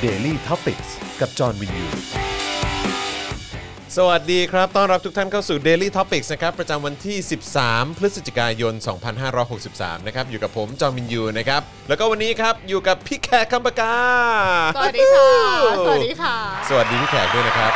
Daily Topics กับจอห์นวินยูสวัสดีครับต้อนรับทุกท่านเข้าสู่ Daily Topics นะครับประจำวันที่13พฤศจิกายน2563นะครับอยู่กับผมจอห์นวินยูนะครับแล้วก็วันนี้ครับอยู่กับพี่แขกคำปากาสวัสดีค่ะสวัสดีค่ะสวัสดีพี่แขกด้วยนะครับ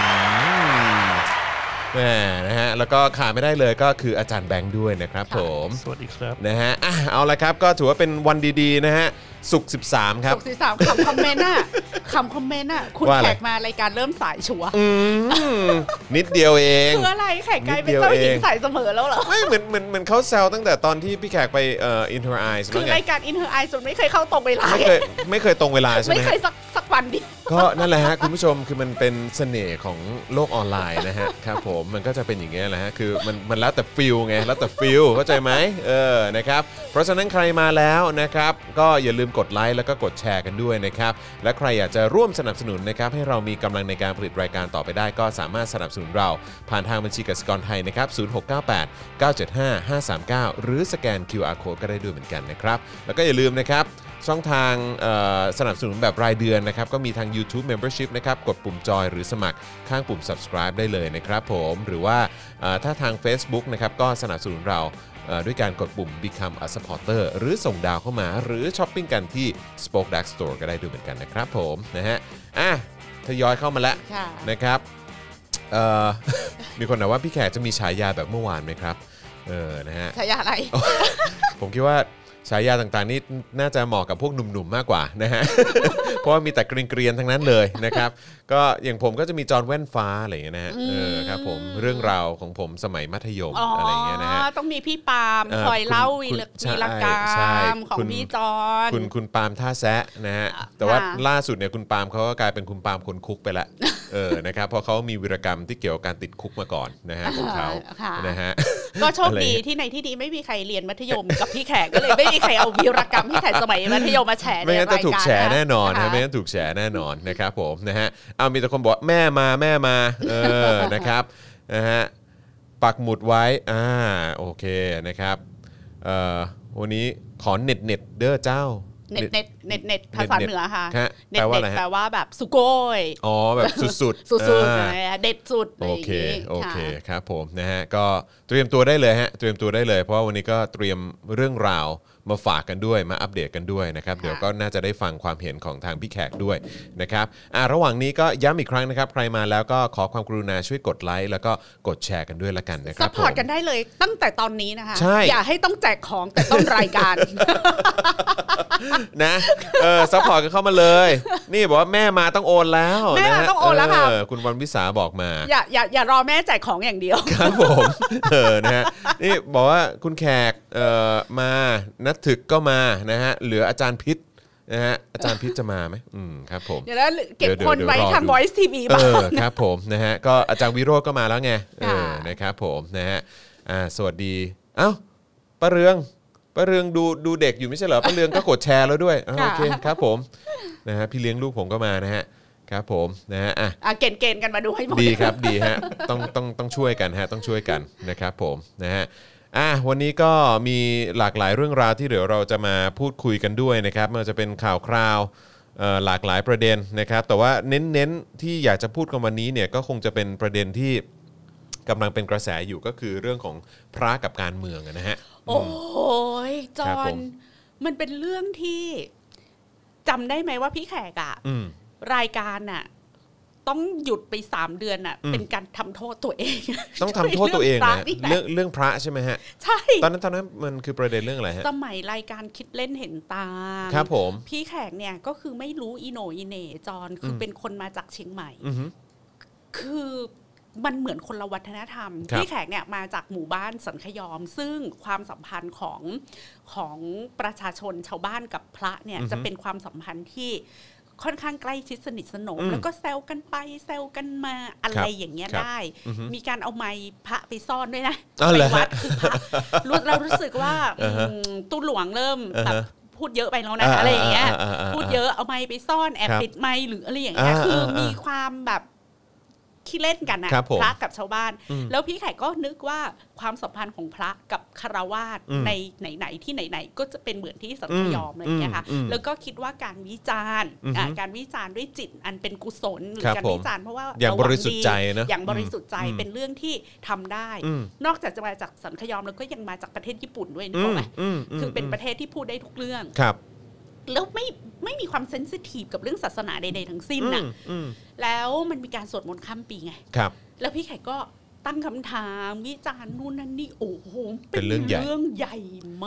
แหมนะฮะแล้วก็ขาดไม่ได้เลยก็คืออาจารย์แบงค์ด้วยนะครับผมสวัสดีครับนะฮะเอาละครับก็ถือว่าเป็นวันดีๆนะฮะศุกร์13ครับศุกร์13คำคอมเมนต์น่ะคุณแขกมารายการเริ่มสายชัวนิดเดียวเองคืออะไรแขกกลายเป็นเจ้าหญิงสายเสมอแล้วเหรอไม่เหมือนเขาแซวตั้งแต่ตอนที่พี่แขกไปIn Her Eyes คือรายการ In Her Eyes ไม่เคยเข้าตรงเวลาไม่เคยตรงเวลาใช่ไหมไม่เคยสักวันดิก็นั่นแหละฮะคุณผู้ชมคือมันเป็นเสน่ห์ของโลกออนไลน์นะฮะครับผมมันก็จะเป็นอย่างเงี้ยแหละฮะคือมันแล้วแต่ฟิลไงแล้วแต่ฟิลเข้าใจไหมนะครับเพราะฉะนั้นใครมาแล้วนะครับก็อย่าลืมกดไลค์แล้วก็กดแชร์กันด้วยนะครับและใครอยากจะร่วมสนับสนุนนะครับให้เรามีกำลังในการผลิตรายการต่อไปได้ก็สามารถสนับสนุนเราผ่านทางบัญชีกสิกรไทยนะครับ0698 975 539หรือสแกน QR Code ก็ได้ด้วยเหมือนกันนะครับแล้วก็อย่าลืมนะครับช่องทางสนับสนุนแบบรายเดือนนะครับก็มีทาง YouTube Membership นะครับกดปุ่มจอยหรือสมัครข้างปุ่ม Subscribe ได้เลยนะครับผมหรือว่าถ้าทาง Facebook นะครับก็สนับสนุนเราด้วยการกดปุ่ม Become a Supporter หรือส่งดาวเข้ามาหรือช้อปปิ้งกันที่ Spoke Dark Store ก็ได้ด้วยเหมือนกันนะครับผมนะฮะทยอยเข้ามาแล้วนะครับมีคนถามว่าพี่แขกจะมีฉายาแบบเมื่อวานไหมครับนะฮะฉายาอะไรผมคิดว่าฉายาต่างๆนี่น่าจะเหมาะกับพวกหนุ่มๆมากกว่านะฮะ เพราะว่ามีแต่เกรียนๆทั้งนั้นเลยนะครับก็อย่างผมก็จะมีจอห์นแว่นฟ้าอะไรอย่างเงี้ยนะฮะครับผมเรื่องราวของผมสมัยมัธยมอะไรอย่างเงี้ยนะฮะต้องมีพี่ปาล์มคอยเล่าวีรกรรมของพี่จอห์นคุณปาล์มท่าแซะนะฮะแต่ว่าล่าสุดเนี่ยคุณปาล์มเขาก็กลายเป็นคุณปาล์มคนคุกไปละนะครับเพราะเขามีวีรกรรมที่เกี่ยวกับการติดคุกมาก่อนนะฮะของเขานะฮะก็โชคดีที่ในที่นี้ไม่มีใครเรียนมัธยมกับพี่แขกก็เลยไม่มีใครเอาวีรกรรมพี่แขกสมัยมัธยมมาแฉในรายการไม่งั้นจะถูกแฉแน่นอนนะไม่งั้นถูกแฉแน่นอนนะครับผมนะฮะเอามีแต่คนบอกแม่มานะครับนะฮะปักหมุดไว้โอเคนะครับวันนี้ขอเน็ตเด้อเจ้าเน็ตภาษาเหนือค่ะแปลว่าอะไรฮะแปลว่าแบบสุโกยแบบสุดเด็ดสุดโอเคครับผมนะฮะก็เตรียมตัวได้เลยฮะเตรียมตัวได้เลยเพราะว่าวันนี้ก็เตรียมเรื่องราวมาฝากกันด้วยมาอัปเดตกันด้วยนะครับเดี๋ยวก็น่าจะได้ฟังความเห็นของทางพี่แขกด้วยนะครับระหว่างนี้ก็ย้ำอีกครั้งนะครับใครมาแล้วก็ขอความกรุณาช่วยกดไลค์แล้วก็กดแชร์กันด้วยละกันนะครับซัพพอร์ตกันได้เลยตั้งแต่ตอนนี้นะคะอย่าให้ต้องแจกของแต่ต้นรายการนะซัพพอร์ตกันเข้ามาเลยนี่บอกว่าแม่มาต้องโอนแล้วแม่มาต้องโอนแล้วค่ะคุณวันวิสาบอกมาอย่ารอแม่แจกของอย่างเดียวครับผมนะฮะนี่บอกว่าคุณแขกมานัทถึกก็มานะฮะเหลืออาจารย์พิษนะฮะอาจารย์พิษจะมาไหมครับผมเดี๋ยวเก็บคนไว้ทำ Voice TV บ้างครับผมนะฮะก็อาจารย์วิโรจน์ก็มาแล้วไงนะครับผมนะฮะสวัสดีป้าเรืองดูเด็กอยู่ไม่ใช่เหรอป้าเรืองก็กดแชร์แล้วด้วยโอเคครับผมนะฮะพี่เลี้ยงลูกผมก็มานะฮะครับผมนะฮะเกณฑ์กันมาดูให้หมดดีครับดีฮะต้องช่วยกันฮะต้องช่วยกันนะครับผมนะฮะวันนี้ก็มีหลากหลายเรื่องราวที่เดี๋ยวเราจะมาพูดคุยกันด้วยนะครับมันจะเป็นข่าวคราวหลากหลายประเด็นนะครับแต่ว่าเน้นที่อยากจะพูดกันวันนี้เนี่ยก็คงจะเป็นประเด็นที่กำลังเป็นกระแสอยู่ก็คือเรื่องของพระกับการเมืองนะฮะโอ้ยจอนมันเป็นเรื่องที่จำได้ไหมว่าพี่แขกรายการต้องหยุดไป3เดือนเป็นการทำโทษตัวเองต้องทำโทษตัวเองนะเรื่องพระใช่ไหมฮะใช่ตอนนั้นมันคือประเด็นเรื่องอะไรฮะสมัยรายการคิดเล่นเห็นตาครับผมพี่แขกเนี่ยก็คือไม่รู้อีโหนอีเหน่จอนคือเป็นคนมาจากเชียงใหม่คือมันเหมือนคนละวัฒนธรรมพี่แขกเนี่ยมาจากหมู่บ้านสันขยอมซึ่งความสัมพันธ์ของประชาชนชาวบ้านกับพระเนี่ยจะเป็นความสัมพันธ์ที่ค่อนข้างใกล้ชิดสนิทสนมแล้วก็แซวกันไปแซวกันมาอะไรอย่างเงี้ยได้มีการเอาไม้พระไปซ่อนด้วยนะไปวัดคือพระเรารู้สึกว่าตู้หลวงเริ่มแบบพูดเยอะไปแล้วนะอะไรอย่างเงี้ยพูดเยอะเอาไม้ไปซ่อนแอบปิดไม้หรืออะไรอย่างเงี้ยคือมีความแบบขี้เล่นกันนะพระกับชาวบ้านแล้วพี่แขกก็นึกว่าความสัมพันธ์ของพระกับคฤหัสถ์ในไหนๆที่ไหนๆก็จะเป็นเหมือนที่สังคยอมอะไรอย่างเงี้ยค่ะแล้วก็คิดว่าการวิจารณ์ด้วยจิตอันเป็นกุศลหรือการวิจารณ์เพราะว่าอย่างบริสุทธิ์ใจนะอย่างบริสุทธิ์ใจเป็นเรื่องที่ทำได้นอกจากจะมาจากสังคยอมแล้วก็ยังมาจากประเทศญี่ปุ่นด้วยนึกออกไหมคือเป็นประเทศที่พูดได้ทุกเรื่องแล้วไม่มีความเซนซิทีฟกับเรื่องศาสนาใดๆทั้งสิ้นน่ะแล้วมันมีการสวดมนต์ข้ามปีไงแล้วพี่ไข่ก็ตั้งคำถามวิจารณ์นู่นนั่นนี่โอ้โหเป็นเรื่องใหญ่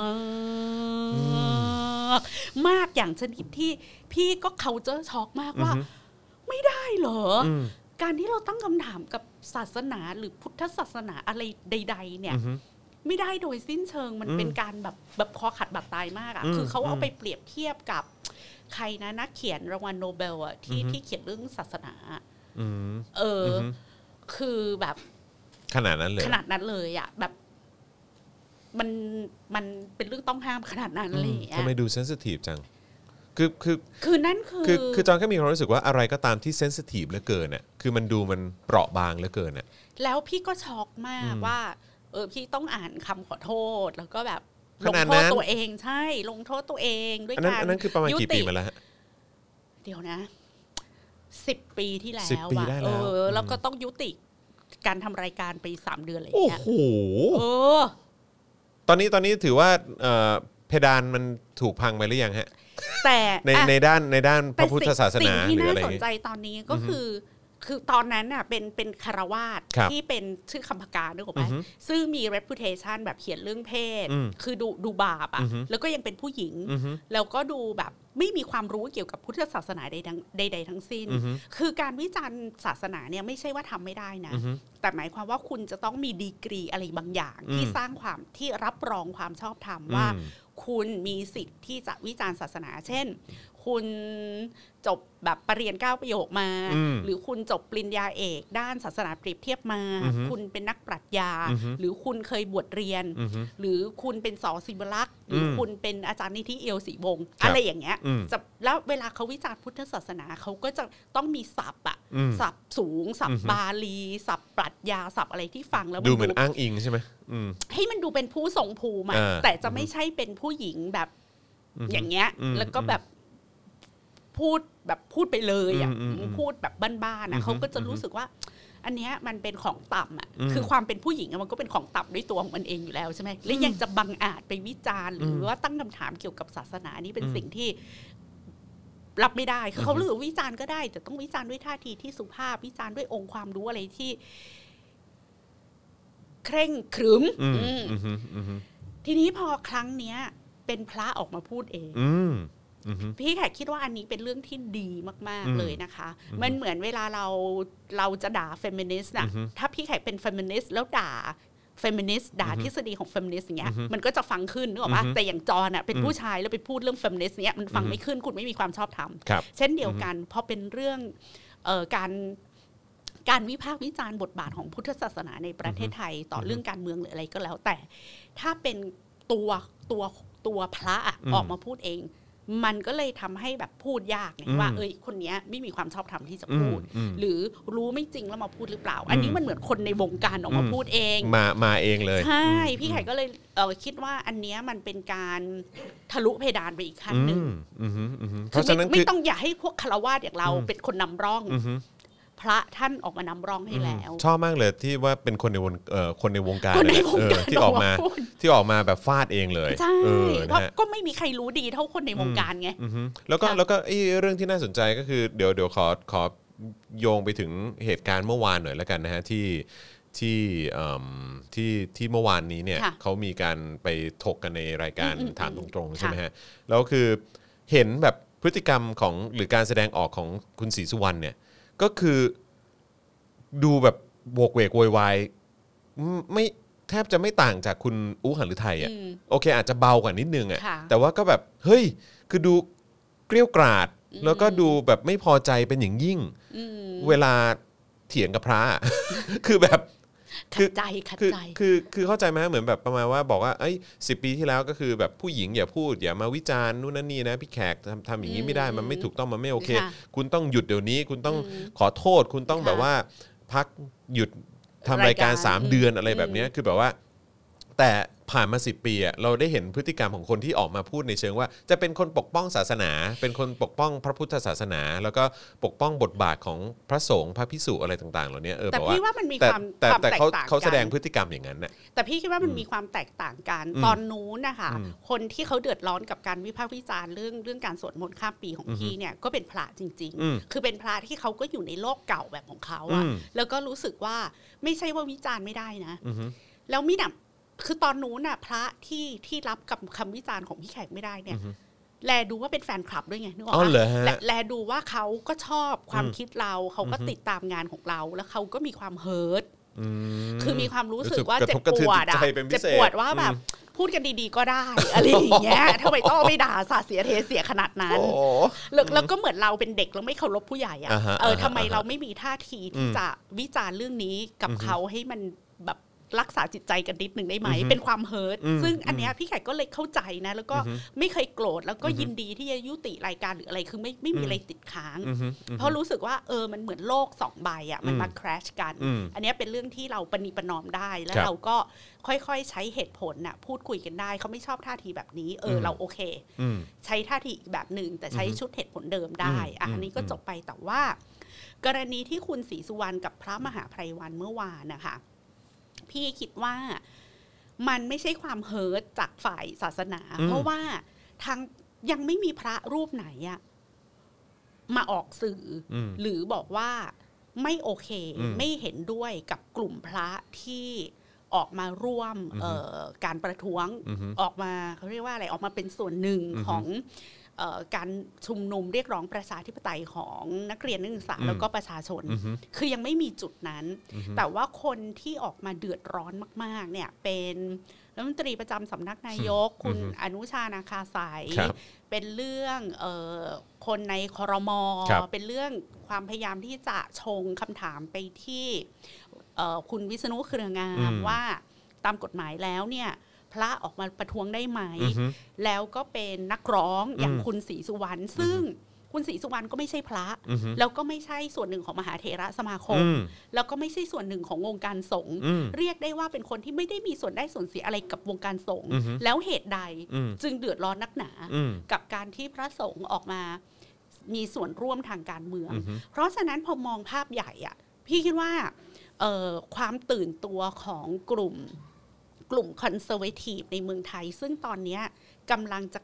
มากอย่างชนิดที่พี่ก็culture shockมากว่าไม่ได้เหรอการที่เราตั้งคำถามกับศาสนาหรือพุทธศาสนาอะไรใดๆเนี่ยไม่ได้โดยสิ้นเชิงมันเป็นการแบบคอขาดบาดตายมากอ่ะคือเขาเอาไปเปรียบเทียบกับใครนะนักเขียนรางวัลโนเบลอ่ะที่เขียนเรื่องศาสนาคือแบบขนาดนั้นเลยอ่ะแบบมันเป็นเรื่องต้องห้ามขนาดนั้นเลยทำไมดูเซนซิทีฟจังคือนั่นคือจอนก็มีความรู้สึกว่าอะไรก็ตามที่เซนซิทีฟเหลือเกินน่ะคือมันดูมันเปราะบางเหลือเกินน่ะแล้วพี่ก็ช็อกมากว่าพี่ต้องอ่านคำขอโทษแล้วก็แบบลงโทษตัวเองใช่ลงโทษตัวเองด้วยการอันนั้นคือประมาณกี่ปีมาแล้วเดี๋ยวนะ10 ปีที่แล้วแล้วก็ต้องยุติการทำรายการไป3 เดือนอะไรอย่างเงี้ยโอ้โหตอนนี้ถือว่าเพดานมันถูกพังไปหรือยังฮะแต่ในด้านพระพุทธศาสนาหรืออะไรสิ่งที่น่าสนใจตอนนี้ก็คือตอนนั้นน่ะเป็นคฤหัสถ์ที่เป็นชื่อคำพกานึกออกไหมซึ่งมี reputation แบบเขียนเรื่องเพศคือดูบาปอ่ะแล้วก็ยังเป็นผู้หญิงแล้วก็ดูแบบไม่มีความรู้เกี่ยวกับพุทธศาสนาใดทั้งสิ้นคือการวิจารณ์ศาสนาเนี่ยไม่ใช่ว่าทำไม่ได้นะแต่หมายความว่าคุณจะต้องมีดีกรีอะไรบางอย่างที่สร้างความที่รับรองความชอบธรรมว่าคุณมีสิทธิ์ที่จะวิจารณ์ศาสนาเช่นคุณจบแบบปริญญา9 ประโยคมาหรือคุณจบปริญญาเอกด้านศาสนาเปรียบเทียบมาคุณเป็นนักปรัชญาหรือคุณเคยบวชเรียนหรือคุณเป็นส.ศิวลักษณ์หรือคุณเป็นอาจารย์นิธิเอียวศรีวงศ์อะไรอย่างเงี้ยแล้วเวลาเขาวิจารณ์พุทธศาสนาเขาก็จะต้องมีศัพท์อะศัพท์สูงศัพท์บาลีศัพท์ปรัชญาศัพท์อะไรที่ฟังแล้วดูเหมือนอ้างอิงใช่ไหมให้มันดูเป็นผู้ทรงภูมิแต่จะไม่ใช่เป็นผู้หญิงแบบอย่างเงี้ยแล้วก็แบบพูดไปเลยอ่ะพูดแบบบ้านๆนะเขาก็จะรู้สึกว่าอันเนี้ยมันเป็นของต่ำอ่ะคือความเป็นผู้หญิงมันก็เป็นของต่ำด้วยตัวของมันเองอยู่แล้วใช่ไหมแล้วยังจะบังอาจไปวิจารณ์หรือว่าตั้งคำถามเกี่ยวกับศาสนานี่เป็นสิ่งที่รับไม่ได้คือเขาเลือกวิจารณ์ก็ได้แต่ต้องวิจารณ์ด้วยท่าทีที่สุภาพวิจารณ์ด้วยองค์ความรู้อะไรที่เคร่งขรึมทีนี้พอครั้งเนี้ยเป็นพระออกมาพูดเองพี่แขกคิดว่าอันนี้เป็นเรื่องที่ดีมากๆเลยนะคะมันเหมือนเวลาเราจะด่าเฟมินิสต์นะถ้าพี่แขกเป็นเฟมินิสต์แล้วด่าเฟมินิสต์ด่าทฤษฎีของเฟมินิสต์อย่างเงี้ยมันก็จะฟังขึ้นนึกออกปะแต่อย่างจอน่ะเป็นผู้ชายแล้วไปพูดเรื่องเฟมินิสต์เนี้ยมันฟังไม่ขึ้นคุณไม่มีความชอบธรรมเช่นเดียวกันพอเป็นเรื่องการวิพากษ์วิจารณ์บทบาทของพุทธศาสนาในประเทศไทยต่อเรื่องการเมืองหรืออะไรก็แล้วแต่ถ้าเป็นตัวพระออกมาพูดเองมันก็เลยทำให้แบบพูดยากไงว่าคนนี้ไม่มีความชอบธรรมที่จะพูดหรือรู้ไม่จริงแล้วมาพูดหรือเปล่าอันนี้มันเหมือนคนในวงการออกมาพูดเองมาเองเลยใช่พี่ไข่ก็เลยคิดว่าอันนี้มันเป็นการทะลุเพดานไปอีกขั้นนึงเพราะฉะนั้นไม่ต้องอย่าให้พวกฆราวาสอย่างเราเป็นคนนำร่องพระท่านออกมานำร่องให้แล้วชอบมากเลยที่ว่าเป็นคนในวงการที่ออกมาแบบฟาดเองเลยใช่เพราะก็ไม่มีใครรู้ดีเท่าคนในวงการไงแล้วก็เรื่องที่น่าสนใจก็คือเดี๋ยวขอโยงไปถึงเหตุการณ์เมื่อวานหน่อยแล้วกันนะฮะที่เมื่อวานนี้เนี่ยเขามีการไปถกกันในรายการถามตรงๆใช่ไหมฮะแล้วคือเห็นแบบพฤติกรรมของหรือการแสดงออกของคุณศรีสุวรรณเนี่ยก็คือดูแบบโวกเวกโวยวายไม่แทบจะไม่ต่างจากคุณอู้หฤทัยอ่ะโอเคอาจจะเบากว่านิดนึงอ่ะแต่ว่าก็แบบเฮ้ยคือดูเกรี้ยวกราดแล้วก็ดูแบบไม่พอใจเป็นอย่างยิ่งเวลาเถียงกับพระ คือแบบขัดใจคือเข้าใจไหมเหมือนแบบประมาณว่าบอกว่า10 ปีที่แล้วก็คือแบบผู้หญิงอย่าพูดอย่ามาวิจารณ์นู่นนั่นนี่นะพี่แขกทำอย่างนี้ไม่ได้มันไม่ถูกต้องมันไม่โอเคคุณต้องหยุดเดี๋ยวนี้คุณต้องขอโทษคุณต้องแบบว่าพพักหยุดทำรายการ3เดือนอะไรแบบนี้คือแบบว่าแต่ผ่านมา10 ปีเราได้เห็นพฤติกรรมของคนที่ออกมาพูดในเชิงว่าจะเป็นคนปกป้องศาสนาเป็นคนปกป้องพระพุทธศาสนาแล้วก็ปกป้องบทบาทของพระสงฆ์พระภิกษุอะไรต่างๆเหล่านี้แต่พี่ว่ามันมีความแตกต่างกันเขาแสดงพฤติกรรมอย่างนั้นน่ะแต่พี่คิดว่ามันมีความแตกต่างกันตอนนู้นนะคะคนที่เขาเดือดร้อนกับการวิพากษ์วิจารณ์เรื่องการสวดมนต์ข้ามปีของพี่เนี่ยก็เป็นพระจริงๆคือเป็นพระที่เขาก็อยู่ในโลกเก่าแบบของเขาอะแล้วก็รู้สึกว่าไม่ใช่ว่าวิจารณ์ไม่ได้นะแล้วมิหนำคือตอนนู้นน่ะพระที่รับกับคำวิจารณ์ของพี่แขกไม่ได้เนี่ยแลดูว่าเป็นแฟนคลับด้วยไงนึกออกปะแลดูว่าเขาก็ชอบความคิดเราเขาก็ติดตามงานของเราแล้วเขาก็มีความเฮิร์ตคือมีความรู้สึกว่าเจ็บปวดอะเจ็บปวดว่าแบบพูดกันดีๆก็ได้อะไรอย่างเงี้ยทำไมต้องไปด่าสาเสียเทเสียขนาดนั้นแล้วก็เหมือนเราเป็นเด็กแล้วไม่เคารพผู้ใหญ่อะทำไมเราไม่มีท่าทีที่จะวิจารณ์เรื่องนี้กับเขาให้มันแบบรักษาจิตใจกันนิดหนึ่งได้ไหมเป็นความเฮิร์ตซึ่งอันเนี้ยพี่แขกก็เลยเข้าใจนะแล้วก็ไม่เคยโกรธแล้วก็ยินดีที่จะยุติรายการหรืออะไรคือไม่มีอะไรติดค้างเพราะรู้สึกว่ามันเหมือนโลก2 ใบอ่ะมันมา crash กันอันนี้เป็นเรื่องที่เราประนีประนอมได้แล้วเราก็ค่อยๆใช้เหตุผลน่ะพูดคุยกันได้เขาไม่ชอบท่าทีแบบนี้เราโอเคใช้ท่าทีอีกแบบนึงแต่ใช้ชุดเหตุผลเดิมได้อันนี้ก็จบไปแต่ว่ากรณีที่คุณศรีสุวรรณกับพระมหาไพรวันเมื่อวานนะคะพี่คิดว่ามันไม่ใช่ความเฮิร์ตจากฝ่ายศาสนาเพราะว่าทางยังไม่มีพระรูปไหนอะมาออกสื่อหรือบอกว่าไม่โอเคไม่เห็นด้วยกับกลุ่มพระที่ออกมาร่วมการประท้วงออกมาเขาเรียกว่าอะไรออกมาเป็นส่วนหนึ่งของการชุมนุมเรียกร้องประชาธิปไตยของนักเรียนนักศึกษาแล้วก็ประชาชนคือยังไม่มีจุดนั้นแต่ว่าคนที่ออกมาเดือดร้อนมากๆเนี่ยเป็นรัฐมนตรีประจำสำนักนายกคุณอนุชานาคาสายเป็นเรื่องคนในครม.เป็นเรื่องความพยายามที่จะชงคำถามไปที่คุณวิษณุเครืองามว่าตามกฎหมายแล้วเนี่ยพระออกมาประท้วงได้ไหมแล้วก็เป็นนักร้องอย่างคุณศรีสุวรรณซึ่งคุณศรีสุวรรณก็ไม่ใช่พระแล้วก็ไม่ใช่ส่วนหนึ่งของมหาเถรสมาคมแล้วก็ไม่ใช่ส่วนหนึ่งของวงการสงฆ์เรียกได้ว่าเป็นคนที่ไม่ได้มีส่วนได้ส่วนเสียอะไรกับวงการสงฆ์แล้วเหตุใดจึงเดือดร้อนนักหนากับการที่พระสงฆ์ออกมามีส่วนร่วมทางการเมืองเพราะฉะนั้นพอมองภาพใหญ่อ่ะพี่คิดว่าความตื่นตัวของกลุ่มคอนเซอร์เวทีฟในเมืองไทยซึ่งตอนนี้กำลังจะ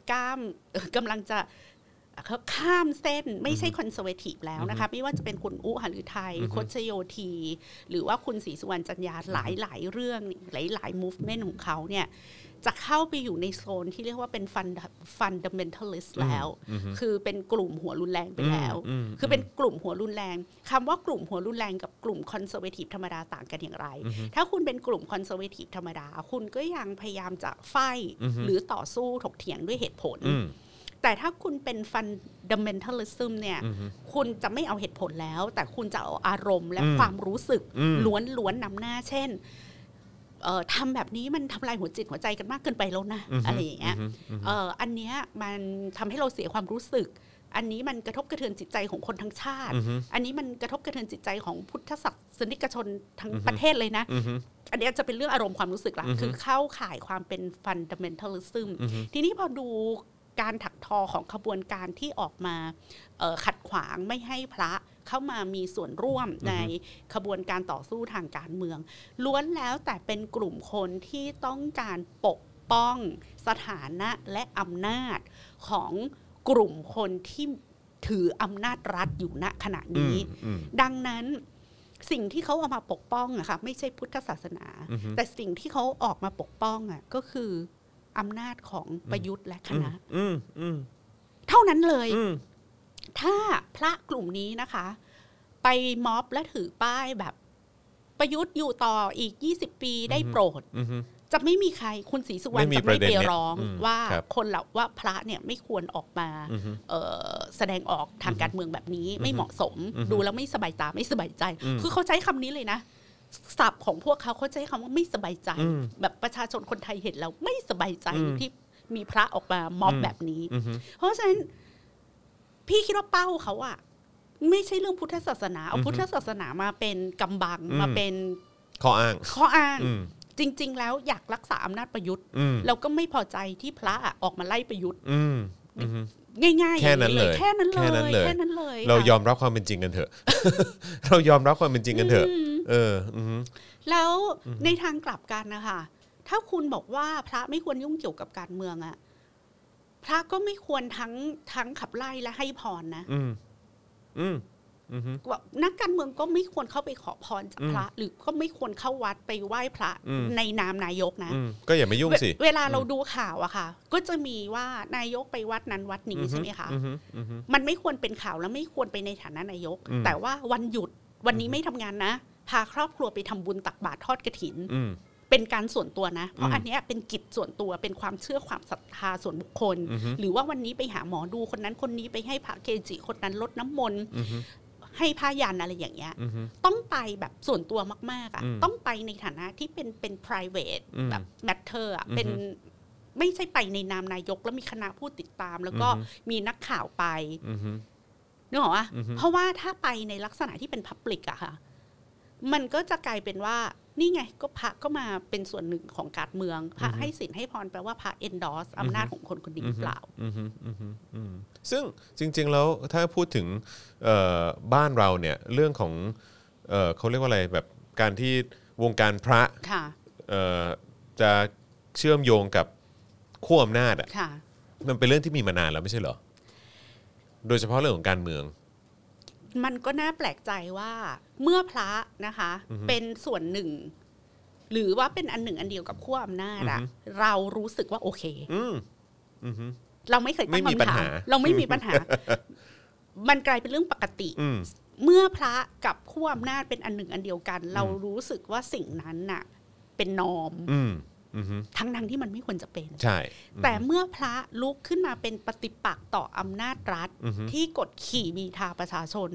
ข้ามเส้นไม่ใช่คอนเซอร์เวทีฟแล้วนะคะไม่ว่าจะเป็นคุณอุหฤทัยคชโยธีหรือว่าคุณศรีสุวรรณจันยาหลายเรื่องหลายมูฟเมนต์ของเขาเนี่ยจะเข้าไปอยู่ในโซนที่เรียกว่าเป็นfundamentalist แล้วคือเป็นกลุ่มหัวรุนแรงไปแล้วคือเป็นกลุ่มหัวรุนแรงคำว่ากลุ่มหัวรุนแรงกับกลุ่มคอนเซอร์เวทีฟธรรมดาต่างกันอย่างไรถ้าคุณเป็นกลุ่มคอนเซอร์เวทีฟธรรมดาคุณก็ยังพยายามจะไฟหรือต่อสู้ถกเถียงด้วยเหตุผลแต่ถ้าคุณเป็น fundamentalism เนี่ยคุณจะไม่เอาเหตุผลแล้วแต่คุณจะเอาอารมณ์และความรู้สึกล้วนนำหน้าเช่นทำแบบนี้มันทำลายหัวจิตหัวใจกันมากเกินไปแล้วนะอะไรอย่างเงี้ยอันเนี้ยมันทำให้เราเสียความรู้สึกอันนี้มันกระทบกระเทือนจิตใจของคนทั้งชาติอันนี้มันกระทบกระเทือนจิตใจของพุทธศาสนิกชนทั้งประเทศเลยนะอันนี้จะเป็นเรื่องอารมณ์ความรู้สึกละคือเข้าข่ายความเป็น fundamentalism ทีนี้พอดูการถักทอของขบวนการที่ออกมาขัดขวางไม่ให้พระเข้ามามีส่วนร่วมในขบวนการต่อสู้ทางการเมืองล้วนแล้วแต่เป็นกลุ่มคนที่ต้องการปกป้องสถานะและอำนาจของกลุ่มคนที่ถืออำนาจรัฐอยู่ณขณะนี้ดังนั้นสิ่งที่เขาเอามาปกป้องอะค่ะไม่ใช่พุทธศาสนาแต่สิ่งที่เขาออกมาปกป้องอะก็คืออำนาจของประยุทธ์และคณะเท่านั้นเลยถ้าพระกลุ่มนี้นะคะไปม็อบและถือป้ายแบบประยุทธ์อยู่ต่ออีก20ปีได้โปรดจะไม่มีใครคุณศรีสุวรรณจะไม่ไปร้องว่าคนเหล่าว่าพระเนี่ยไม่ควรออกมาแสดงออกทางการเมืองแบบนี้ไม่เหมาะสมดูแล้วไม่สบายตาไม่สบายใจคือเขาใช้คำนี้เลยนะศัพท์ของพวกเขาใช้คำว่าไม่สบายใจแบบประชาชนคนไทยเห็นแล้วไม่สบายใจที่มีพระออกมาม็อบแบบนี้เพราะฉะนั้นพี่คิดว่าเป้าเขาอะไม่ใช่เรื่องพุทธศาสนาเอาพุทธศาสนามาเป็นกำบังมาเป็นข้ออ้างจริงๆแล้วอยากรักษาอำนาจประยุทธ์แล้วก็ไม่พอใจที่พระออกมาไล่ประยุทธ์ง่ายๆแค่นั้นเลยแค่นั้นเลยเรายอมรับความเป็นจริงกันเถอะ เรายอมรับความเป็นจริงกันเถอะแล้วในทางกลับกันนะคะถ้าคุณบอกว่าพระไม่ควรยุ่งเกี่ยวกับการเมืองอะพระก็ไม่ควรทั้งขับไล่และให้พรนะนักการเมืองก็ไม่ควรเข้าไปขอพรจากพระหรือก็ไม่ควรเข้าวัดไปไหว้พระในนามนายกนะก็อย่ามายุ่งสิเวลาเราดูข่าวอะค่ะก็จะมีว่านายกไปวัดนั้นวัดนี้ใช่ไหมคะมันไม่ควรเป็นข่าวแล้วไม่ควรไปในฐานะนายกแต่ว่าวันหยุดวันนี้ไม่ทำงานนะพาครอบครัวไปทำบุญตักบาตรทอดกฐินเป็นการส่วนตัวนะเพราะอันนี้เป็นกิจส่วนตัวเป็นความเชื่อความศรัทธาส่วนบุคคลหรือว่าวันนี้ไปหาหมอดูคนนั้นคนนี้ไปให้พระเกจิคนนั้นลดน้ำมนต์ให้ผ้ายันอะไรอย่างเงี้ยต้องไปแบบส่วนตัวมากๆอ่ะต้องไปในฐานะที่เป็น private แบบ matter อ่ะเป็นไม่ใช่ไปในนามนายกแล้วมีคณะผู้ติดตามแล้วก็มีนักข่าวไปนึกออกปะเพราะว่าถ้าไปในลักษณะที่เป็น public อะค่ะมันก็จะกลายเป็นว่านี่ไงก็พระก็มาเป็นส่วนหนึ่งของการเมืองพระให้ศีลให้พรแปลว่าพระ endorse อำนาจของคนคนนี้หรือเปล่าซึ่งจริงๆแล้วถ้าพูดถึงบ้านเราเนี่ยเรื่องของเขาเรียกว่าอะไรแบบการที่วงการพระจะเชื่อมโยงกับขั้วอำนาจอ่ะมันเป็นเรื่องที่มีมานานแล้วไม่ใช่เหรอโดยเฉพาะเรื่องของการเมืองมันก็น่าแปลกใจว่าเมื่อพระนะคะเป็นส่วนหนึ่งหรือว่าเป็นอันหนึ่งอันเดียวกับขั้วอำนาจอะเรารู้สึกว่าโอเคเราไม่เคยตั้งคำถามเราไม่มีปัญหามันกลายเป็นเรื่องปกติเมื่อพระกับขั้วอำนาจเป็นอันหนึ่งอันเดียวกันเรารู้สึกว่าสิ่งนั้นน่ะเป็นนอร์มทั้งที่มันไม่ควรจะเป็นใช่แต่เมื่อพระลุกขึ้นมาเป็นปฏิปักษ์ต่ออำนาจรัฐที่กดขี่มีทาประชาชน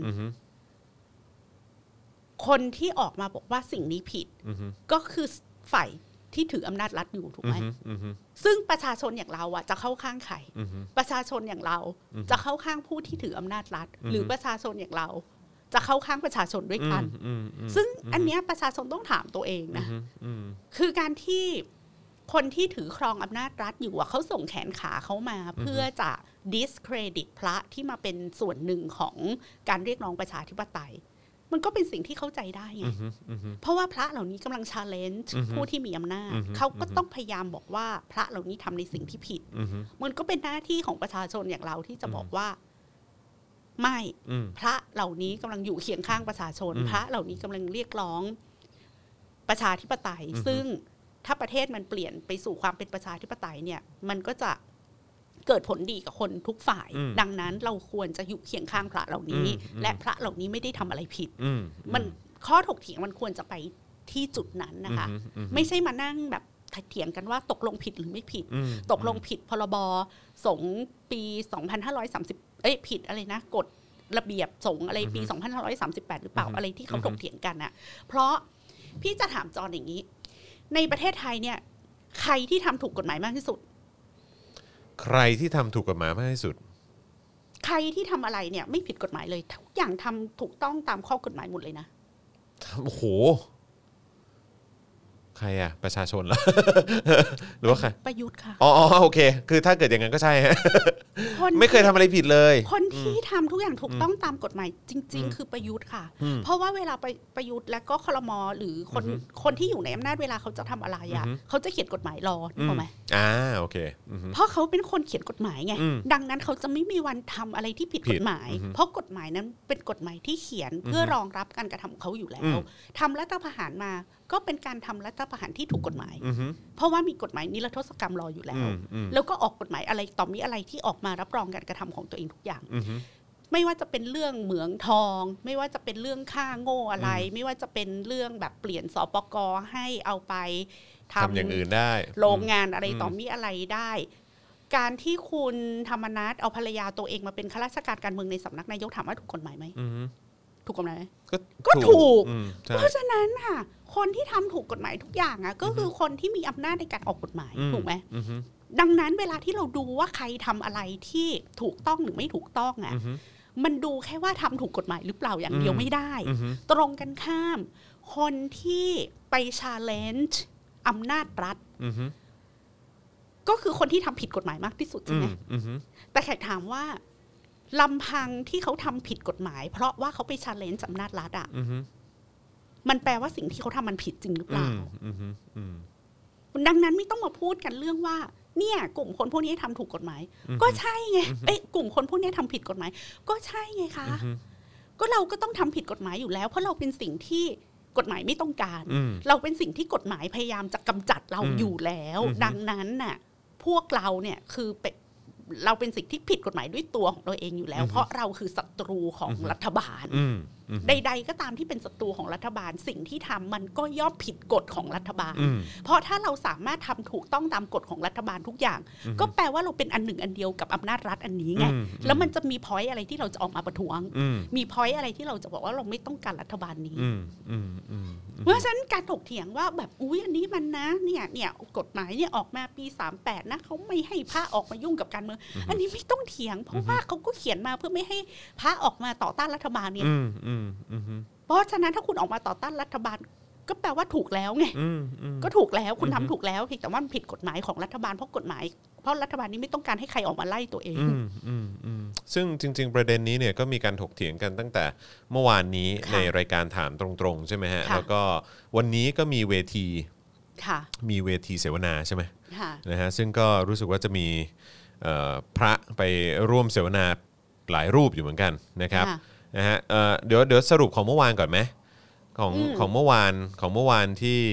คนที่ออกมาบอกว่าสิ่งนี้ผิดก็คือฝ่ายที่ถืออำนาจรัฐอยู่ถูกไหมซึ่งประชาชนอย่างเราอะจะเข้าข้างใครประชาชนอย่างเราจะเข้าข้างผู้ที่ถืออำนาจรัฐหรือประชาชนอย่างเราจะเข้าข้างประชาชนด้วยกันซึ่งอันเนี้ยประชาชนต้องถามตัวเองนะคือการที่คนที่ถือครองอำนาจรัฐอยู่เขาส่งแขนขาเขามาเพื่อจะ discredit พระที่มาเป็นส่วนหนึ่งของการเรียกร้องประชาธิปไตยมันก็เป็นสิ่งที่เข้าใจได้ไงเพราะว่าพระเหล่านี้กำลัง challenge ผู้ที่มีอำนาจเขาก็ต้องพยายามบอกว่าพระเหล่านี้ทำในสิ่งที่ผิดมันก็เป็นหน้าที่ของประชาชนอย่างเราที่จะบอกว่าไม่พระเหล่านี้กำลังอยู่เคียงข้างประชาชนพระเหล่านี้กำลังเรียกร้องประชาธิปไตยซึ่งถ้าประเทศมันเปลี่ยนไปสู่ความเป็นประชาธิปไตยเนี่ยมันก็จะเกิดผลดีกับคนทุกฝ่ายดังนั้นเราควรจะอยู่เคียงข้างพระเหล่านี้และพระเหล่านี้ไม่ได้ทำอะไรผิดมันข้อถกเถียงมันควรจะไปที่จุดนั้นนะคะไม่ใช่มานั่งแบบเถียงกันว่าตกลงผิดหรือไม่ผิดตกลงผิดพรบสงฆ์ปี2530ผิดอะไรนะกฎระเบียบสงฆ์อะไรปี2538หรือเปล่าอะไรที่เขาถกเถียงกันน่ะเพราะพี่จะถามจอนอย่างนี้ในประเทศไทยเนี่ยใครที่ทำถูกกฎหมายมากที่สุดใครที่ทำถูกกฎหมายมากที่สุดใครที่ทำอะไรเนี่ยไม่ผิดกฎหมายเลยทุกอย่างทำถูกต้องตามข้อกฎหมายหมดเลยนะโอ้โหใครอะประชาชนเหรอ หรือว่าใครประยุทธ์ค่ะอ๋อโอเคคือถ้าเกิดอย่างนั้นก็ใช่ฮะ ไม่เคยทำอะไรผิดเลยคนที่ทำทุกอย่างถูกต้องตามกฎหมายจริงๆคือประยุทธ์ค่ะเพราะว่าเวลาประยุทธ์และก็ครม.หรือคนที่อยู่ในอำนาจเวลาเขาจะทำอะไรอะเขาจะเขียนกฎหมายรอถูกไหมโอเคเพราะเขาเป็นคนเขียนกฎหมายไงดังนั้นเขาจะไม่มีวันทำอะไรที่ผิดกฎหมายเพราะกฎหมายนั้นเป็นกฎหมายที่เขียนเพื่อรองรับการกระทำของเขาอยู่แล้วทำรัฐประหารมาก็เป็นการทำรัฐประหารที่ถูกกฎหมายเพราะว่ามีกฎหมายนิรโทษกรรมรออยู่แล้วแล้วก็ออกกฎหมายอะไรต่อมีอะไรที่ออกมารับรองการกระทำของตัวเองทุกอย่างไม่ว่าจะเป็นเรื่องเหมืองทองไม่ว่าจะเป็นเรื่องฆ่าโง่อะไรไม่ว่าจะเป็นเรื่องแบบเปลี่ยนสปก.ให้เอาไปทำอย่างอื่นได้โรงงานอะไรต่อมีอะไรได้การที่คุณธรรมนัสเอาภรรยาตัวเองมาเป็นข้าราชการการเมืองในสำนักนายกถามว่าถูกกฎหมายไหมถูกกฎหมายไหมก็ถูกเพราะฉะนั้นค่ะคนที่ทำถูกกฎหมายทุกอย่างอ่ะก็คือคนที่มีอำนาจในการออกกฎหมายถูกไหมดังนั้นเวลาที่เราดูว่าใครทำอะไรที่ถูกต้องหรือไม่ถูกต้องอ่ะมันดูแค่ว่าทำถูกกฎหมายหรือเปล่าอย่างเดียวไม่ได้ตรงกันข้ามคนที่ไป challenge อำนาจรัฐก็คือคนที่ทำผิดกฎหมายมากที่สุดใช่ไหมแต่แขกถามว่าลำพังที่เขาทำผิดกฎหมายเพราะว่าเขาไป challenge อำนาจรัฐอ่ะมันแปลว่าสิ่งที่เขาทำมันผิดจริงหรือเปล่าดังนั้นไม่ต้องมาพูดกันเรื่องว่าเนี่ยกลุ่มคนพวกนี้ทำถูกกฎหมายก็ใช่ไงกลุ่มคนพวกนี้ทำผิดกฎหมายก็ใช่ไงคะก็เราก็ต้องทำผิดกฎหมายอยู่แล้วเพราะเราเป็นสิ่งที่กฎหมายไม่ต้องการเราเป็นสิ่งที่กฎหมายพยายามจะกำจัดเราอยู่แล้วดังนั้นน่ะพวกเราเนี่ยคือเราเป็นสิ่งที่ผิดกฎหมายด้วยตัวของตัวเองอยู่แล้วเพราะเราคือศัตรูของรัฐบาลใดๆก็ตามที่เป็นศัตรูของรัฐบาลสิ่งที่ทำมันก็ย่อมผิดกฎของรัฐบาลเพราะถ้าเราสามารถทำถูกต้องตามกฎของรัฐบาลทุกอย่างก็แปลว่าเราเป็นอันหนึ่งอันเดียวกับอำนาจรัฐอันนี้ไงแล้วมันจะมี point อะไรที่เราจะออกมาประท้วงมี point อะไรที่เราจะบอกว่าเราไม่ต้องการรัฐบาลนี้เพราะฉะนั้นการถกเถียงว่าแบบอุ๊ยอันนี้มันนะเนี่ยกฎหมายเนี่ยออกมาปี38นะเขาไม่ให้พระออกมายุ่งกับการเมืองอันนี้ไม่ต้องเถียงเพราะว่าเขาก็เขียนมาเพื่อไม่ให้พระออกมาต่อต้านรัฐบาลเนี่ยเพราะฉะนั้นถ้าคุณออกมาต่อต้านรัฐบาลก็แปลว่าถูกแล้วไงก็ถูกแล้วคุณทำถูกแล้วแต่ว่ามันผิดกฎหมายของรัฐบาลเพราะรัฐบาลนี้ไม่ต้องการให้ใครออกมาไล่ตัวเองซึ่งจริงๆประเด็นนี้เนี่ยก็มีการถกเถียงกันตั้งแต่เมื่อวานนี้ในรายการถามตรงๆใช่ไหมฮะแล้วก็วันนี้ก็มีเวทีเสวนาใช่ไหมนะฮะซึ่งก็รู้สึกว่าจะมีพระไปร่วมเสวนาหลายรูปอยู่เหมือนกันนะครับนะฮะเดี๋ยวสรุปของเมื่อวานก่อนไหมของเมื่อวาน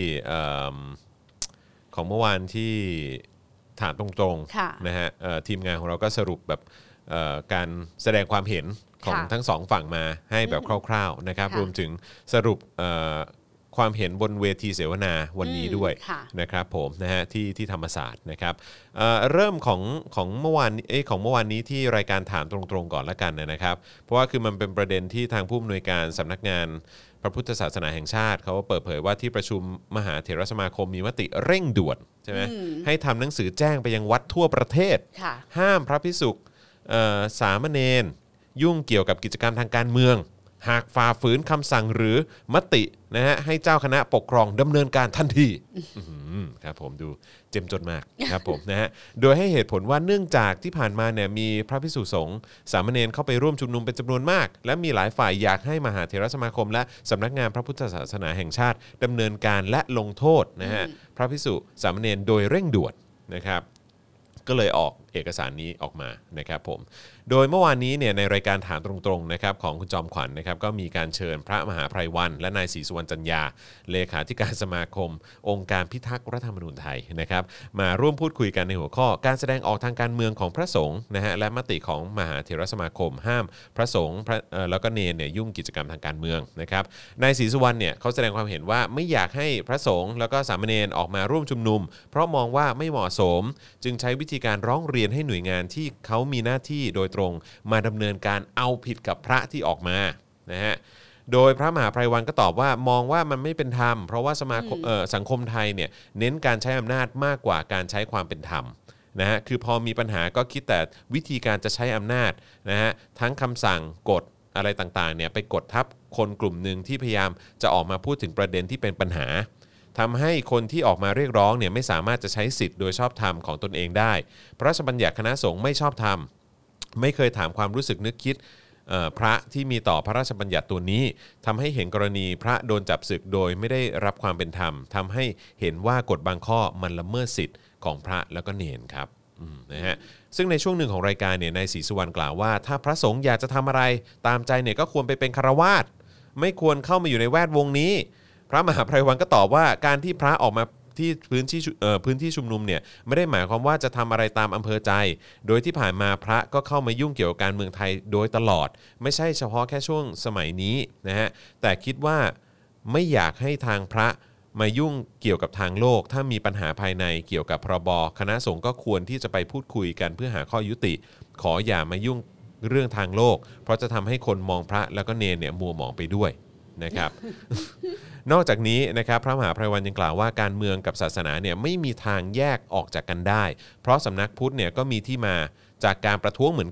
ที่ถามตรงๆนะฮะทีมงานของเราก็สรุปแบบการแสดงความเห็นของทั้งสองฝั่งมาให้แบบคร่าวๆนะครับรวมถึงสรุปความเห็นบนเวทีเสวนาวันนี้ด้วยนะครับผมนะฮะที่ธรรมศาสตร์นะครับเริ่มของเมื่อวานนี้ที่รายการถามตรงๆก่อนละกันนะครับเพราะว่าคือมันเป็นประเด็นที่ทางผู้อำนวยการสำนักงานพระพุทธศาสนาแห่งชาติเขาเปิดเผยว่าที่ประชุมมหาเถรสมาคมมีมติเร่งด่วนใช่ไหมให้ทำหนังสือแจ้งไปยังวัดทั่วประเทศห้ามพระภิกษุสามเณรยุ่งเกี่ยวกับกิจกรรมทางการเมืองหากฝ่าฝืนคำสั่งหรือมตินะฮะให้เจ้าคณะปกครองดำเนินการทันทีครับผมดูเจ็มจนมากครับผมนะฮะโดยให้เหตุผลว่าเนื่องจากที่ผ่านมาเนี่ยมีพระภิกษุสงฆ์สามเณรเข้าไปร่วมชุมนุมเป็นจำนวนมากและมีหลายฝ่ายอยากให้มหาเถรสมาคมและสำนักงานพระพุทธศาสนาแห่งชาติดำเนินการและลงโทษนะฮะพระภิกษุสามเณรโดยเร่งด่วนนะครับก็เลยออกเอกสารนี้ออกมานะครับผมโดยเมื่อวานนี้เนี่ยในรายการถามตรงๆนะครับของคุณจอมขวัญ นะครับก็มีการเชิญพระมหาไพรวันและนายศรีสุวรรณจันยาเลขาธิการสมาคมองค์การพิทักษ์รัฐธรรมนูญไทยนะครับมาร่วมพูดคุยกันในหัวข้อการแสดงออกทางการเมืองของพระสงฆ์นะฮะและมติของมหาเถรสมาคมห้ามพระสงฆ์แล้วก็เนรเนี่ยยุ่งกิจกรรมทางการเมืองนะครับนายศรีสุวรรณเนี่ยเขาแสดงความเห็นว่าไม่อยากให้พระสงฆ์แล้วก็สามเณรออกมาร่วมชุมนุมเพราะมองว่าไม่เหมาะสมจึงใช้วิธีการร้องเรียนให้หน่วยงานที่เขามีหน้าที่โดยตรงมาดำเนินการเอาผิดกับพระที่ออกมานะฮะโดยพระมหาไพรวันก็ตอบว่ามองว่ามันไม่เป็นธรรมเพราะว่าสังคมไทยเนี่ยเน้นการใช้อำนาจมากกว่าการใช้ความเป็นธรรมนะฮะคือพอมีปัญหาก็คิดแต่วิธีการจะใช้อำนาจนะฮะทั้งคำสั่งกฎอะไรต่างๆเนี่ยไปกดทับคนกลุ่มหนึ่งที่พยายามจะออกมาพูดถึงประเด็นที่เป็นปัญหาทำให้คนที่ออกมาเรียกร้องเนี่ยไม่สามารถจะใช้สิทธิ์โดยชอบธรรมของตนเองได้พระราชบัญญัติคณะสงฆ์ไม่ชอบธรรมไม่เคยถามความรู้สึกนึกคิดพระที่มีต่อพระราชบัญญัติตัวนี้ทำให้เห็นกรณีพระโดนจับศึกโดยไม่ได้รับความเป็นธรรมทำให้เห็นว่ากฎบางข้อมันละเมิดสิทธิ์ของพระแล้วก็เณรครับนะฮะซึ่งในช่วงหนึ่งของรายการเนี่ยนายศรีสุวรรณกล่าวว่าถ้าพระสงฆ์อยากจะทำอะไรตามใจเนี่ยก็ควรไปเป็นฆราวาสไม่ควรเข้ามาอยู่ในแวดวงนี้พระมหาไพรวันก็ตอบว่าการที่พระออกมาที่พื้นที่ชุมนุมเนี่ยไม่ได้หมายความว่าจะทำอะไรตามอำเภอใจโดยที่ผ่านมาพระก็เข้ามายุ่งเกี่ยวกับการเมืองไทยโดยตลอดไม่ใช่เฉพาะแค่ช่วงสมัยนี้นะฮะแต่คิดว่าไม่อยากให้ทางพระมายุ่งเกี่ยวกับทางโลกถ้ามีปัญหาภายในเกี่ยวกับพรบคณะสงฆ์ก็ควรที่จะไปพูดคุยกันเพื่อหาข้อยุติขออย่ามายุ่งเรื่องทางโลกเพราะจะทำให้คนมองพระแล้วก็เนรเนี่ยมัวหมองไปด้วยนะครับ นอกจากนี้นะครับพระมหาไพรวันยังกล่าวว่าการเมืองกับศาสนาเนี่ยไม่มีทางแยกออกจากกันได้เพราะสำนักพุทธเนี่ยก็มีที่มาจากการประท้วงเหมือนกัน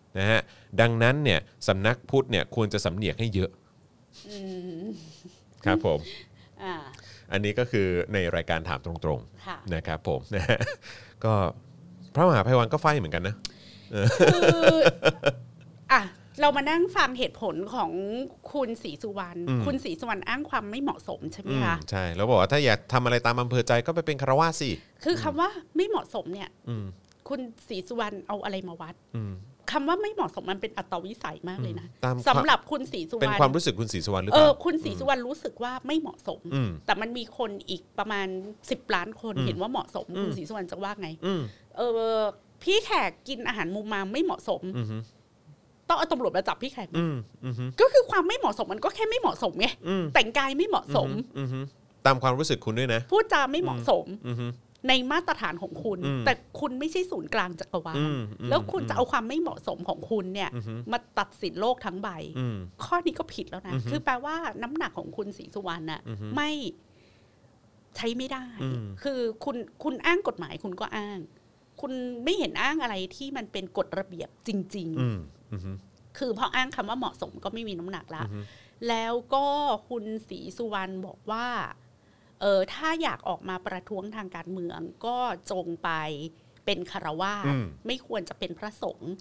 นะฮะดังนั้นเนี่ยสำนักพุทธเนี่ยควรจะสำเนียกให้เยอะครับผมอันนี้ก็คือในรายการถามตรงๆนะครับผมนะฮะก็พระมหาไพวันก็ไฟเหมือนกันนะคือเรามานั่งฟังเหตุผลของคุณศรีสุวรรณคุณศรีสุวรรณอ้างความไม่เหมาะสมใช่ไหมคะใช่แล้วบอกว่าถ้าอยากทำอะไรตามอำเภอใจก็ไปเป็นฆราวาสสิคือคำว่าไม่เหมาะสมเนี่ยคุณศรีสุวรรณเอาอะไรมาวัดคำว่าไม่เหมาะสมมันเป็นอัตวิสัยมากเลยนะสำหรับคุณศรีสุวรรณเป็นความรู้สึกคุณศรีสุวรรณหรือเปล่าคุณศรีสุวรรณรู้สึกว่าไม่เหมาะสมแต่มันมีคนอีกประมาณ10 ล้านคนเห็นว่าเหมาะสมคุณศรีสุวรรณจะว่าไงพี่แขกกินอาหารมุมมามไม่เหมาะสมต้องเอาตำรวจมาจับพี่แขกก็คือความไม่เหมาะสมมันก็แค่ไม่เหมาะสมไงแต่งกายไม่เหมาะสมตามความรู้สึกคุณด้วยนะพูดจาไม่เหมาะสมในมาตรฐานของคุณแต่คุณไม่ใช่ศูนย์กลางจักรวาลแล้วคุณจะเอาความไม่เหมาะสมของคุณเนี่ยมาตัดสินโลกทั้งใบข้อนี้ก็ผิดแล้วนะคือแปลว่าน้ำหนักของคุณศรีสุวรรณน่ะไม่ใช้ไม่ได้คือคุณอ้างกฎหมายคุณก็อ้างคุณไม่เห็นอ้างอะไรที่มันเป็นกฎระเบียบจริงๆคือพออ้างคำว่าเหมาะสมก็ไม่มีน้ำหนักละแล้วก็คุณศรีสุวรรณบอกว่าถ้าอยากออกมาประท้วงทางการเมืองก็จงไปเป็นฆราวาสไม่ควรจะเป็นพระสงฆ์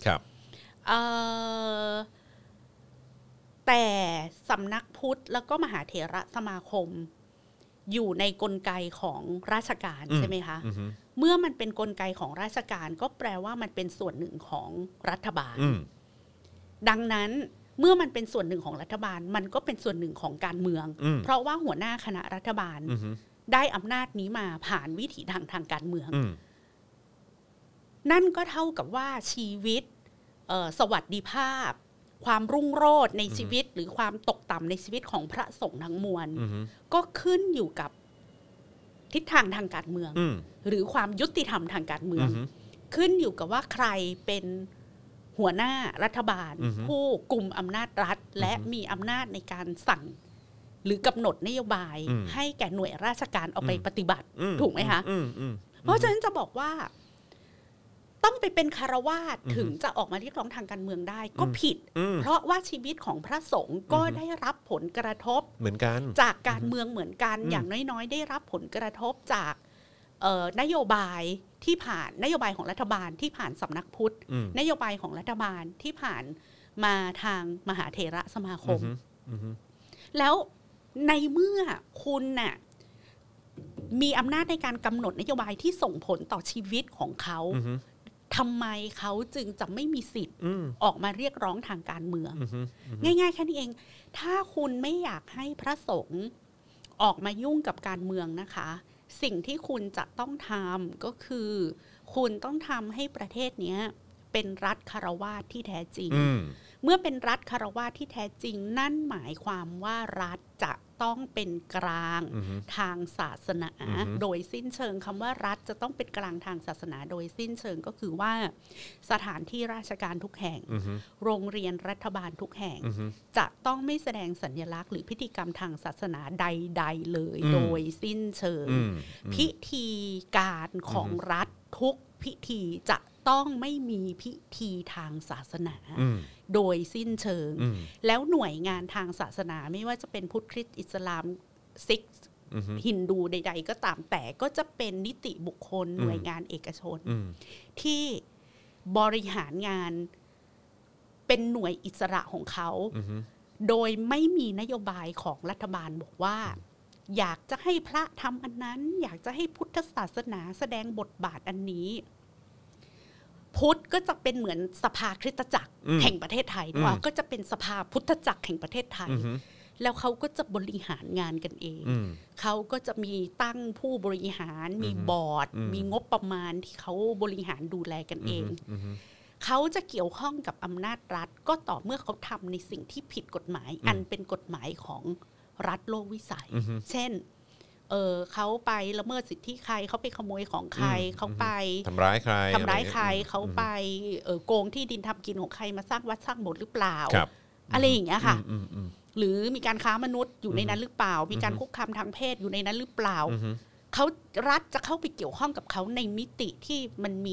แต่สำนักพุทธแล้วก็มหาเถรสมาคมอยู่ในกลไกของราชการใช่ไหมคะเมื่อมันเป็นกลไกของราชการก็แปลว่ามันเป็นส่วนหนึ่งของรัฐบาลดังนั้นเมื่อมันเป็นส่วนหนึ่งของรัฐบาลมันก็เป็นส่วนหนึ่งของการเมืองเพราะว่าหัวหน้าคณะรัฐบาลได้อำนาจนี้มาผ่านวิถีทางการเมืองนั่นก็เท่ากับว่าชีวิตสวัสดิภาพความรุ่งโรจน์ในชีวิตหรือความตกต่ำในชีวิตของพระสงฆ์ทั้งมวลก็ขึ้นอยู่กับทิศทางทางการเมืองหรือความยุติธรรมทางการเมืองขึ้นอยู่กับว่าใครเป็นหัวหน้ารัฐบาลผู้กุมอำนาจรัฐและมีอำนาจในการสั่งหรือกำหนดนโยบายให้แก่หน่วยราชการเอาไปปฏิบัติถูกไหมคะเพราะฉะนั้นจะบอกว่าต้องไปเป็นฆราวาสถึงจะออกมาเรียกร้องทางการเมืองได้ก็ผิดเพราะว่าชีวิตของพระสงฆ์ก็ได้รับผลกระทบเหมือนกันจากการเมืองเหมือนกันอย่างน้อยๆได้รับผลกระทบจากนโยบายที่ผ่านนโยบายของรัฐบาลที่ผ่านสำนักพุทธนโยบายของรัฐบาลที่ผ่านมาทางมหาเถรสมาคมแล้วในเมื่อคุณน่ะมีอำนาจในการกำหนดนโยบายที่ส่งผลต่อชีวิตของเขาทำไมเขาจึงจะไม่มีสิทธิ์ออกมาเรียกร้องทางการเมืองง่ายๆแค่นี้เองถ้าคุณไม่อยากให้พระสงฆ์ออกมายุ่งกับการเมืองนะคะสิ่งที่คุณจะต้องทำก็คือคุณต้องทำให้ประเทศนี้เป็นรัฐฆราวาสที่แท้จริงเมื่อเป็นรัฐฆราวาสที่แท้จริงนั่นหมายความว่ารัฐจะต้องเป็นกลางทางศาสนาโดยสิ้นเชิงคำว่ารัฐจะต้องเป็นกลางทางศาสนาโดยสิ้นเชิงก็คือว่าสถานที่ราชการทุกแห่งโรงเรียนรัฐบาลทุกแห่งจะต้องไม่แสดงสัญลักษณ์หรือพิธีกรรมทางศาสนาใดๆเลยโดยสิ้นเชิงพิธีการของรัฐทุกพิธีจะต้องไม่มีพิธีทางศาสนาโดยสิ้นเชิงแล้วหน่วยงานทางศาสนาไม่ว่าจะเป็นพุทธคริสต์อิสลามซิกฮินดูใดๆก็ตามแต่ก็จะเป็นนิติบุคคลหน่วยงานเอกชนที่บริหารงานเป็นหน่วยอิสระของเขาโดยไม่มีนโยบายของรัฐบาลบอกว่าอยากจะให้พระทำอันนั้นอยากจะให้พุทธศาสนาแสดงบทบาทอันนี้พุทธก็จะเป็นเหมือนสภาคริสตจักรแห่งประเทศไทยว่าก็จะเป็นสภาพุทธจักรแห่งประเทศไทยแล้วเขาก็จะบริหารงานกันเองเขาก็จะมีตั้งผู้บริหารมีบอร์ดมีงบประมาณที่เขาบริหารดูแลกันเองเขาจะเกี่ยวข้องกับอำนาจรัฐก็ต่อเมื่อเขาทำในสิ่งที่ผิดกฎหมายอันเป็นกฎหมายของรัฐโลกวิสัยเช่นเขาไปละเมิดสิทธิใครเขาไปขโมยของใครเขาไปทำร้ายใครเขาไปโกงที่ดินทำกินของใครมาสร้างวัดสร้างโบสถ์หรือเปล่าอะไรอย่างเงี้ยค่ะหรือมีการค้ามนุษย์อยู่ในนั้นหรือเปล่ามีการคุกคามทางเพศอยู่ในนั้นหรือเปล่าเขารัฐจะเข้าไปเกี่ยวข้องกับเขาในมิติที่มันมี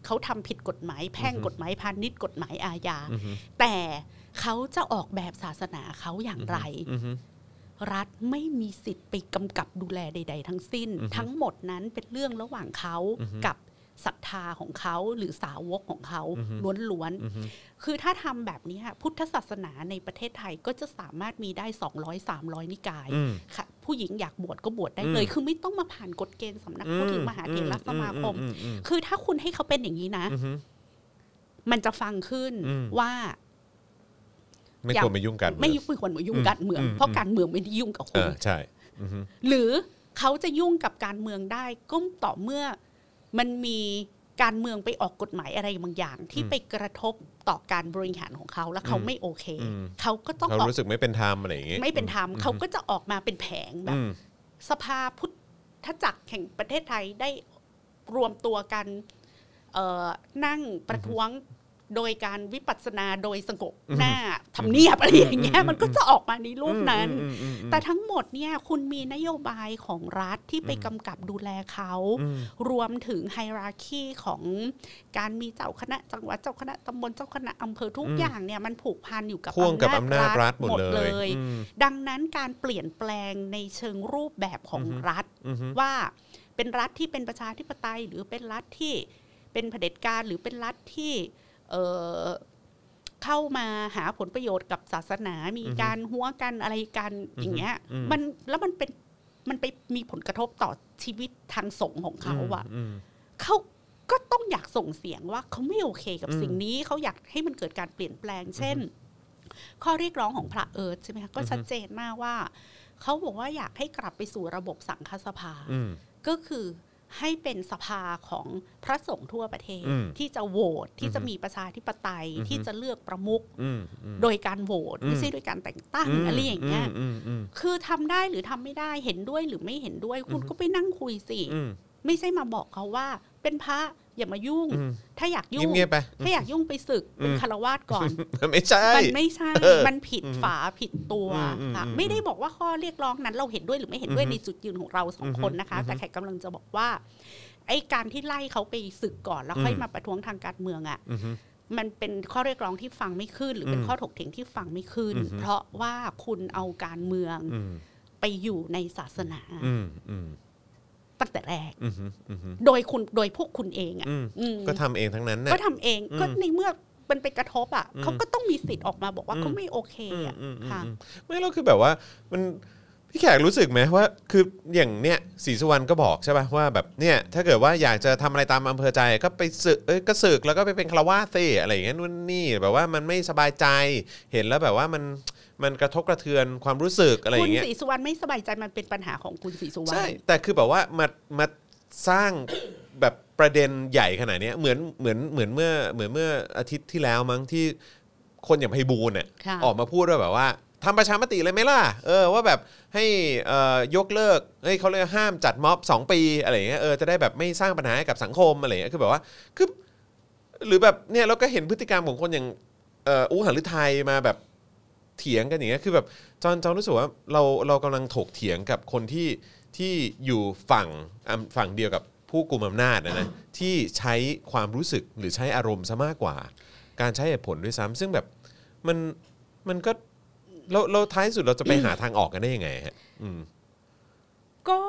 เขาทำผิดกฎหมายแพ่งกฎหมายพาณิชย์กฎหมายอาญาแต่เขาจะออกแบบศาสนาเขาอย่างไรรัฐไม่มีสิทธิ์ไปกำกับดูแลใดๆทั้งสิ้นทั้งหมดนั้นเป็นเรื่องระหว่างเขากับศรัทธาของเขาหรือสาวกของเขาล้วนๆคือถ้าทำแบบนี้พุทธศาสนาในประเทศไทยก็จะสามารถมีได้200-300นิกายค่ะผู้หญิงอยากบวชก็บวชได้เลยคือไม่ต้องมาผ่านกฎเกณฑ์สำนักพุทธหรือมหาเถรสมาคมคือถ้าคุณให้เขาเป็นอย่างนี้นะมันจะฟังขึ้นว่าไม่ควรมายุ่งกันไม่ควรมายุ่งการเมืองเพราะการเมืองไม่ได้ยุ่งกับคุณใช่หรือเขาจะยุ่งกับการเมืองได้ก็ต่อเมื่อมันมีการเมืองไปออกกฎหมายอะไรบางอย่างที่ไปกระทบต่อการบริหารของเขาแล้วเขาไม่โอเคเขาก็ต้องเขารู้สึกไม่เป็นธรรมอะไรอย่างงี้ไม่เป็นธรรมเขาก็จะออกมาเป็นแผงแบบสภาพุทธจักรแห่งประเทศไทยได้รวมตัวกันนั่งประท้วงโดยการวิปัสสนาโดยสงบหน้าทำเนียบอะไรอย่างเงี้ยมันก็จะออกมาในรูปนั้นแต่ทั้งหมดเนี่ยคุณมีนโยบายของรัฐที่ไปกำกับดูแลเขารวมถึงไฮราคีของการมีเจ้าคณะจังหวัดเจ้าคณะตำบลเจ้าคณะอำเภอทุกอย่างเนี่ยมันผูกพันอยู่กับอำนาจรัฐหมดเลยดังนั้นการเปลี่ยนแปลงในเชิงรูปแบบของรัฐว่าเป็นรัฐที่เป็นประชาธิปไตยหรือเป็นรัฐที่เป็นเผด็จการหรือเป็นรัฐที่เข้ามาหาผลประโยชน์กับศาสนามีการหัวกันอะไรกันอย่างเงี้ยมันไปมีผลกระทบต่อชีวิตทางสงฆ์ของเขาอ่ะเขาก็ต้องอยากส่งเสียงว่าเขาไม่โอเคกับสิ่งนี้เขาอยากให้มันเกิดการเปลี่ยนแปลงเช่นข้อเรียกร้องของพระเอิร์ธใช่ไหมคะก็ชัดเจนมากว่าเขาบอกว่าอยากให้กลับไปสู่ระบบสังฆสภาก็คือให้เป็นสภาของพระสงฆ์ทั่วประเทศที่จะโหวตที่จะมีประชาธิปไตยที่จะเลือกประมุขโดยการโหวตไม่ใช่โดยการแต่งตั้งอะไรอย่างเงี้ยคือทำได้หรือทำไม่ได้เห็นด้วยหรือไม่เห็นด้วยคุณก็ไปนั่งคุยสิไม่ใช่มาบอกเขาว่าเป็นพระอย่ามายุ่งถ้าอยากยุ่งถ้าอยากยุ่งไปศึกเป็นฆราวาสก่อนไม่ใช่มันไม่ใช่มันผิดฝาผิดตัวค่ะไม่ได้บอกว่าข้อเรียกร้องนั้นเราเห็นด้วยหรือไม่เห็นด้วยในจุดยืนของเราสองคนนะคะแต่แขกกำลังจะบอกว่าไอ้การที่ไล่เขาไปศึกก่อนแล้วค่อยมาประท้วงทางการเมืองอ่ะมันเป็นข้อเรียกร้องที่ฟังไม่ขึ้นหรือเป็นข้อถกเถียงที่ฟังไม่ขึ้นเพราะว่าคุณเอาการเมืองไปอยู่ในศาสนาตั้งแต่แรกโดยพวกคุณเองอ่ะก็ทำเองทั้งนั้นนะก็ทำเองก็ในเมื่อมันไปกระทบอ่ะเขาก็ต้องมีสิทธิ์ออกมาบอกว่าเขาไม่โอเคอ่ะค่ะไม่เราคือแบบว่ามันพี่แขกรู้สึกไหมว่าคืออย่างเนี้ยศรีสุวรรณก็บอกใช่ป่ะว่าแบบเนี่ยถ้าเกิดว่าอยากจะทำอะไรตามอำเภอใจก็ไปศึกก็ศึกแล้วก็ไปเป็นฆราวาสสิอะไรอย่างเงี้ยนู่นนี่แบบว่ามันไม่สบายใจเห็นแล้วแบบว่ามันกระทบกระเทือนความรู้สึกอะไรอย่างเงี้ยคุณศรีสุวรรณไม่สบายใจมันเป็นปัญหาของคุณศรีสุวรรณใช่แต่คือแบบว่ามาสร้างแบบประเด็นใหญ่ขนาดนี้เหมือนเมื่ออาทิตย์ที่แล้วมั้งที่คนอย่างไพบูลย์เนี่ยออกมาพูดด้วยแบบว่าทำประชามติเลยไหมล่ะว่าแบบให้ยกเลิกเขาเรียกห้ามจัดม็อบ2 ปีอะไรอย่างเงี้ยจะได้แบบไม่สร้างปัญหาให้กับสังคมอะไรอย่างเงี้ยคือแบบว่าคือหรือแบบเนี่ยเราก็เห็นพฤติกรรมของคนอย่างอู๋หฤทัยมาแบบเถียงกันอย่างเงี้ยคือแบบจอนรู้สึกว่าเรากำลังถกเถียงกับคนที่อยู่ฝั่งเดียวกับผู้กุมอำนาจนะที่ใช้ความรู้สึกหรือใช้อารมณ์ซะมากกว่าการใช้เหตุผลด้วยซ้ำซึ่งแบบมันก็เราท้ายสุดเราจะไปหาทางออกกันได้ยังไงฮะก็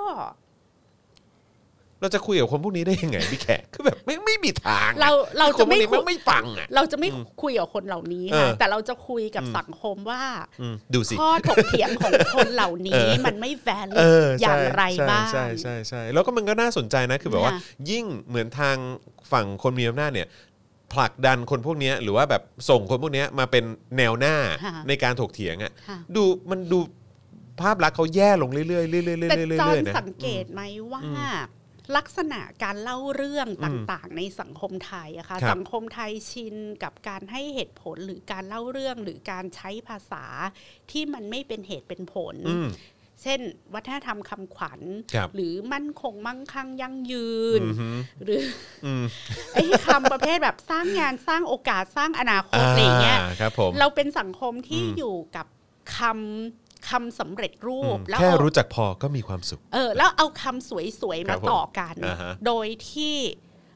เราจะคุยกับคนพวกนี้ได้ยังไงพี่แขกคือแบบไม่มีทางเราจะไม่ฟังอ่ะเราจะไม่คุยกับคนเหล่านี้นะแต่เราจะคุยกับสังคมว่าดูสิข้อถกเถียงของคนเหล่านี้มันไม่แฟร์อย่างไรบ้างใช่แล้วก็มันก็น่าสนใจนะคือแบบว่ายิ่งเหมือนทางฝั่งคนมีอำนาจเนี่ยผลักดันคนพวกนี้หรือว่าแบบส่งคนพวกนี้มาเป็นแนวหน้าในการถกเถียงอ่ะดูภาพลักษณ์เขาแย่ลงเรื่อยๆเรื่อยๆแต่จอนสังเกตไหมว่าลักษณะการเล่าเรื่องต่างๆในสังคมไทยอะค่ะสังคมไทยชินกับการให้เหตุผลหรือการเล่าเรื่องหรือการใช้ภาษาที่มันไม่เป็นเหตุเป็นผลเช่นวัฒนธรรมคำขวัญหรือมั่นคงมั่งคั่งยั่งยืนหรือไอ้คำประเภทแบบสร้างงานสร้างโอกาสสร้างอนาคตอะไรเงี้ยเราเป็นสังคมที่อยู่กับคำสำเร็จรูปแล้วแค่รู้จักพอก็มีความสุขแล้วเอาคำสวยๆมาต่อกันโดยที่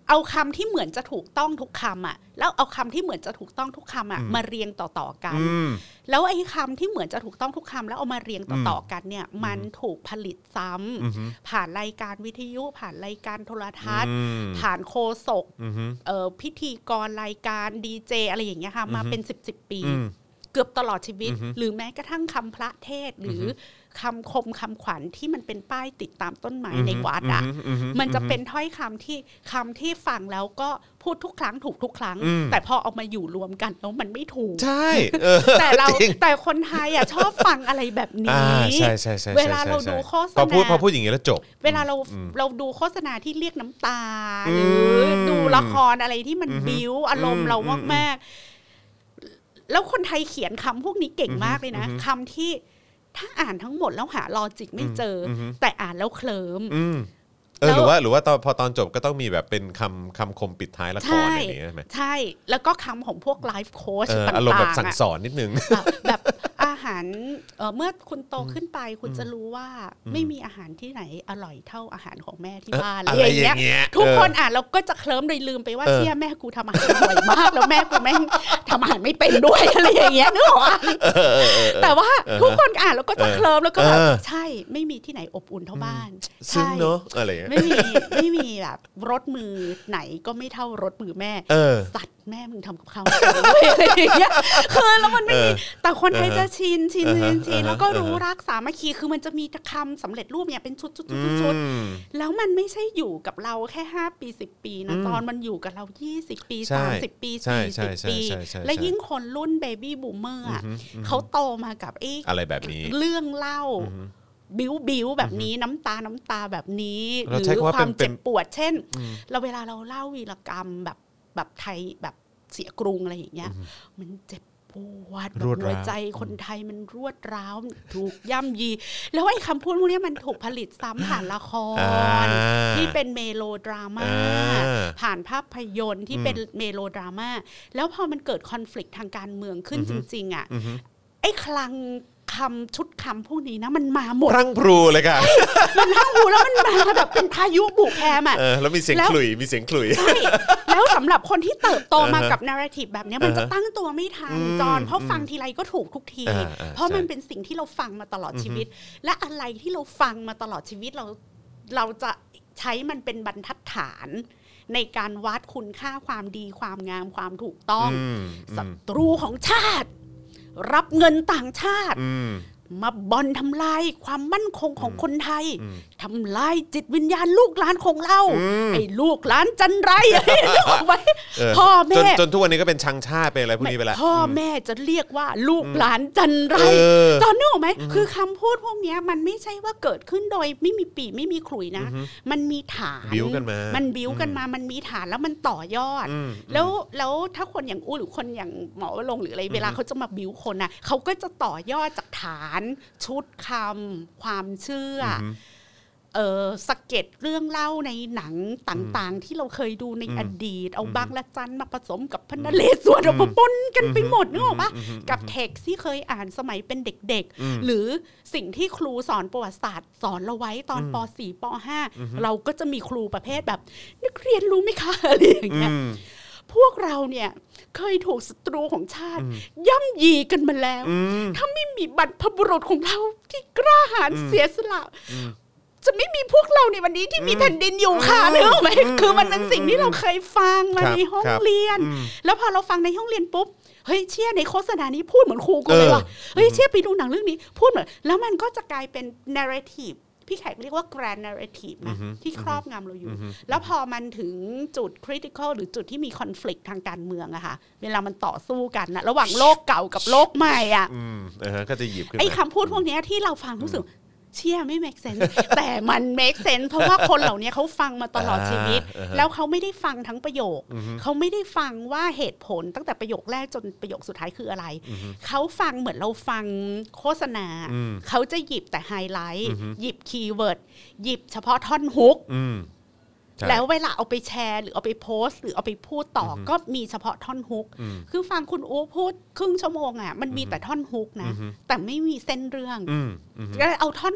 เอาคำที่เหมือนจะถูกต้องทุกคำอ่ะแล้วเอาคำที่เหมือนจะถูกต้องทุกคำอ่ะมาเรียงต่อๆกันแล้วไอ้คำที่เหมือนจะถูกต้องทุกคำแล้วเอามาเรียงต่อๆกันเนี่ยมันถูกผลิตซ้ำผ่านรายการวิทยุผ่านรายการโทรทัศน์ผ่านโฆษกพิธีกรรายการดีเจอะไรอย่างเงี้ยค่ะมาเป็น10ปีเกือบตลอดชีวิตหรือแม้กระทั่งคำพระเทศหรือคำคมคำขวัญที่มันเป็นป้ายติดตามต้นไม้ในวัดอ่ะมันจะเป็นถ้อยคำที่ฟังแล้วก็พูดทุกครั้งถูกทุกครั้งแต่พอเอามาอยู่รวมกันแล้วมันไม่ถูกใช่แต่คนไทยอ่ะชอบฟังอะไรแบบนี้เวลาเราดูโฆษณาพอพูดอย่างนี้แล้วจบเวลาเราดูโฆษณาที่เรียกน้ำตาหรือดูละครอะไรที่มันบิ้วอารมณ์เรามากๆแล้วคนไทยเขียนคำพวกนี้เก่งมากเลยนะคำที่ถ้าอ่านทั้งหมดแล้วหาลอจิกไม่เจอแต่อ่านแล้วเคลิ้มหรือว่าพอตอนจบก็ต้องมีแบบเป็นคำคมปิดท้ายละครอย่างนี้ใช่ไหมใช่แล้วก็คำของพวกไลฟ์โค้ชต่างๆอารมณ์แบบสั่งสอนนิดนึงแบบอาหารเมื่อคุณโตขึ้นไปคุณจะรู้ว่าไม่มีอาหารที่ไหนอร่อยเท่าอาหารของแม่ที่บ้านอะไรอย่างเงี้ยทุกคนอ่านแล้วก็จะเคลิ้มโดยลืมไปว่าเชี่ยแม่กูทำอาหารอร่อยมากแล้วแม่กูแม่งทำอาหารไม่เป็นด้วยอะไรอย่างเงี้ยนึกออกแต่ว่าทุกคนอ่านแล้วก็จะเคลิ้มแล้วก็แบบใช่ไม่มีที่ไหนอบอุ่นเท่าบ้านใช่เนาะอะไรไม่มีแบบรสมือไหนก็ไม่เท่ารสมือแม่สัตว์แม่มึงทำกับข้าวอะไรอย่างเงี้ยคือแล้วมันไม่มีแต่คนไทยจะชินแล้วก็รู้รักสามัคคีคือมันจะมีคำสำเร็จรูปเนี่ยเป็นชุดแล้วมันไม่ใช่อยู่กับเราแค่5ปี10ปีนะตอนมันอยู่กับเรา20ปี30ปี40ปีและยิ่งคนรุ่นเบบี้บูมเมอร์เขาโตมากับอะไรแบบนี้เรื่องเล่าบิ้วแบบนี้น้ำตาแบบนี้หรือความเจ็บปวดเช่นเวลาเราเล่าวีรกรรมแบบไทยแบบเสียกรุงอะไรอย่างเงี้ยมันเจ็บปวดหัวใจคนไทยมันรวดร้าวถูกย่ำยีแล้วไอ้คำพูดพวกนี้มันถูกผลิตซ้ำผ่านละครที่เป็นเมโลดราม่าผ่านภาพยนตร์ที่เป็นเมโลดราม่าแล้วพอมันเกิดคอนฟลิกต์ทางการเมืองขึ้นจริงๆอ่ะไอ้คลังคำชุดคำพวกนี้นะมันมาหมดพรั่งพรูเลยค่ะมันพรั่งพรูแล้วมันมาแบบเป็นพายุบุกแคมอ่ะแล้วมีเสียงขลุ่ยใช่แล้วสำหรับคนที่เติบโตมากับนาร์เรทีฟแบบนี้มันจะตั้งตัวไม่ทันจอนเพราะฟังทีไรก็ถูกทุกทีเพราะมันเป็นสิ่งที่เราฟังมาตลอดชีวิตและอะไรที่เราฟังมาตลอดชีวิตเราจะใช้มันเป็นบรรทัดฐานในการวัดคุณค่าความดีความงามความถูกต้องศัตรูของชาติรับเงินต่างชาติมาบ่อนทำลายความมั่นคงของคนไทยทำลายจิตวิญญาณลูกหลานของเราไอ้ลูกหลานจันไรบอกไว้พ่อแม่จนทุกวันนี้ก็เป็นชังชาติเป็นอะไรพวกนี้ไปแล้วพ่อแม่จะเรียกว่าลูกหลานจันไรตอนนึกออกไหมคือคำพูดพวกนี้มันไม่ใช่ว่าเกิดขึ้นโดยไม่มีปีไม่มีขลุ่ยนะมันมีฐานบิ้วกันมามันมีฐานแล้วมันต่อยอดแล้วถ้าคนอย่างอู้หรือคนอย่างหมอวรงค์หรืออะไรเวลาเขาจะมาบิ้วคนนะเขาก็จะต่อยอดจากฐานชุดคำความเชื่อสเก็ตเรื่องเล่าในหนังต่างๆที่เราเคยดูในอดีตเอาบางละจันมาผสมกับพระนเรศวรเอามาปนกันไปหมดนึกออกปะกับเท็กซ์ที่เคยอ่านสมัยเป็นเด็กๆหรือสิ่งที่ครูสอนประวัติศาสตร์สอนเราไว้ตอนป .4 ป .5 เราก็จะมีครูประเภทแบบนักเรียนรู้ไหมคะอะไรอย่างเงี้ยพวกเราเนี่ยเคยถูกศัตรูของชาติย่ำยีกันมาแล้วถ้าไม่มีบรรพบุรุษของเราที่กล้าหาญเสียสละจะไม่มีพวกเราในวันนี้ที่มีแผ่นดินอยู่ค่ะนึกออกไหมคือมันเป็นสิ่งที่เราเคยฟังมาในห้องเรียนแล้วพอเราฟังในห้องเรียนปุ๊บเฮ้ยเชี่ยในโฆษณานี้พูดเหมือนครูกูเลยว่ะเฮ้ยเชี่ยไปดูหนังเรื่องนี้พูดเหมือนแล้วมันก็จะกลายเป็น narrativeพี่แขกเรียกว่า grand narrative นะที่ครอบงำเราอยู่แล้วพอมันถึงจุด critical หรือจุดที่มี conflict ทางการเมืองอะค่ะเวลามันต่อสู้กันนะระหว่างโลกเก่ากับโลกใหม่อะก็จะหยิบขึ้นไอ้คำพูดพวกนี้ที่เราฟังรู้สึกเชี่ยไม่ make sense แต่มัน make sense เพราะว่าคนเหล่านี้เขาฟังมาตลอดชีวิตแล้วเขาไม่ได้ฟังทั้งประโยคเขาไม่ได้ฟังว่าเหตุผลตั้งแต่ประโยคแรกจนประโยคสุดท้ายคืออะไรเขาฟังเหมือนเราฟังโฆษณาเขาจะหยิบแต่ไฮไลท์หยิบคีย์เวิร์ดหยิบเฉพาะท่อนฮุกแล้วเวลาเอาไปแชร์หรือเอาไปโพสต์หรือเอาไปพูดต่อก็มีเฉพาะท่อนฮุกคือฟังคุณอู๋พูดครึ่งชั่วโมงอ่ะมันมีแต่ท่อนฮุกนะแต่ไม่มีเส้นเรื่องก็เอาท่อนฮุก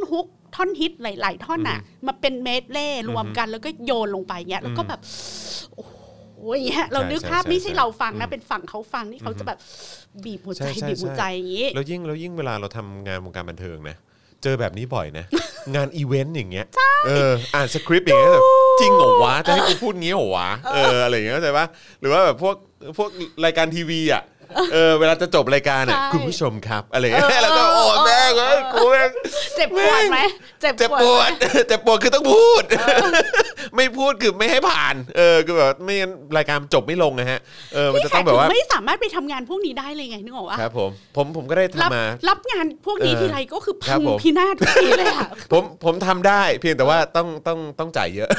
ท่อนฮิตหลายๆท่อนอ่ะมาเป็นเมดเล่รวมกันแล้วก็โยนลงไปเงี้ยแล้วก็แบบโอ้โหอย่างเงี้ยเรานึกภาพไม่ใช่เราฟังนะเป็นฝั่งเขาฟังที่เขาจะแบบบีบหัวใจบีบหัวใจอย่างงี้แล้วยิ่งเวลาเราทำงานวงการบันเทิงนะเจอแบบนี้บ่อยนะงานอีเวนต์อย่างเงี้ยอ่านสคริปต์อย่างเงี้ยแบบจริงเหรอวะจะให้กูพูดงี้เหรอวะอะไรอย่างเงี้ยเข้าใจปะหรือว่าแบบพวกรายการทีวีอ่ะเวลาจะจบรายการอ่ะคุณผู้ชมครับอะไรอย่างเงี้ยแล้วก็โอ้แม่งเอ้ยกูแม่งเจ็บปวดไหมเจ็บปวดคือต้องพูดไม่พูดคือไม่ให้ผ่านคือแบบไม่งั้นรายการจบไม่ลงนะฮะมันจะต้องแบบว่าไม่สามารถไปทำงานพวกนี้ได้เลยไงนึกออกปะครับผมก็ได้ทำมารับงานพวกนี้ทีไรก็คือพังพินาศทุกทีเลยอ่ะผมทำได้เพียงแต่ว่าต้องจ่ายเยอะ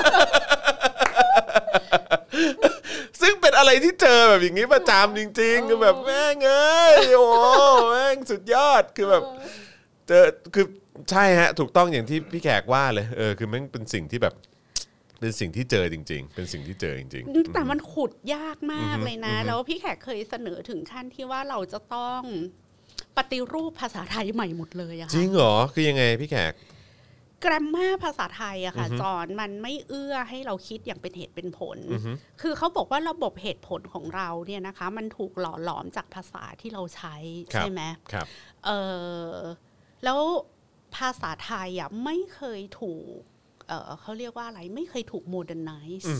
ซึ่งเป็นอะไรที่เจอแบบอย่างนี้ประจำจริงๆคือแบบแม่งเอ้ยโอ้แม่งสุดยอดคือแบบเจอคือใช่ฮะถูกต้องอย่างที่พี่แขกว่าเลยคือแม่งเป็นสิ่งที่แบบเป็นสิ่งที่เจอจริงๆเป็นสิ่งที่เจอจริงๆแต่มันขุดยากมากเลยนะแล้วพี่แขกเคยเสนอถึงขั้นที่ว่าเราจะต้องปฏิรูปภาษาไทยใหม่หมดเลยอะจริงเหรอคือยังไงพี่แขกแกรมมาภาษาไทยอะค่ะจอนมันไม่เอื้อให้เราคิดอย่างเป็นเหตุเป็นผลคือเขาบอกว่าระบบเหตุผลของเราเนี่ยนะคะมันถูกหล่อหลอมจากภาษาที่เราใช้ใช่ไหมครับแล้วภาษาไทยอะไม่เคยถูกเขาเรียกว่าอะไรไม่เคยถูกโมเดิร์นไนซ์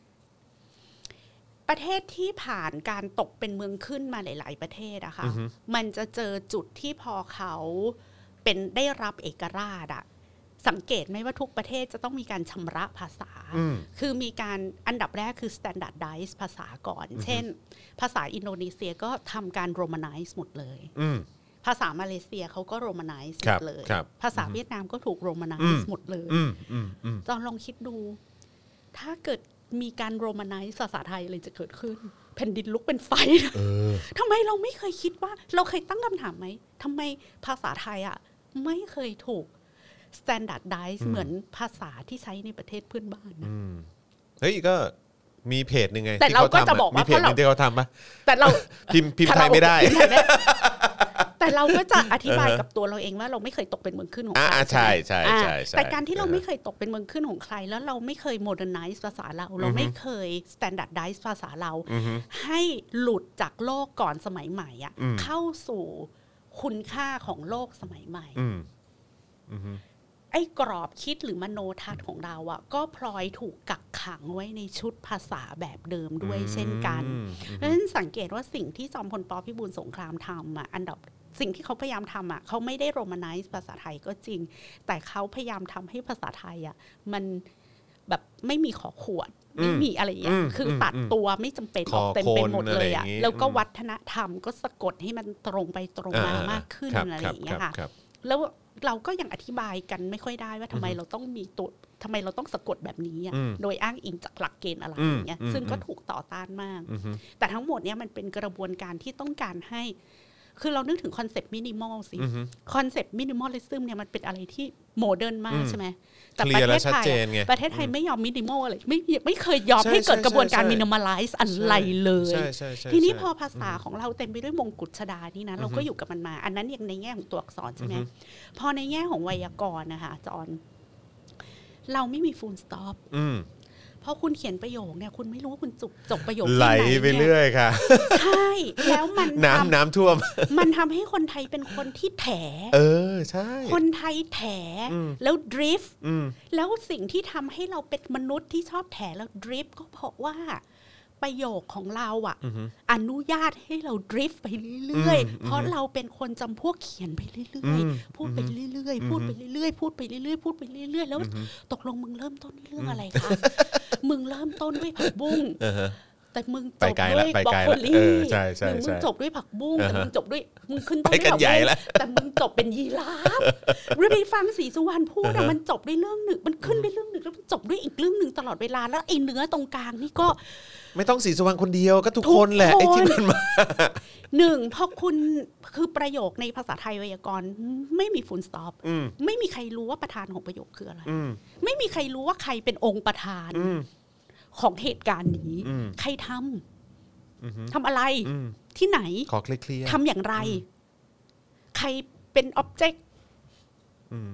ประเทศที่ผ่านการตกเป็นเมืองขึ้นมาหลายๆประเทศอะค่ะมันจะเจอจุดที่พอเขาเป็นได้รับเอกราชอะสังเกตไหมว่าทุกประเทศจะต้องมีการชำระภาษาคือมีการอันดับแรกคือ standardize ภาษาก่อนเช่นภาษาอินโดนีเซียก็ทำการ romanize หมดเลยภาษามาเลเซียเขาก็ romanize หมดเลยภาษาเวียดนามก็ถูก romanize หมดเลยจอนลองคิดดูถ้าเกิดมีการ romanize ภาษาไทยอะไรจะเกิดขึ้นแผ่นดินลุกเป็นไฟทำไมเราไม่เคยคิดว่าเราเคยตั้งคำถามไหมทำไมภาษาไทยอ่ะไม่เคยถูกstandardize เหมือนภาษาที่ใช้ในประเทศเพื่อนบ้านนะเฮ้ยก็มีเพจนึงไงแต่เราก็จะบอกว่าเพจนึงที่เขาทำป่ะแต่เราพิมพ์ไทยไม่ได้แต่เราก็จะอธิบายกับตัวเราเองว่าเราไม่เคยตกเป็นเมืองขึ้นของใครใช่แต่การที่เราไม่เคยตกเป็นเมืองขึ้นของใครแล้วเราไม่เคย modernize ภาษาเราไม่เคย standardize ภาษาเราให้หลุดจากโลกก่อนสมัยใหม่อ่ะเข้าสู่คุณค่าของโลกสมัยใหม่ไอ้กรอบคิดหรือมโนทัศน์ของเราอ่ะก็พลอยถูกกักขังไว้ในชุดภาษาแบบเดิมด้วยเช่นกันเพราะฉะนั้นสังเกตว่าสิ่งที่จอมพลป.พิบูลสงครามทำอ่ะอันดับสิ่งที่เขาพยายามทำอ่ะเขาไม่ได้โรมาไนซ์ภาษาไทยก็จริงแต่เขาพยายามทำให้ภาษาไทยอ่ะมันแบบไม่มีขอขวดไม่มีอะไรอย่างเงี้ยคือตัดตัวไม่จำเป็นออกเต็มไปหมดเลยอ่ะแล้วก็วัฒนธรรมก็สะกดให้มันตรงไปตรงมามากขึ้นอะไรอย่างเงี้ยค่ะแล้วเราก็ยังอธิบายกันไม่ค่อยได้ว่าทำไมเราต้องมีตัวทำไมเราต้องสะกดแบบนี้โดยอ้างอิงจากหลักเกณฑ์อะไรอย่างเงี้ยซึ่งก็ถูกต่อต้านมากแต่ทั้งหมดเนี้ยมันเป็นกระบวนการที่ต้องการให้คือเรานึกถึงคอนเซปต์มินิมอลสิคอนเซปต์มินิมอลลิซึมเนี่ยมันเป็นอะไรที่โมเดิร์นมากใช่ไหมแต่ประเทศไทยไม่ยอมมินิมอลอะไรไม่เคยยอมให้เกิดกระบวนการมินิมอลไลซ์อะไรเลยทีนี้พอภาษาของเราเต็มไปด้วยมงกุฎชฎานี่นะเราก็อยู่กับมันมาอันนั้นอย่างในแง่ของตัวอักษรใช่ไหมพอในแง่ของไวยากรณ์นะคะจอนเราไม่มีฟูลสต็อปพอคุณเขียนประโยคเนี่ยคุณไม่รู้ว่าคุณจบประโยคไหลไปเรื่อยค่ะใช่แล้วมันน้ำท่วมมันทำให้คนไทยเป็นคนที่แถใช่คนไทยแถแล้วดริฟต์แล้วสิ่งที่ทำให้เราเป็นมนุษย์ที่ชอบแถแล้วดริฟต์ก็เพราะว่าประโยคของเราอ่ะอนุญาตให้เราดริฟต์ไปเรื่อยๆเพราะเราเป็นคนจำพวกเขียนไปเรื่อยๆพูดไปเรื่อยๆพูดไปเรื่อยๆพูดไปเรื่อยๆพูดไปเรื่อยๆแล้วตกลงมึงเริ่มต้นเรื่องอะไรคะมึงเริ่มต้นด้วยผักบุ้งแต่มึงจบด้วยบรอกโคลีมึงจบด้วยผักบุ้งแต่มึงจบด้วยมึงขึ้นต้นด้วยผักบุ้งแต่มึงจบเป็นยีราฟหรือไปฟังศรีสุวรรณพูดมันจบด้วยเรื่องหนึ่งมันขึ้นด้วยเรื่องหนึ่งแล้วมันจบด้วยอีกเรื่องหนึ่งตลอดเวลาแล้วไอ้เนื้อตรงกลางนี่ก็ไม่ต้องศรีสุวรรณคนเดียวก็ทุกคนแหละไอ้ที่มันมาหนึ่งพอคุณคือประโยคในภาษาไทยไวยากรณ์ไม่มีฟูลสต็อปไม่มีใครรู้ว่าประธานของประโยคคืออะไรไม่มีใครรู้ว่าใครเป็นองค์ประธานของเหตุการณ์นี้ใครทำอะไรที่ไหนขอเคลียร์ทำอย่างไรใครเป็น object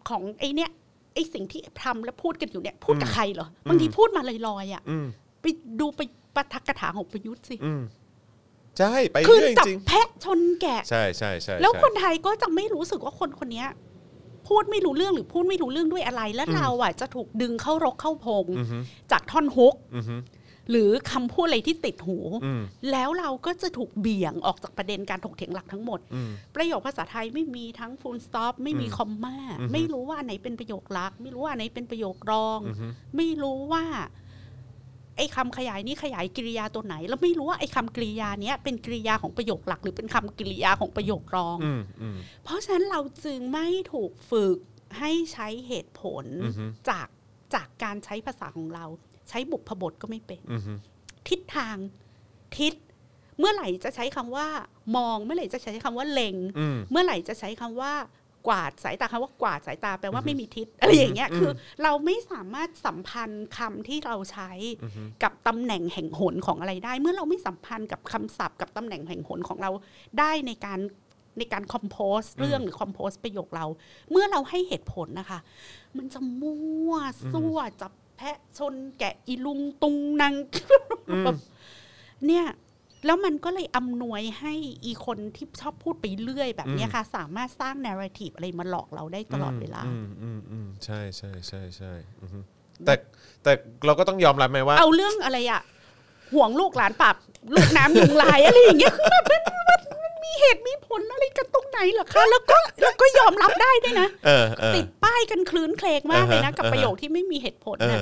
ของไอ้เนี่ยไอ้สิ่งที่ทำแล้วพูดกันอยู่เนี่ยพูดกับใครเหรอบางทีพูดมาลอยๆอ่ะไปดูไปปาฐกถาของประยุทธ์สิใช่ไปเรื่อยจริงแพะชนแกะใช่ใช่ใช่แล้วคนไทยก็จะไม่รู้สึกว่าคนคนนี้พูดไม่รู้เรื่องหรือพูดไม่รู้เรื่องด้วยอะไรแล้วเราอ่ะจะถูกดึงเข้ารกเข้าพงจากท่อนฮุกหรือคำพูดอะไรที่ติดหูแล้วเราก็จะถูกเบี่ยงออกจากประเด็นการถกเถียงหลักทั้งหมดประโยคภาษาไทยไม่มีทั้ง full stop ไม่มีคอมมาไม่รู้ว่าอันไหนเป็นประโยคหลักไม่รู้ว่าอันไหนเป็นประโยครองไม่รู้ว่าไอ้คำขยายนี้ขยายกริยาตัวไหนแล้วไม่รู้ว่าไอ้คำกริยาเนี้ยเป็นกริยาของประโยคหลักหรือเป็นคำกริยาของประโยครองเพราะฉะนั้นเราจึงไม่ถูกฝึกให้ใช้เหตุผลจากการใช้ภาษาของเราใช้บุพบทก็ไม่เป็นทิศทางทิศเมื่อไหร่จะใช้คำว่ามองเมื่อไหร่จะใช้คำว่าเล็งเมื่อไหร่จะใช้คำว่ากวาดสายตาคำว่ากวาดสายตาแปลว่าไม่มีทิศอะไรอย่างเงี้ยคือเราไม่สามารถสัมพันธ์คำที่เราใช้กับตำแหน่งแห่งหนของอะไรได้เมื่อเราไม่สัมพันธ์กับคำศัพท์กับตำแหน่งแห่งหนของเราได้ในการคอมโพสเรื่องหรือคอมโพสประโยคเราเมื่อเราให้เหตุผลนะคะมันจะมั่วซั่วจับแพะชนแกะอีลุงตุงนางเนี่ยแล้วมันก็เลยอำนวยให้อีคนที่ชอบพูดไปเรื่อยแบบนี้ค่ะสามารถสร้างนาร์เรทีฟอะไรมาหลอกเราได้ตลอดเวลาใช่ใช่ใช่ใช่แต่เราก็ต้องยอมรับไหมว่าเอาเรื่องอะไรอะห่วงลูกหลานปากลูกน้ำยุงลายอะไรอย่างเงี้ยคือแบบมันมีเหตุมีผลอะไรกันตรงไหนเหรอคะแล้วก็ยอมรับได้ด้วยนะติดป้ายกันคลื้นเคลงมากเลยนะกับประโยคที่ไม่มีเหตุผลนะ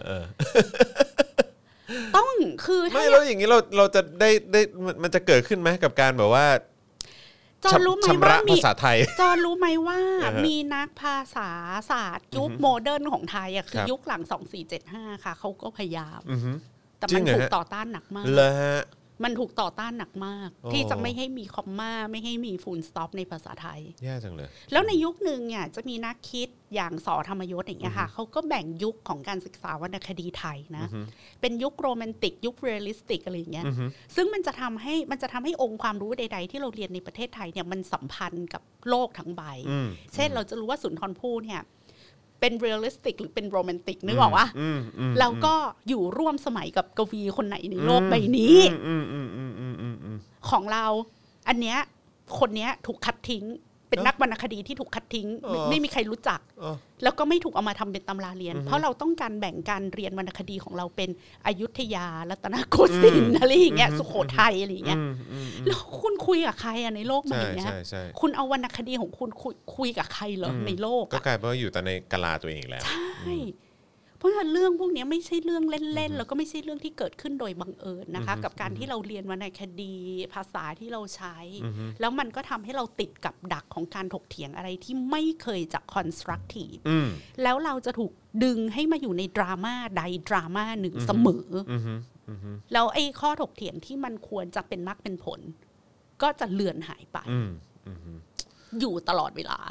ต้องคือไม่แล้วอย่างนี้เราจะได้มันจะเกิดขึ้นไหมกับการแบบว่าจอนรู้ไหมว่าภาษาไทยจอนรู้ไหมว่ามีนักภาษาศาสตร์ยุคโมเดิร์นของไทยอ่ะคือยุคหลัง2475ค่ะเขาก็พยายามแต่มันถูกต่อต้านหนักมากมันถูกต่อต้านหนักมากที่จะไม่ให้มีคอมมาไม่ให้มีฟูลสต็อปในภาษาไทยแย่จังเลยแล้วในยุคนึงเนี่ยจะมีนักคิดอย่างส.ธรรมยศอย่างเงี้ยค่ะเขาก็แบ่งยุคของการศึกษาวรรณคดีไทยนะเป็นยุคโรแมนติกยุคเรียลลิสติกอะไรอย่างเงี้ยซึ่งมันจะทำให้องค์ความรู้ใดๆที่เราเรียนในประเทศไทยเนี่ยมันสัมพันธ์กับโลกทั้งใบเช่นเราจะรู้ว่าสุนทรภู่เนี่ยเป็นเรียลลิสติกหรือเป็นโรแมนติกนึกออกว่าแล้วก็อยู่ร่วมสมัยกับกวีคนไหนในโลกใบนี้ของเราอันเนี้ยคนเนี้ยถูกคัดทิ้งเป็นนักวรรณคดีที่ถูกคัดทิ้งไม่มีใครรู้จักแล้วก็ไม่ถูกเอามาทำเป็นตำราเรียนเพราะเราต้องการแบ่งการเรียนวรรณคดีของเราเป็นอยุธยารัตนโกสินทร์อะไรอย่างเงี้ยสุโขทัยอะไรอย่างเงี้ยแล้วคุณคุยกับใครอะในโลกใบนี้คุณเอาวรรณคดีของคุณคุยกับใครเหรอในโลกก็กลายเป็นว่าอยู่แต่ในกะลาตัวเองแล้วใช่เพราะฉะนั้นเรื่องพวกนี้ไม่ใช่เรื่องเล่นๆแล้วก็ไม่ใช่เรื่องที่เกิดขึ้นโดยบังเอิญนะคะกับการที่เราเรียนวรรณคดีภาษาที่เราใช้แล้วมันก็ทำให้เราติดกับดักของการถกเถียงอะไรที่ไม่เคยจะ constructive แล้วเราจะถูกดึงให้มาอยู่ในดราม่าใดดราม่าหนึ่งเสมอแล้วไอ้ข้อถกเถียงที่มันควรจะเป็นมรรคเป็นผลก็จะเลือนหายไปอยู่ตลอดเวลา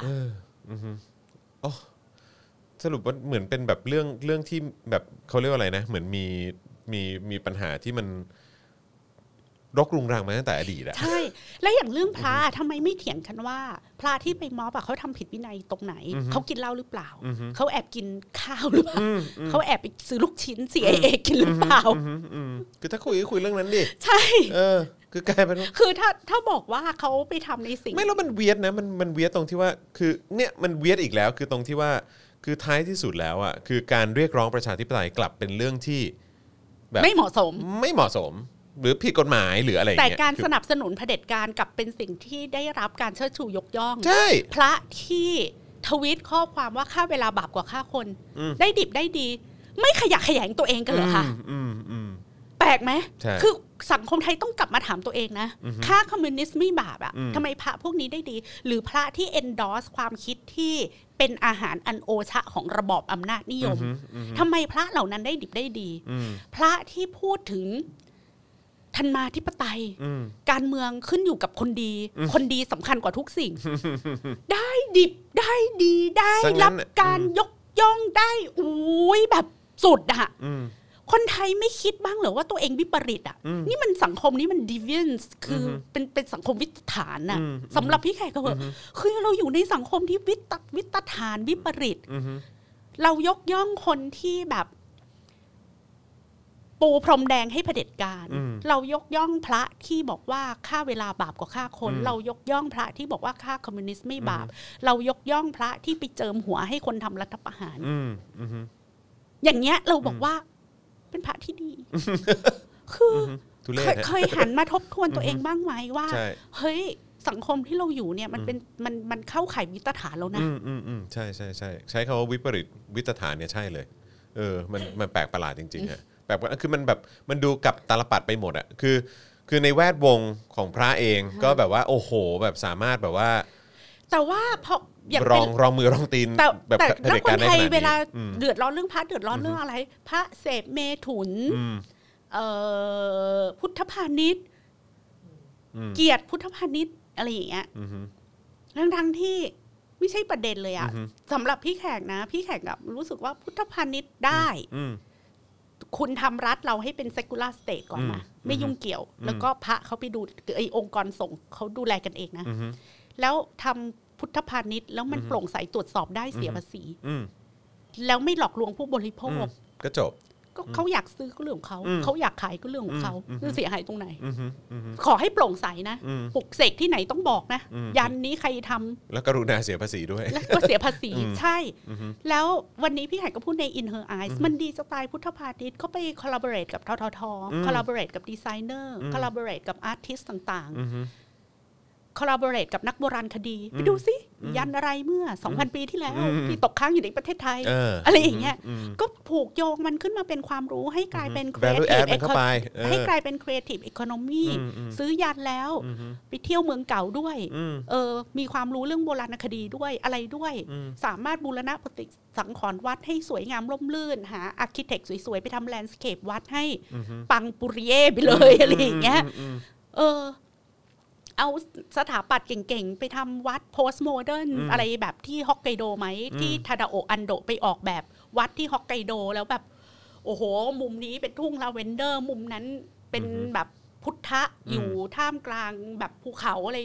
สรุปว่าเหมือนเป็นแบบเรื่องที่แบบเขาเรียกว่าอะไรนะเหมือนมีปัญหาที่มันรกรุงรังมาตั้งแต่อดีตอะใช่แล้วอย่างเรื่องพระทำไมไม่เถียงกันว่าพระที่ไปม็อบเขาทำผิดวินัยตรงไหนเขากินเหล้าหรือเปล่าเขาแอบกินข้าวหรือเปล่าเขาแอบไปซื้อลูกชิ้น CIA กินหรือเปล่าคือถ้าคุยเรื่องนั้นดิใช่คือกลายเป็นคือถ้าบอกว่าเขาไปทำในสิ่งไม่แล้วมันเวียดนะมันเวียดตรงที่ว่าคือเนี่ยมันเวียดอีกแล้วคือตรงที่ว่าคือท้ายที่สุดแล้วอ่ะคือการเรียกร้องประชาธิปไตยกลับเป็นเรื่องที่แบบไม่เหมาะสมหรือผิดกฎหมายหรืออะไรอย่างเงี้ยแต่การสนับสนุนเผด็จการกลับเป็นสิ่งที่ได้รับการเชิดชูยกย่องใช่พระที่ทวีตข้อความว่าฆ่าเวลาบาปกว่าฆ่าคนได้ดิบได้ดีไม่ขยะแขยงตัวเองกันเหรอคะแปลกไหมคือสังคมไทยต้องกลับมาถามตัวเองนะค่าคอมมิวนิสต์ไม่บาปอ่ะทำไมพระพวกนี้ได้ดีหรือพระที่ endorse ความคิดที่เป็นอาหารอันโอชะของระบอบอำนาจนิยมทำไมพระเหล่านั้นได้ดิบได้ดีพระที่พูดถึงธรรมาธิปไตยการเมืองขึ้นอยู่กับคนดีสำคัญกว่าทุกสิ่งได้ดิบได้ดีได้รับการยกย่องได้อุ้ยแบบสุดอะคนไทยไม่คิดบ้างเหรอว่าตัวเองวิปริตอ่ะนี่มันสังคมนี้มัน deviance คือเป็นสังคมวิตฐานน่ะสำหรับพี่แขกก็แบบคือเราอยู่ในสังคมที่วิตฐานวิปริตเรายกย่องคนที่แบบปูพรมแดงให้เผด็จการเรายกย่องพระที่บอกว่าฆ่าเวลาบาปกว่าฆ่าคนเรายกย่องพระที่บอกว่าฆ่าคอมมิวนิสต์ไม่บาปเรายกย่องพระที่ไปเจิมหัวให้คนทำรัฐประหารอย่างเงี้ยเราบอกว่าเป็นพระที่ดีคือเคยหันมาทบทวนตัวเองบ้างไหมว่าเฮ้ยสังคมที่เราอยู่เนี่ยมันเข้าข่ายวิตฐานแล้วนะใช่ใช่ใช่ใช้คำว่าวิปริตวิตฐานเนี่ยใช่เลยมันแปลกประหลาดจริงๆอะแบบคือมันแบบมันดูกับตาลปัดไปหมดอะคือในแวดวงของพระเองก็แบบว่าโอ้โหแบบสามารถแบบว่าแต่ว่าพออย่างรองมือรองตีนแบบแล้วคนไทยเวลาเดือดร้อนเรื่องพระเดือดร้อนเรื่องอะไรพระเสพเมถุนพุทธพาณิชย์เกียรติพุทธพาณิชย์อะไรอย่างเงี้ยทั้งที่ไม่ใช่ประเด็นเลยอะสำหรับพี่แขกนะพี่แขกแบบรู้สึกว่าพุทธพาณิชย์ได้คุณทำรัฐเราให้เป็น secular state ก่อนนะไม่ยุ่งเกี่ยวแล้วก็พระเขาไปดูไอ้องค์กรส่งเขาดูแลกันเองนะแล้วทำพุทธพาณิชย์แล้วมันโปร่งใสตรวจสอบได้เสียภาษีแล้วไม่หลอกลวงผู้บริโภคก็จบก็เขาอยากซื้อก็เรื่องของเขาอยากขายก็เรื่องของเขาจะเสียหายตรงไหนขอให้โปร่งใสนะปลุกเสกที่ไหนต้องบอกนะยันนี้ใครทำแล้วกรุณาเสียภาษีด้วยแล้วก็เสียภาษีใช่แล้ววันนี้พี่ไห่ก็พูดใน In Her Eyes มันดีสไตล์พุทธพาณิชย์เขาไป collaborate กับททท collaborate กับดีไซเนอร์ collaborate กับอาร์ติสต์ต่างๆcollaborate กับนักโบราณคดีไปดูสิยันอะไรเมื่อ 2,000 ปีที่แล้วที่ตกค้างอยู่ในประเทศไทยอะไรอย่างเงี้ยก็ผูกโยงมันขึ้นมาเป็นความรู้ให้กลายเป็น creative ให้กลายเป็น creative economy ซื้อยันแล้วไปเที่ยวเมืองเก่าด้วยมีความรู้เรื่องโบราณคดีด้วยอะไรด้วยสามารถบูรณะปฏิสังขรณ์วัดให้สวยงามร่มรื่นหา architect สวยๆไปทำ landscape วัดให้ปังปุริเย่ไปเลยอะไรอย่างเงี้ยเอาสถาปัตย์เก่งๆไปทำวัดโพสต์โมเดิร์นอะไรแบบที่ฮอกไกโดไหมที่ทาดาโอะอันโดไปออกแบบวัดที่ฮอกไกโดแล้วแบบโอ้โหมุมนี้เป็นทุ่งลาเวนเดอร์มุมนั้นเป็นแบบพุทธะอยู่ท่ามกลางแบบภูเขาอะไร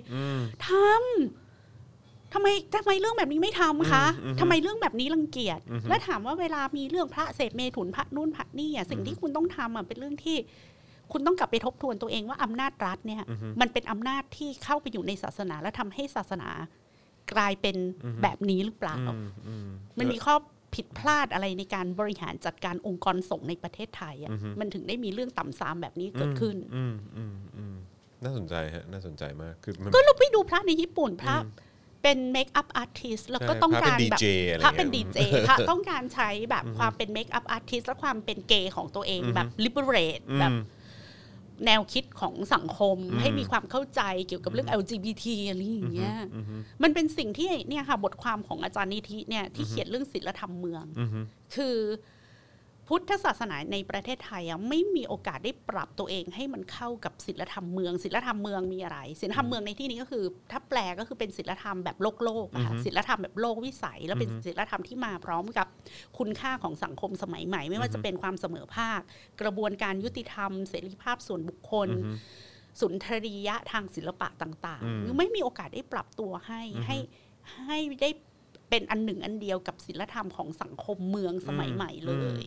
ทำไมเรื่องแบบนี้ไม่ทำคะทำไมเรื่องแบบนี้รังเกียจแล้วถามว่าเวลามีเรื่องพระเสพเมถุนพระนู่นพระนี่สิ่งที่คุณต้องทำเป็นเรื่องที่คุณต้องกลับไปทบทวนตัวเองว่าอำนาจรัฐเนี่ยมันเป็นอำนาจที่เข้าไปอยู่ในศาสนาและทำให้ศาสนากลายเป็นแบบนี้หรือเปล่ามันมีข้อผิดพลาดอะไรในการบริหารจัดการองค์กรสงฆ์ในประเทศไทยมันถึงได้มีเรื่องต่ำซามแบบนี้เกิดขึ้นน่าสนใจฮะน่าสนใจมากคือก็เราไปดูพระในญี่ปุ่นพระเป็นเมคอัพอาร์ติสแล้วก็ต้องการแบบพระเป็นดีเจพระต้องการใช้แบบความเป็นเมคอัพอาร์ติสและความเป็นเกย์ของตัวเองแบบลิเบเรตแบบแนวคิดของสังคมให้มีความเข้าใจเกี่ยวกับเรื่อง LGBT อะไรอย่างเงี้ยมันเป็นสิ่งที่เนี่ยค่ะบทความของอาจารย์นิธิเนี่ยที่เขียนเรื่องศีลธรรมเมืองคือพุทธศาสนาในประเทศไทยไม่มีโอกาสได้ปรับตัวเองให้มันเข้ากับศีลธรรมเมืองศีลธรรมเมืองมีอะไรศีลธรรมเมืองในที่นี้ก็คือถ้าแปลก็คือเป็นศีลธรรมแบบโลกอะค่ะศีลธรรมแบบโลกวิสัยแล้วเป็นศีลธรรมที่มาพร้อมกับคุณค่าของสังคมสมัยใหม่ไม่ว่าจะเป็นความเสมอภาคกระบวนการยุติธรรมเสรีภาพส่วนบุคคลสุนทรียะทางศิลปะต่างๆไม่มีโอกาสได้ปรับตัวให้ได้เป็นอันหนึ่งอันเดียวกับศีลธรรมของสังคมเมืองสมัยใหม่เลย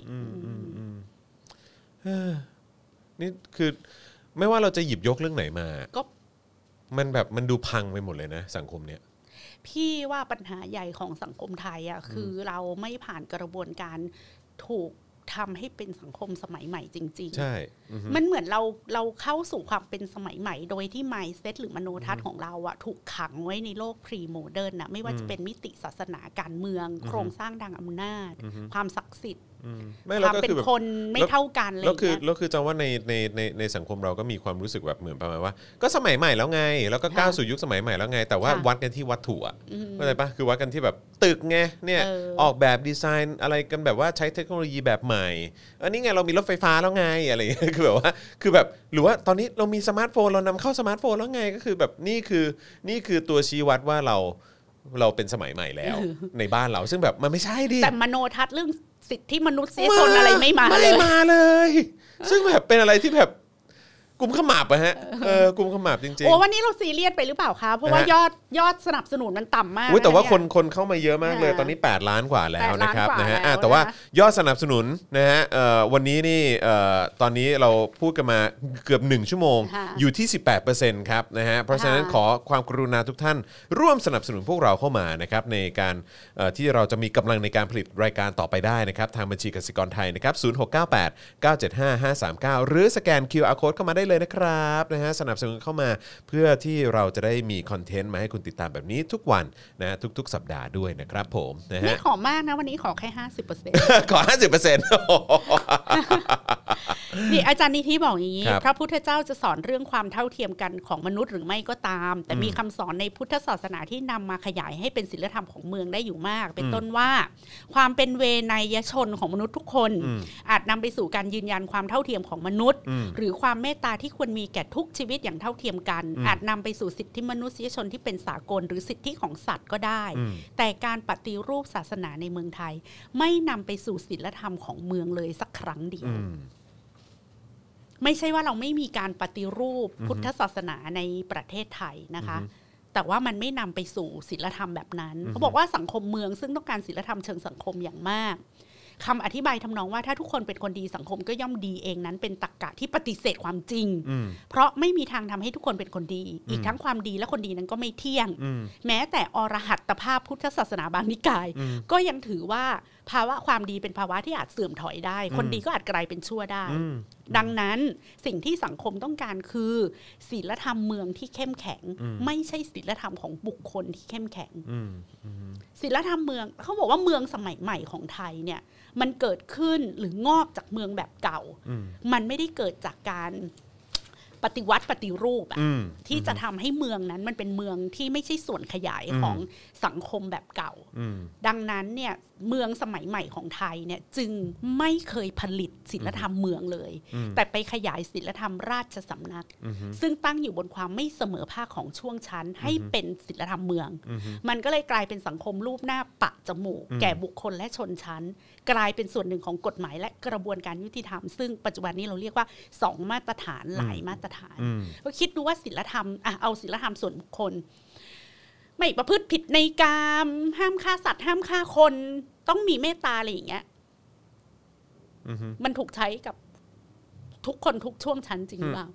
นี่คือไม่ว่าเราจะหยิบยกเรื่องไหนมาก็มันแบบมันดูพังไปหมดเลยนะสังคมเนี้ยพี่ว่าปัญหาใหญ่ของสังคมไทยคือเราไม่ผ่านกระบวนการถูกทำให้เป็นสังคมสมัยใหม่จริงๆใช่มันเหมือนเราเข้าสู่ความเป็นสมัยใหม่โดยที่ mindset หรือมโนทัศน์ของเราถูกขังไว้ในโลก pre-modern ไม่ว่าจะเป็นมิติศาสนาการเมืองโครงสร้างทางอำนาจความศักดิ์สิทธิ์ความเป็นคนไม่เท่ากันเลยแล้วคือจำว่าในสังคมเราก็มีความรู้สึกแบบเหมือนประมาณว่าก็สมัยใหม่แล้วไงแล้วก็ก้าวสู่ยุคสมัยใหม่แล้วไงแต่ว่าวัดกันที่วัตถุเข้าใจปะคือวัดกันที่แบบตึกไงเนี่ยออกแบบดีไซน์อะไรกันแบบว่าใช้เทคโนโลยีแบบใหม่อันนี้ไงเรามีรถไฟฟ้าแล้วไงอะไรคือแบบว่าคือแบบหรือว่าตอนนี้เรามีสมาร์ทโฟนเรานำเข้าสมาร์ทโฟนแล้วไงก็คือแบบนี่คือตัวชี้วัดว่าเราเป็นสมัยใหม่แล้วในบ้านเราซึ่งแบบมันไม่ใช่ดิแต่มโนทัศน์เรื่องศสิทธิมนุษยชนอะไรไม่มาเลย ซึ่งแบบเป็นอะไรที่แบบกุมขมับอะฮะกุมขมับจริงๆโอ้วันนี้เราซีเรียสไปหรือเปล่าคะเพราะว่ายอดสนับสนุนมันต่ำมากแต่ว่าคนเข้ามาเยอะมากเลยตอนนี้8ล้านกว่าแล้วนะครับนะฮะแต่ว่ายอดสนับสนุนนะฮะวันนี้นี่ตอนนี้เราพูดกันมาเกือบ1ชั่วโมงอยู่ที่ 18% ครับนะฮะเพราะฉะนั้นขอความกรุณาทุกท่านร่วมสนับสนุนพวกเราเข้ามานะครับในการที่เราจะมีกำลังในการผลิตรายการต่อไปได้นะครับทางบัญชีกสิกรไทยนะครับ0698975539หรือสแกน QR Code เข้ามาได้เลยนะครับนะฮะสนับสนุนเข้ามาเพื่อที่เราจะได้มีคอนเทนต์มาให้คุณติดตามแบบนี้ทุกวันนะทุกสัปดาห์ด้วยนะครับผมนะฮะไม่ขอมากนะวันนี้ขอแค่ 50% ขอ 50% นี่อาจารย์นิธิบอกอย่างนี้พระพุทธเจ้าจะสอนเรื่องความเท่าเทียมกันของมนุษย์หรือไม่ก็ตามแต่มีคำสอนในพุทธศาสนาที่นำมาขยายให้เป็นศีลธรรมของเมืองได้อยู่มากเป็นต้นว่าความเป็นเวไนยชนของมนุษย์ทุกคนอาจนำไปสู่การยืนยันความเท่าเทียมของมนุษย์หรือความเมตตาที่ควรมีแก่ทุกชีวิตอย่างเท่าเทียมกันอาจนำไปสู่สิทธิมนุษยชนที่เป็นสากลหรือสิทธิของสัตว์ก็ได้แต่การปฏิรูปศาสนาในเมืองไทยไม่นำไปสู่ศีลธรรมของเมืองเลยสักครั้งเดียวไม่ใช่ว่าเราไม่มีการปฏิรูปพุทธศาสนาในประเทศไทยนะคะแต่ว่ามันไม่นำไปสู่ศีลธรรมแบบนั้นเขาบอกว่าสังคมเมืองซึ่งต้องการศีลธรรมเชิงสังคมอย่างมากคำอธิบายทำนองว่าถ้าทุกคนเป็นคนดีสังคมก็ย่อมดีเองนั้นเป็นตรรกะที่ปฏิเสธความจริงเพราะไม่มีทางทำให้ทุกคนเป็นคนดีอีกทั้งความดีและคนดีนั้นก็ไม่เที่ยงแม้แต่อรหัตภาพพุทธศาสนาบางนิกายก็ยังถือว่าภาวะความดีเป็นภาวะที่อาจเสื่อมถอยได้คนดีก็อาจกลายเป็นชั่วได้ดังนั้นสิ่งที่สังคมต้องการคือศีลธรรมเมืองที่เข้มแข็งไม่ใช่ศีลธรรมของบุคคลที่เข้มแข็งศีลธรรมเมืองเขาบอกว่าเมืองสมัยใหม่ของไทยเนี่ยมันเกิดขึ้นหรืองอกจากเมืองแบบเก่ามันไม่ได้เกิดจากการปฏิวัติปฏิรูปที่จะทำให้เมืองนั้นมันเป็นเมืองที่ไม่ใช่ส่วนขยายของสังคมแบบเก่าดังนั้นเนี่ยเมืองสมัยใหม่ของไทยเนี่ยจึงไม่เคยผลิตศีลธรรมเมืองเลยแต่ไปขยายศีลธรรมราชสำนักซึ่งตั้งอยู่บนความไม่เสมอภาคของช่วงชั้นให้เป็นศีลธรรมเมืองมันก็เลยกลายเป็นสังคมรูปหน้าปะจมูกแก่บุคคลและชนชั้นกลายเป็นส่วนหนึ่งของกฎหมายและกระบวนการยุติธรรมซึ่งปัจจุบันนี้เราเรียกว่า2มาตรฐานหลายมาตรฐานก็คิดดูว่าศีลธรรมเอาศีลธรรมส่วนบุคคลไม่ประพฤติผิดในกามห้ามฆ่าสัตว์ห้ามฆ่าคนต้องมีเมตตาอะไรอย่างเงี้ยมันถูกใช้กับทุกคนทุกช่วงชั้นจริงหรือเปล่า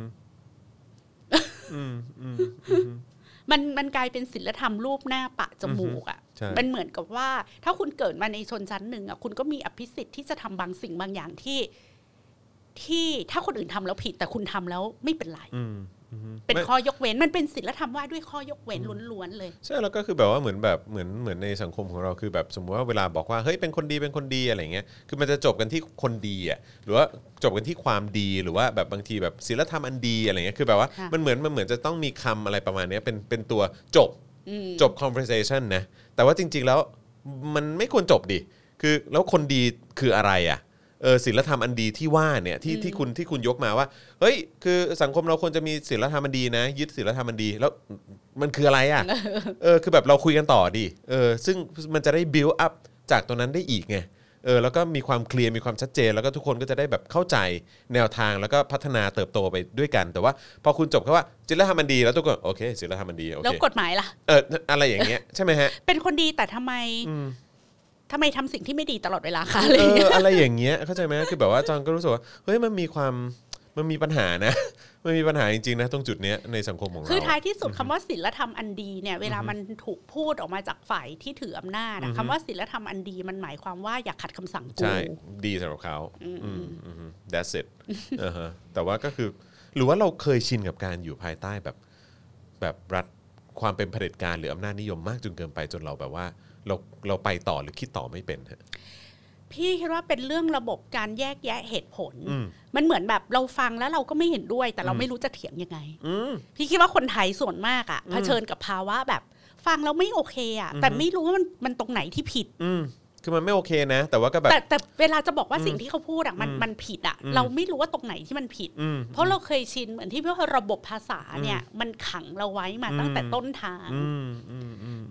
มันกลายเป็นศีลธรรมรูปหน้าปะจมูกอ่ะมันเหมือนกับว่าถ้าคุณเกิดมาในชนชั้นหนึ่งอ่ะคุณก็มีอภิสิทธิ์ที่จะทำบางสิ่งบางอย่างที่ถ้าคนอื่นทำแล้วผิดแต่คุณทำแล้วไม่เป็นไรเป็นข้อยกเว้นมันเป็นศีลธรรมว่าด้วยข้อยกเว้นล้วนๆเลยใช่แล้วก็คือแบบว่าเหมือนในสังคมของเราคือแบบสมมติว่าเวลาบอกว่าเฮ้ยเป็นคนดีอะไรเงี้ยคือมันจะจบกันที่คนดีอ่ะหรือว่าจบกันที่ความดีหรือว่าแบบบางทีแบบศีลธรรมอันดีอะไรเงี้ยคือแบบว่ามันเหมือนจะต้องมีคำอะไรประมาณนี้เป็นตัวจบ conversation นะแต่ว่าจริงๆแล้วมันไม่ควรจบดิคือแล้วคนดีคืออะไรอ่ะศีลธรรมอันดีที่ว่าเนี่ยที่คุณยกมาว่าเฮ้ยคือสังคมเราควรจะมีศีลธรรมอันดีนะยึดศีลธรรมอันดีแล้วมันคืออะไรอ่ะคือแบบเราคุยกันต่อดิซึ่งมันจะได้ build up จากตรงนั้นได้อีกไงแล้วก็มีความเคลียร์มีความชัดเจนแล้วก็ทุกคนก็จะได้แบบเข้าใจแนวทางแล้วก็พัฒนาเติบโตไปด้วยกันแต่ว่าพอคุณจบแค่ว่าศีลธรรมอันดีแล้วทุกคนโอเคศีลธรรมอันดีโอเคแล้วกฎหมายล่ะอะไรอย่างเงี้ยใช่ไหมฮะเป็นคนดีแต่ทำไมทำสิ่งที่ไม่ดีตลอดเวลาคะอะไรอย่างเงี้ยเข้าใจไหมคือแบบว่าจอนก็รู้สึกว่าเฮ้ยมันมีปัญหานะมันมีปัญหาจริงๆนะตรงจุดเนี้ยในสังคมของเราคือท้ายที่สุดคำว่าศีลธรรมอันดีเนี่ยเวลามันถูกพูดออกมาจากฝ่ายที่ถืออำนาจคำว่าศีลธรรมอันดีมันหมายความว่าอย่าขัดคำสั่งกูใช่ดีสำหรับเขาthat's it แต่ว่าก็คือหรือว่าเราเคยชินกับการอยู่ภายใต้แบบรัฐความเป็นเผด็จการหรืออำนาจนิยมมากจนเกินไปจนเราแบบว่าเราไปต่อหรือคิดต่อไม่เป็นฮะพี่คิดว่าเป็นเรื่องระบบการแยกแยะเหตุผลมันเหมือนแบบเราฟังแล้วเราก็ไม่เห็นด้วยแต่เราไม่รู้จะเถียงยังไงพี่คิดว่าคนไทยส่วนมากอ่ะเผชิญกับภาวะแบบฟังแล้วไม่โอเคอ่ะแต่ไม่รู้ว่ามันตรงไหนที่ผิดคือมันไม่โอเคนะแต่ว่าก็แบบแต่เวลาจะบอกว่าสิ่งที่เขาพูดอ่ะมันผิดอ่ะเราไม่รู้ว่าตรงไหนที่มันผิดเพราะเราเคยชินเหมือนที่เพื่อระบบภาษาเนี่ยมันขังเราไว้มาตั้งแต่ต้นทาง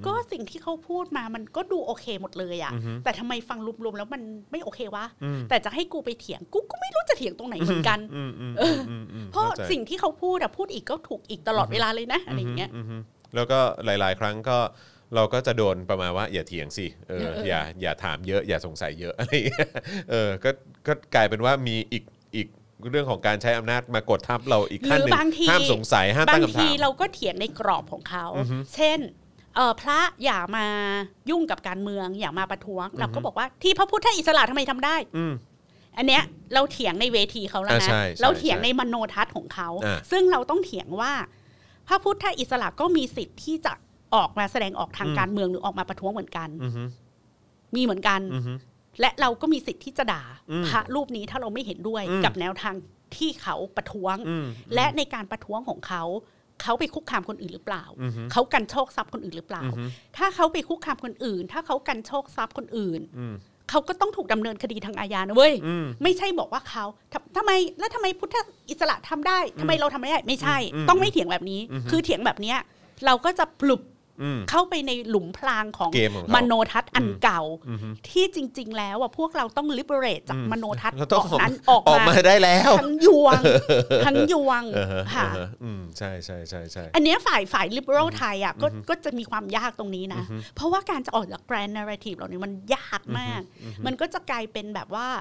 ก็สิ่งที่เขาพูดมามันก็ดูโอเคหมดเลยอ่ะแต่ทำไมฟังรวมๆแล้วมันไม่โอเควะแต่จะให้กูไปเถียงกูก็ไม่รู้จะเถียงตรงไหนเหมือนกันเพราะสิ่งที่เขาพูดอีกก็ถูกอีกตลอดเวลาเลยนะอะไรอย่างเงี้ยแล้วก็หลายๆครั้งก็เราก็จะโดนประมาณว่าอย่าเถียงสิอย่าถามเยอะอย่าสงสัยเยอะอะไรก็กลายเป็นว่ามีอีกเรื่องของการใช้อำนาจมากดทับเราอีกขั้นหนึ่งห้ามสงสัยห้ามตั้งคำถามบางทีเราก็เถียงในกรอบของเขาเช่นพระอย่ามายุ่งกับการเมืองอย่ามาประท้วงเราก็บอกว่าที่พระพุทธอิสระทำไมทำได้อันเนี้ยเราเถียงในเวทีเขาแล้วนะเราเถียงในมโนทัศน์ของเขาซึ่งเราต้องเถียงว่าพระพุทธอิสระก็มีสิทธิ์ที่จะออกมาแสดงออกทางการเมืองหรือออกมาประท้วงเหมือนกันมีเหมือนกันและเราก็มีสิทธิ์ที่จะด่าพระรูปนี้ถ้าเราไม่เห็นด้วยกับแนวทางที่เขาประท้วงและในการประท้วงของเขาไปคุกคามคนอื่นหรือเปล่าเขากันโชคทรัพย์คนอื่นหรือเปล่าถ้าเขาไปคุกคามคนอื่นถ้าเขากันโชคทรัพย์คนอื่นเขาก็ต้องถูกดำเนินคดีทางอาญานะเว้ยไม่ใช่บอกว่าเขาทำไมพุทธอิสระทำได้ทำไมเราทำไม่ได้ไม่ใช่ต้องไม่เถียงแบบนี้คือเถียงแบบนี้เราก็จะปลุกเข้าไปในหลุมพรางของมโนทัศน์อันเก่าที่จริงๆแล้วพวกเราต้อง liberate จากมโนทัศน์นั้นออกมาได้แล้วทั้งยวงค่ะใช่ใช่ใช่ใช่อันนี้ฝ่าย liberal ไทยก็จะมีความยากตรงนี้นะเพราะว่าการจะออกจาก grand narrative เหล่านี้มันยากมากมันก็จะกลายเป็นแบบว่า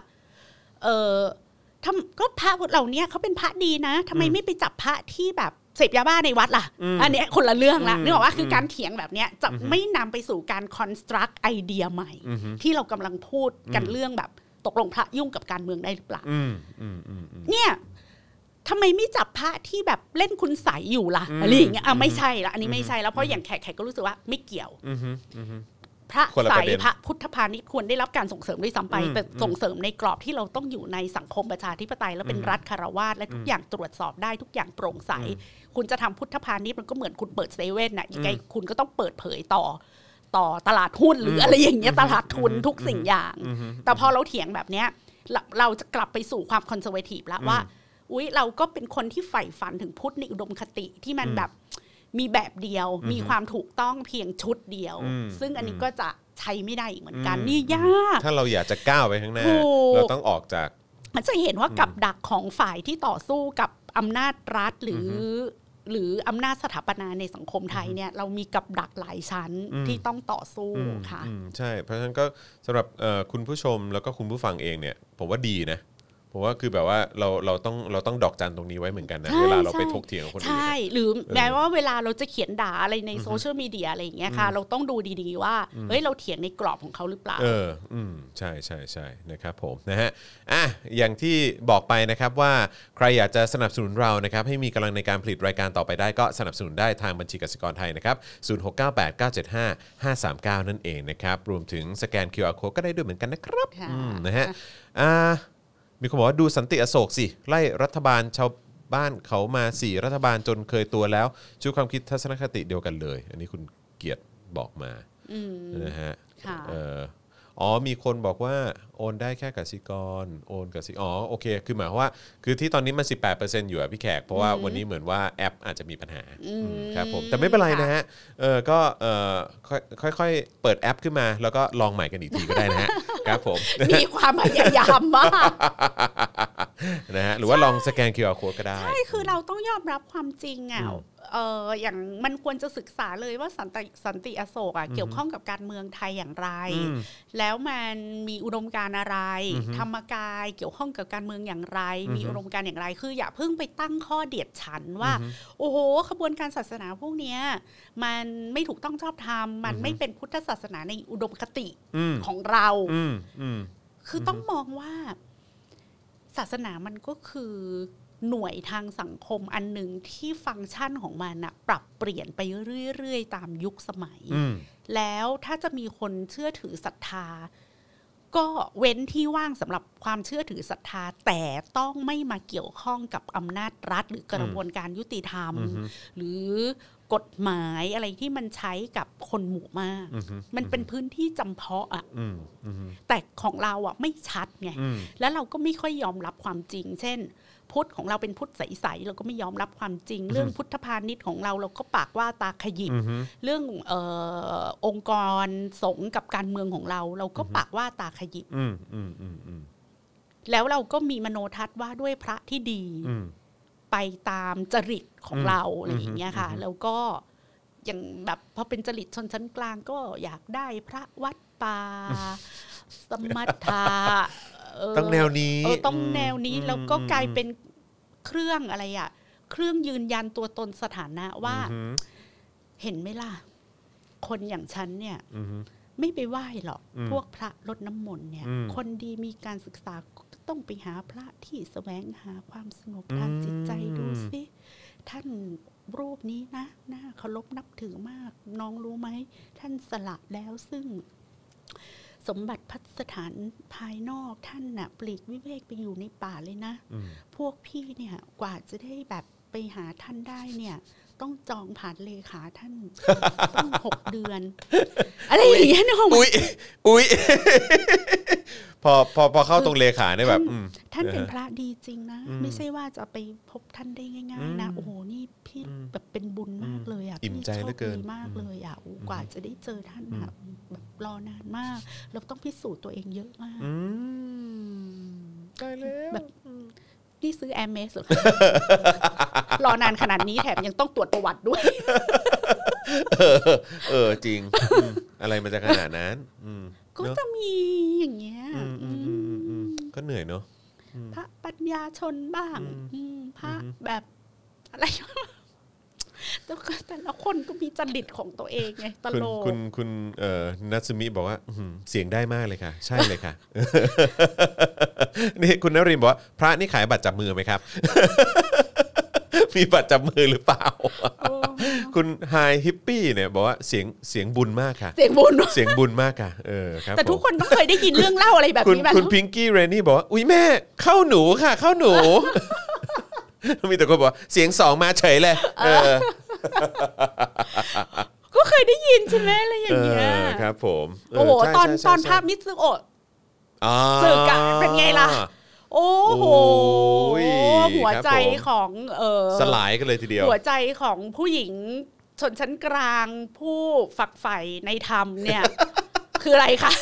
ก็พระเหล่านี้เขาเป็นพระดีนะทำไมไม่ไปจับพระที่แบบเสพยาบ้าในวัดล่ะอันนี้คนละเรื่องละนึกออกว่าคือการเถียงแบบนี้จะไม่นำไปสู่การ construct ไอเดียใหม่ที่เรากำลังพูดกันเรื่องแบบตกลงพระยุ่งกับการเมืองได้หรือเปล่าเนี่ยทำไมไม่จับพระที่แบบเล่นคุณใสยอยู่ล่ะอะไรอย่างเงี้ยไม่ใช่ละอันนี้ไม่ใช่แล้วเพราะอย่างแขกก็รู้สึกว่าไม่เกี่ยวพระใสพระพุทธพาณิชย์ควรได้รับการส่งเสริมด้วยซ้ำไปแต่ส่งเสริมในกรอบที่เราต้องอยู่ในสังคมประชาธิปไตยและเป็นรัฐคารวาสและทุกอย่างตรวจสอบได้ทุกอย่างโปร่งใสคุณจะทำพุทธพาณิชย์มันก็เหมือนคุณเปิดเซเว่นน่ะยังไงคุณก็ต้องเปิดเผยต่อตลาดหุ้นหรืออะไรอย่างเงี้ยตลาดทุนทุกสิ่งอย่างแต่พอเราเถียงแบบเนี้ยเราจะกลับไปสู่ความคอนเซอร์เวทีฟแล้วว่าอุ๊ยเราก็เป็นคนที่ใฝ่ฝันถึงพุทธในอุดมคติที่มันแบบมีแบบเดียวมีความถูกต้องเพียงชุดเดียวซึ่งอันนี้ก็จะใช้ไม่ได้อีกเหมือนกันนี่ยากถ้าเราอยากจะก้าวไปข้างหน้าเราต้องออกจากมันจะเห็นว่ากับดักของฝ่ายที่ต่อสู้กับอำนาจรัฐหรืออำนาจสถาปนาในสังคมไทยเนี่ยเรามีกับดักหลายชั้นที่ต้องต่อสู้ค่ะใช่เพราะฉะนั้นก็สำหรับคุณผู้ชมแล้วก็คุณผู้ฟังเองเนี่ยผมว่าดีนะผมว่าคือแบบว่าเราต้องดอกจันตรงนี้ไว้เหมือนกันนะเวลาเราไปถกเถียงกับคนอื่นใช่หรือแม้ว่าเวลาเราจะเขียนด่าอะไรในโซเชียลมีเดียอะไรอย่างเงี้ยค่ะเราต้องดูดีๆว่าเฮ้ยเราเถียงในกรอบของเขาหรือเปล่าใช่ใช่ใช่นะครับผมนะฮะอย่างที่บอกไปนะครับว่าใครอยากจะสนับสนุนเรานะครับให้มีกำลังในการผลิตรายการต่อไปได้ก็สนับสนุนได้ทางบัญชีกสิกรไทยนะครับ0698975539นั่นเองนะครับรวมถึงสแกน QR Code ก็ได้ด้วยเหมือนกันนะครับนะฮะมีคนบอกว่าดูสันติอโศกสิไล่รัฐบาลชาวบ้านเขามา4รัฐบาลจนเคยตัวแล้วชุดความคิดทัศนคติเดียวกันเลยอันนี้คุณเกียรติบอกมานะฮะมีคนบอกว่าโอนได้แค่กสิกรโอนกสิโอเคคือหมายความว่าคือที่ตอนนี้มัน 18% อยู่พี่แขกเพราะว่าวันนี้เหมือนว่าแอปอาจจะมีปัญหาครับผมแต่ไม่เป็นไรนะฮะก็ค่อยๆเปิดแอปขึ้นมาแล้วก็ลองใหม่กันอีกทีก็ได้นะฮะครับผมมีความพยายามมากนะฮะหรือว่าลองสแกน QR Code ก็ได้ใช่คือเราต้องยอมรับความจริงอย่างมันควรจะศึกษาเลยว่าสันติอโศกเกี่ยวข้องกับการเมืองไทยอย่างไรแล้วมันมีอุดมการณ์อะไรธรรมกายเกี่ยวข้องกับการเมืองอย่างไรมีอุดมการณ์อย่างไรคืออย่าเพิ่งไปตั้งข้อเดียดฉันว่าโอ้โหขบวนการศาสนาพวกนี้มันไม่ถูกต้องชอบธรรมมันไม่เป็นพุทธศาสนาในอุดมคติของเราคือต้องมองว่าศาสนามันก็คือหน่วยทางสังคมอันหนึ่งที่ฟังก์ชันของมันปรับเปลี่ยนไปเรื่อยๆตามยุคสมัยแล้วถ้าจะมีคนเชื่อถือศรัทธาก็เว้นที่ว่างสำหรับความเชื่อถือศรัทธาแต่ต้องไม่มาเกี่ยวข้องกับอำนาจรัฐหรือกระบวนการยุติธรรมหรือกกฎหมายอะไรที่มันใช้กับคนหมู่มากมันเป็นพื้นที่จำเพาะอ่ะแต่ของเราอ่ะไม่ชัดไงแล้วเราก็ไม่ค่อยยอมรับความจริงเช่นพุทธของเราเป็นพุทธใสๆเราก็ไม่ยอมรับความจริงเรื่องพุทธพาณิชย์ของเราก็ปากว่าตาขยิบเรื่ององค์กรสงฆ์กับการเมืองของเราก็ปากว่าตาขยิบแล้วเราก็มีมโนทัศน์ว่าด้วยพระที่ดีไปตามจริตของเราอะไรอย่างเงี้ยค่ะแล้วก็อย่างแบบพอเป็นจริตชนชั้นกลางก็อยากได้พระวัดป่าสมถะต้องแนวนี้ต้องแนวนี้แล้วก็กลายเป็นเครื่องอะไรอ่ะเครื่องยืนยันตัวตนสถานะว่าเห็นไหมล่ะคนอย่างฉันเนี่ยไม่ไปไหว้หรอกพวกพระรดน้ำมนต์เนี่ยคนดีมีการศึกษาต้องไปหาพระที่แสวงหาความสงบทางจิตใจดูสิท่านรูปนี้นะน่าเคารพนับถือมากน้องรู้ไหมท่านสละแล้วซึ่งสมบัติพัสถานภายนอกท่านน่ะปลีกวิเวกไปอยู่ในป่าเลยนะพวกพี่เนี่ยกว่าจะได้แบบไปหาท่านได้เนี่ยต้องจองผ่านเลขาท่านต้อง6 เดือนอะไรอย่างเงี้ยน้องอุ๊ยพอเข้าตรงเลขาเนี่ยแบบท่านเป็นพระดีจริงนะไม่ใช่ว่าจะไปพบท่านได้ง่ายๆนะโอ้โหนี่พี่แบบเป็นบุญมากเลยอ่ะอิ่มใจเหลือเกินมากเลยอ่ะกว่าจะได้เจอท่านแบบรอนานมากเราต้องพิสูจน์ตัวเองเยอะมากได้แล้วแบบนี่ซื้อ Hermes หรอ รอนานขนาดนี้แถมยังต้องตรวจประวัติด้วยจริงอะไรมันจะขนาดนั้นก็จะมีอย่างเงี้ยก็เหนื่อยเนอะพระปัญญาชนบ้างพระแบบอะไรแต่ละคนก็มีจริตของตัวเองไงตลกคุณนัทซึมิบอกว่าเสียงได้มากเลยค่ะใช่เลยค่ะนี่คุณนรินทร์บอกว่าพระนี่ขายบัตรจับมือไหมครับมีบัตรจับมือหรือเปล่าคุณไฮฮิปปี้เนี่ยบอกว่าเสียงบุญมากค่ะเสียงบุญมากค่ะครับแต่ทุกคนต้องเคยได้ยินเรื่องเล่าอะไรแบบนี้ไหมคุณพิงกี้เรนนี่บอกว่าอุ๊ยแม่เข้าหนูค่ะเข้าหนูมีแต่คนบอกเสียง2มาเฉยเลยก็เคยได้ยินใช่ไหมอะไรอย่างเงี้ยครับผมโอ้โหตอนภาพมิตซึโอะเจอกันเป็นไงล่ะโอ้โหหัวใจของสลายกันเลยทีเดียวหัวใจของผู้หญิงชนชั้นกลางผู้ฝักใฝ่ในธรรมเนี่ยคืออะไรคะ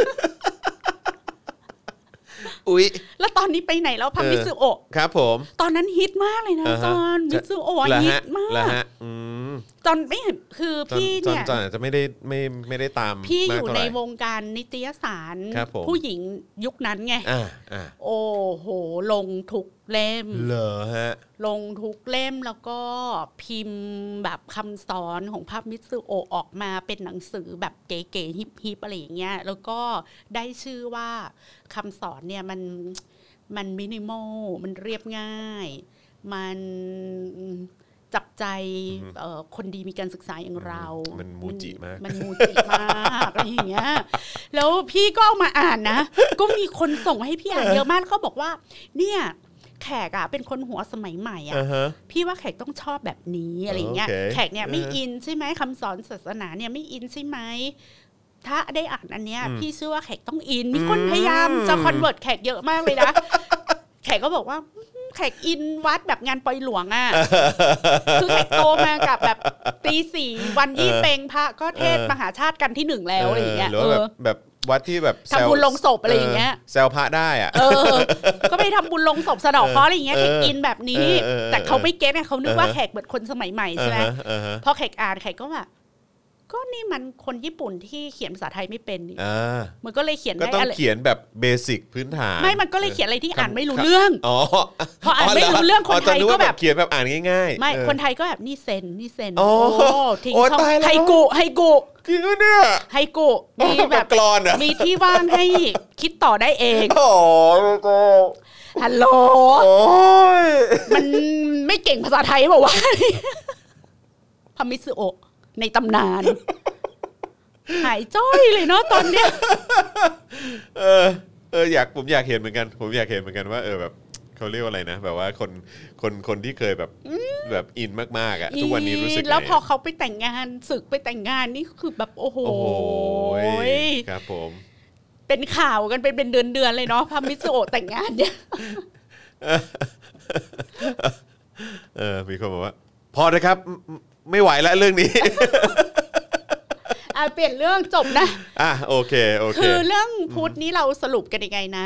อุ๊ยแล้วตอนนี้ไปไหนแล้วพังมิตซึโอะครับผมตอนนั้นฮิตมากเลยนะจอนมิตซึโอะฮิตมากจอนไม่เห็นคือพี่เนี่ยจอนอาจจะไม่ได้ตามพี่อยู่ในวงการนิตยสารผู้หญิงยุคนั้นไงโอ้โหลงทุกเล่มเหรอฮะลงทุกเล่มแล้วก็พิมพ์แบบคำสอนของภาพมิตซึโอะออกมาเป็นหนังสือแบบเก๋ๆฮิปๆอะไรอย่างเงี้ยแล้วก็ได้ชื่อว่าคำสอนเนี่ยมันมินิมอลมันเรียบง่ายมันจับใจคนดีมีการศึกษาอย่างเรามันมูจิมากมันมูจิมากอะไรอย่างเงี้ยแล้วพี่ก็เอามาอ่านนะก็มีคนส่งให้พี่อ่านเยอะมากเขาบอกว่าเนี่ยแขกเป็นคนหัวสมัยใหม่พี่ว่าแขกต้องชอบแบบนี้อะไรอย่างเงี้ยแขกเนี่ยไม่อินใช่ไหมคำสอนศาสนาเนี่ยไม่อินใช่ไหมถ้าได้อ่านอันเนี้ยพี่เชื่อว่าแขกต้องอินมีคนพยายามจะคอนเวิร์ตแขกเยอะมากเลยนะแขกก็บอกว่าแขกอินวัดแบบงานปอยหลวงคือแขกโตมากับแบบตีสี่วันยี่เปงพระก็เทศมหาชาติกันที่1แล้วอะไรอย่างเงี้ยหรือแบบวัดที่แบบทำบุญลงศพอะไรอย่างเงี้ยแซวพระได้ก็ไปทำบุญลงศพสะดอกเคราะห์อะไรอย่างเงี้ยแขกอินแบบนี้แต่เขาไม่เก็ตไงเขานึกว่าแขกเหมือนคนสมัยใหม่ใช่ไหมพอแขกอ่านแขกก็แบบก็นี่มันคนญี่ปุ่นที่เขียนภาษาไทยไม่เป็นนี่มันก็เลยเขียนได้ก็ต้องเขียนแบบเบสิกพื้นฐานไม่มันก็เลยเขียนอะไรที่อ่านไม่รู้เรื่องพออ่านไม่รู้เรื่องคนไทยก็แบบเขียนแบบอ่านง่ายๆไม่คนไทยก็แบบนี่เซนโอ้ทิ้งช่องไฮกุจริงเนี่ยไฮกุมีแบบกลอนมีที่ว่างให้คิดต่อได้เองโอ้โหฮัลโหลมันไม่เก่งภาษาไทยบอกว่าพามิซึโอะในตำนานหายจ้อยเลยเนาะตอนเนี้ยผมอยากเห็นเหมือนกันว่าแบบเขาเรียกว่าอะไรนะแบบว่าคนที่เคยแบบอินมากๆอ่ะทุกวันนี้รู้สึกแล้วพอเขาไปแต่งงานศึกไปแต่งงานนี่คือแบบโอ้โหครับผมเป็นข่าวกันเป็นเดือนเลยเนาะพามิสุโอะแต่งงานเนี่ยมีคนบอกว่าพอนะครับไม่ไหวแล้วเรื่องนี้เปลี่ยนเรื่องจบนะโอเคคือเรื่องพุทธนี้เราสรุปกันยังไงนะ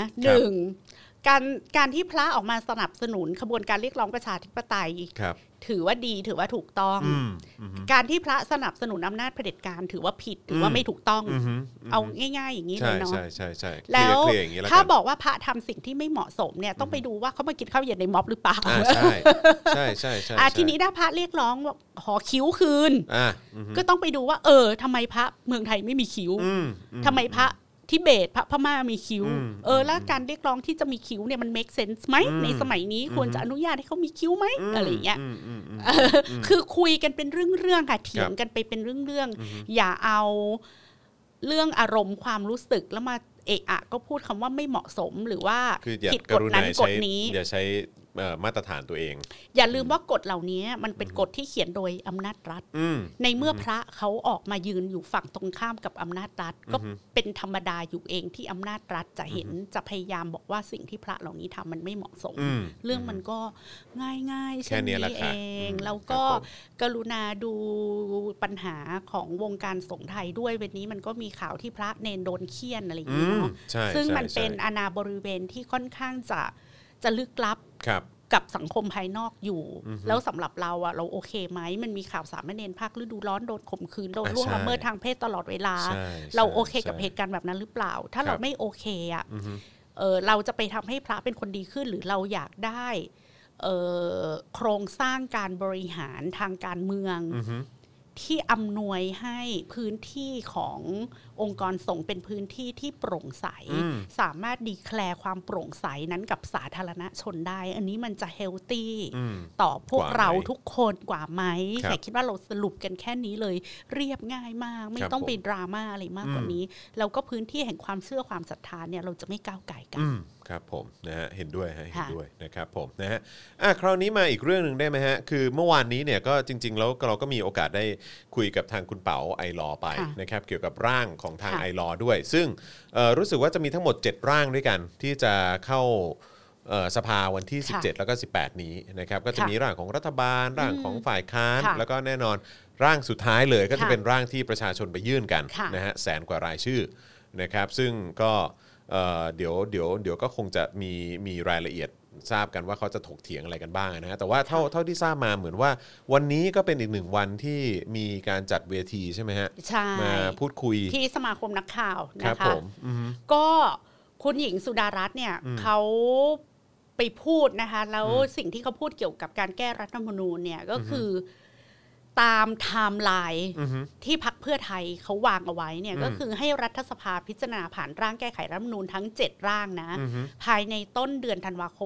1การที่พระออกมาสนับสนุนขบวนการเรียกร้องประชาธิปไตยถือว่าดีถือว่าถูกต้องการที่พระสนับสนุนอำนาจเผด็จการถือว่าผิดถือว่าไม่ถูกต้องเอาง่ายๆอย่างนี้เลยเนาะใช่แล้วถ้าบอกว่าพระทำสิ่งที่ไม่เหมาะสมเนี่ยต้องไปดูว่าเขามากินข้าวเย็นในม็อบหรือเปล่าใช่ทีนี้ถ้าพระเรียกร้องว่าขอคิ้วคืนก็ต้องไปดูว่าทำไมพระเมืองไทยไม่มีคิ้วทำไมพระทิเบตพม่ามีคิ้วแล้วการเรียกร้องที่จะมีคิ้วเนี่ยมัน make sense ไหมในสมัยนี้ควรจะอนุญาตให้เขามีคิ้วไหมอะไรอย่างเงี้ยคือคุยกันเป็นเรื่องๆค่ะเถียงกันไปเป็นเรื่องๆอย่าเอาเรื่องอารมณ์ความรู้สึกแล้วมาเอะอะก็พูดคำว่าไม่เหมาะสมหรือว่าผิดกฎนั้นกฎนี้อย่าใช้มาตรฐานตัวเองอย่าลืมว่ากฎเหล่านี้มันเป็นกฎที่เขียนโดยอำนาจรัฐในเมื่อพระเขาออกมายืนอยู่ฝั่งตรงข้ามกับอำนาจรัฐก็เป็นธรรมดาอยู่เองที่อำนาจรัฐจะเห็นจะพยายามบอกว่าสิ่งที่พระเหล่านี้ทำมันไม่เหมาะสมเรื่องมันก็ง่ายๆเช่นนี้เองแล้วก็กรุณาดูปัญหาของวงการสงฆ์ไทยด้วยวันนี้มันก็มีข่าวที่พระเนรโดนเฆี่ยนอะไรอย่างนี้เนาะซึ่งมันเป็นอาณาบริเวณที่ค่อนข้างจะลึกลับกับสังคมภายนอกอยู่แล้วสำหรับเราอะเราโอเคไหมมันมีข่าวสามเณรภาคฤดูร้อนโดนข่มขืนโดนล่วงละเมิดทางเพศตลอดเวลาเราโอเคกับเหตุการณ์แบบนั้นหรือเปล่าถ้าเราไม่โอเคอะเราจะไปทำให้พระเป็นคนดีขึ้นหรือเราอยากได้โครงสร้างการบริหารทางการเมืองที่อำนวยให้พื้นที่ขององค์กรสงฆ์เป็นพื้นที่ที่โปร่งใสสามารถดีแคลร์ความโปร่งใสนั้นกับสาธารณชนได้อันนี้มันจะเฮลตี้ต่อพวกเราทุกคนกว่าไหมแต่คิดว่าเราสรุปกันแค่นี้เลยเรียบง่ายมากไม่ต้องเป็นดราม่าอะไรมากกว่านี้แล้วก็พื้นที่แห่งความเชื่อความศรัทธาเนี่ยเราจะไม่ก้าวไก่กันครับผมนะฮะเห็นด้วยเห็นด้วยนะครับผมนะฮะคราวนี้มาอีกเรื่องนึงได้ไหมฮะคือเมื่อวานนี้เนี่ยก็จริงๆแล้วเราก็มีโอกาสได้คุยกับทางคุณเป๋าไอลอไปนะครับเกี่ยวกับร่างของทางไอลอด้วยซึ่งรู้สึกว่าจะมีทั้งหมด7ร่างด้วยกันที่จะเข้าสภาวันที่17แล้วก็18นี้นะครับก็จะมีร่างของรัฐบาลร่างของฝ่ายค้านแล้วก็แน่นอนร่างสุดท้ายเลยก็จะเป็นร่างที่ประชาชนไปยื่นกันนะฮะ100,000 กว่ารายชื่อนะครับซึ่งก็เดี๋ยวก็คงจะมีรายละเอียดทราบกันว่าเขาจะถกเถียงอะไรกันบ้างนะฮะแต่ว่าเท่าที่ทราบมาเหมือนว่าวันนี้ก็เป็นอีกหนึ่งวันที่มีการจัดเวทีใช่ไหมฮะมาพูดคุยที่สมาคมนักข่าวนะคะก็คุณหญิงสุดารัตน์เนี่ยเขาไปพูดนะคะแล้วสิ่งที่เขาพูดเกี่ยวกับการแก้รัฐธรรมนูญเนี่ยก็คือตามไทม์ไลน์ที่พรรคเพื่อไทยเขาวางเอาไว้เนี่ยก็คือให้รัฐสภาพิจารณาผ่านร่างแก้ไขรัฐธรรมนูญทั้ง7ร่างนะภายในต้นเดือนธันวาคม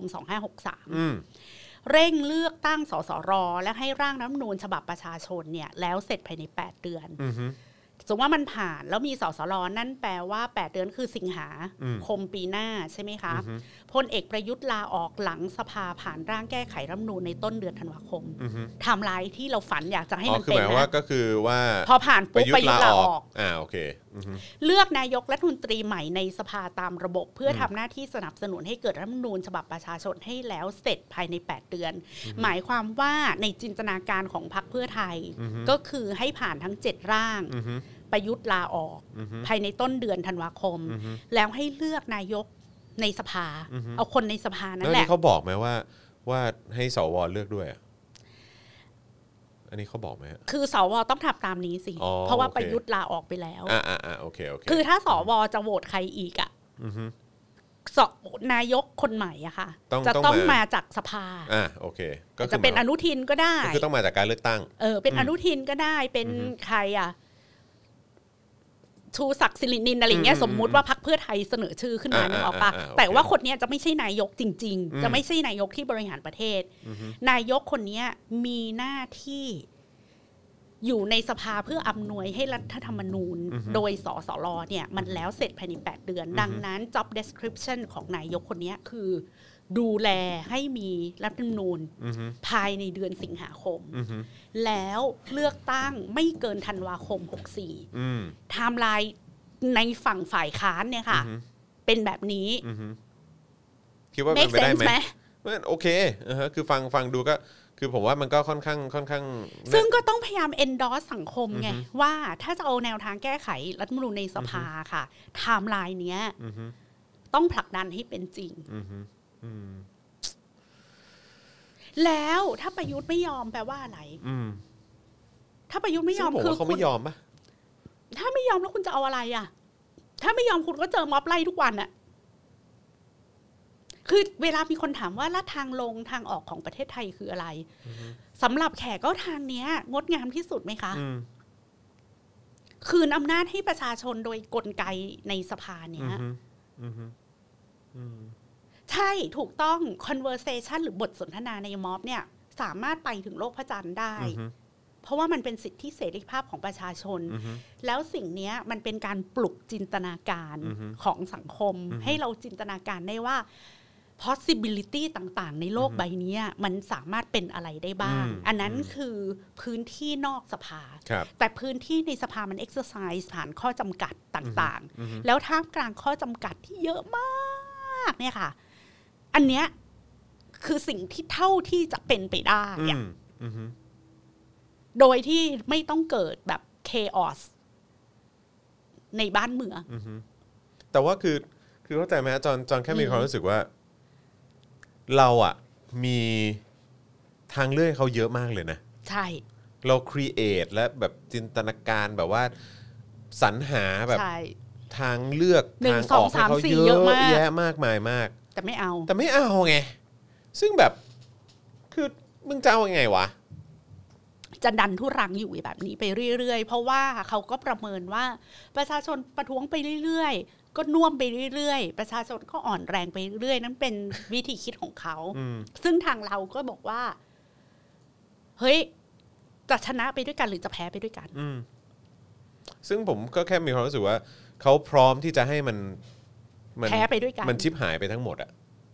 2563เร่งเลือกตั้งสสรและให้ร่างรัฐธรรมนูญฉบับประชาชนเนี่ยแล้วเสร็จภายใน8เดือนสมมติว่ามันผ่านแล้วมีสสรนั่นแปลว่า8เดือนคือสิงหาคมปีหน้าใช่ไหมคะพลเอกประยุทธ์ลาออกหลังสภาผ่านร่างแก้ไขรัฐธรรมนูญในต้นเดือนธันวาคมไทม์ไลน์ที่เราฝันอยากจะให้มันเป็นนะก็คือว่าพอผ่านปุ๊บประยุทธ์ลาออกโอเคเลือกนายกรัฐมนตรีใหม่ในสภาตามระบบเพื่อทำหน้าที่สนับสนุนให้เกิดรัฐธรรมนูญฉบับประชาชนให้แล้วเสร็จภายใน8เดือนหมายความว่าในจินตนาการของพรรคเพื่อไทยก็คือให้ผ่านทั้ง7ร่างประยุทธ์ลาออกภายในต้นเดือนธันวาคมแล้วให้เลือกนายกในสภาเอาคนในสภานั่นแหละแล้วเขาบอกไหมว่าให้สวเลือกด้วยอันนี้เขาบอกไหมคือสวต้องทำตามนี้สิเพราะว่าประยุทธ์ลาออกไปแล้วโอเคคือถ้าสวจะโหวตใครอีกอ่ะนายกคนใหม่อะค่ะจะต้องมาจากสภาโอเคก็จะเป็นอนุทินก็ได้คือต้องมาจากการเลือกตั้งเป็นอนุทินก็ได้เป็นใครอะชูศักดิ์สิรินินอะไรเงี้ยสมมุติว่าพรรคเพื่อไทยเสนอชื่อขึ้นมานึกออกปะแต่ว่าคนนี้จะไม่ใช่นายกจริงๆจะไม่ใช่นายกที่บริหารประเทศนายกคนนี้มีหน้าที่อยู่ในสภาเพื่ออำนวยให้รัฐธรรมนูญโดยสสรเนี่ยมันแล้วเสร็จภายใน8เดือนดังนั้น job description ของนายกคนนี้คือดูแลให้มีรัฐธรรมนูญภายในเดือนสิงหาคมแล้วเลือกตั้งไม่เกินธันวาคม64ไทม์ไลน์ในฝั่งฝ่ายค้านเนี่ยค่ะเป็นแบบนี้คิดว่าเป็นไปได้ไหมโอเคคือฟังดูก็คือผมว่ามันก็ค่อนข้างซึ่งก็ต้องพยายาม endorse สังคมไงว่าถ้าจะเอาแนวทางแก้ไขรัฐธรรมนูญในสภาค่ะไทม์ไลน์เนี้ยต้องผลักดันให้เป็นจริงแล้วถ้าประยุทธ์ไม่ยอมแปลว่าอะไรถ้าประยุทธ์ไม่ยอมคือเขาไม่ยอมปะถ้าไม่ยอมแล้วคุณจะเอาอะไรอ่ะถ้าไม่ยอมคุณก็เจอม็อบไล่ทุกวันอ่ะคือเวลามีคนถามว่าทางลงทางออกของประเทศไทยคืออะไรสำหรับแขกก็ทางเนี้ยงดงามที่สุดไหมคะคืนอำนาจให้ประชาชนโดยกลไกในสภาเนี้ยใช่ถูกต้อง conversation หรือบทสนทนาในม็อบเนี่ยสามารถไปถึงโลกพระจันทร์ได้เพราะว่ามันเป็นสิทธิเสรีภาพของประชาชนแล้วสิ่งนี้มันเป็นการปลุกจินตนาการของสังคมให้เราจินตนาการได้ว่า possibility ต่างๆในโลกใบนี้มันสามารถเป็นอะไรได้บ้างอันนั้นคือพื้นที่นอกสภาแต่พื้นที่ในสภามัน exercise ผ่านข้อจำกัดต่างๆแล้วท่ามกลางข้อจำกัดที่เยอะมากเนี่ยค่ะอันเนี้ยคือสิ่งที่เท่าที่จะเป็นไปได้โดยที่ไม่ต้องเกิดแบบ chaos ในบ้านเมืองแต่ว่าคือเข้าใจไหมจอนแค่มีความรู้สึกว่าเราอ่ะมีทางเลือกเขาเยอะมากเลยนะใช่เรา create และแบบจินตนาการแบบว่าสรรหาแบบทางเลือกทางออกให้เขาเยอะแยะมากมายมากแต่ไม่เอาไงซึ่งแบบคือมึงจะเอายังไงวะจะดันทุรังอยู่แบบนี้ไปเรื่อยๆเพราะว่าเขาก็ประเมินว่าประชาชนประท้วงไปเรื่อยๆก็น่วมไปเรื่อยๆประชาชนก็อ่อนแรงไปเรื่อยๆนั่นเป็นวิธีคิดของเขาซึ่งทางเราก็บอกว่าเฮ้ยจะชนะไปด้วยกันหรือจะแพ้ไปด้วยกันซึ่งผมก็แค่มีความรู้สึกว่าเขาพร้อมที่จะให้มันแพ้ไปด้วยกันมันชิบหายไปทั้งหมดอ่ะ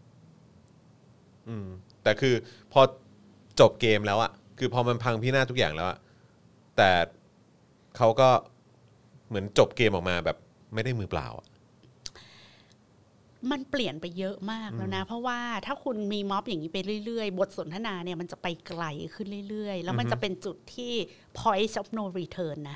แต่คือพอจบเกมแล้วอ่ะคือพอมันพังพินาศทุกอย่างแล้วอ่ะแต่เขาก็เหมือนจบเกมออกมาแบบไม่ได้มือเปล่าอ่ะมันเปลี่ยนไปเยอะมากแล้วนะเพราะว่าถ้าคุณมีม็อบอย่างนี้ไปเรื่อยๆบทสนทนาเนี่ยมันจะไปไกลขึ้นเรื่อยๆแล้วมันจะเป็นจุดที่ point of no return นะ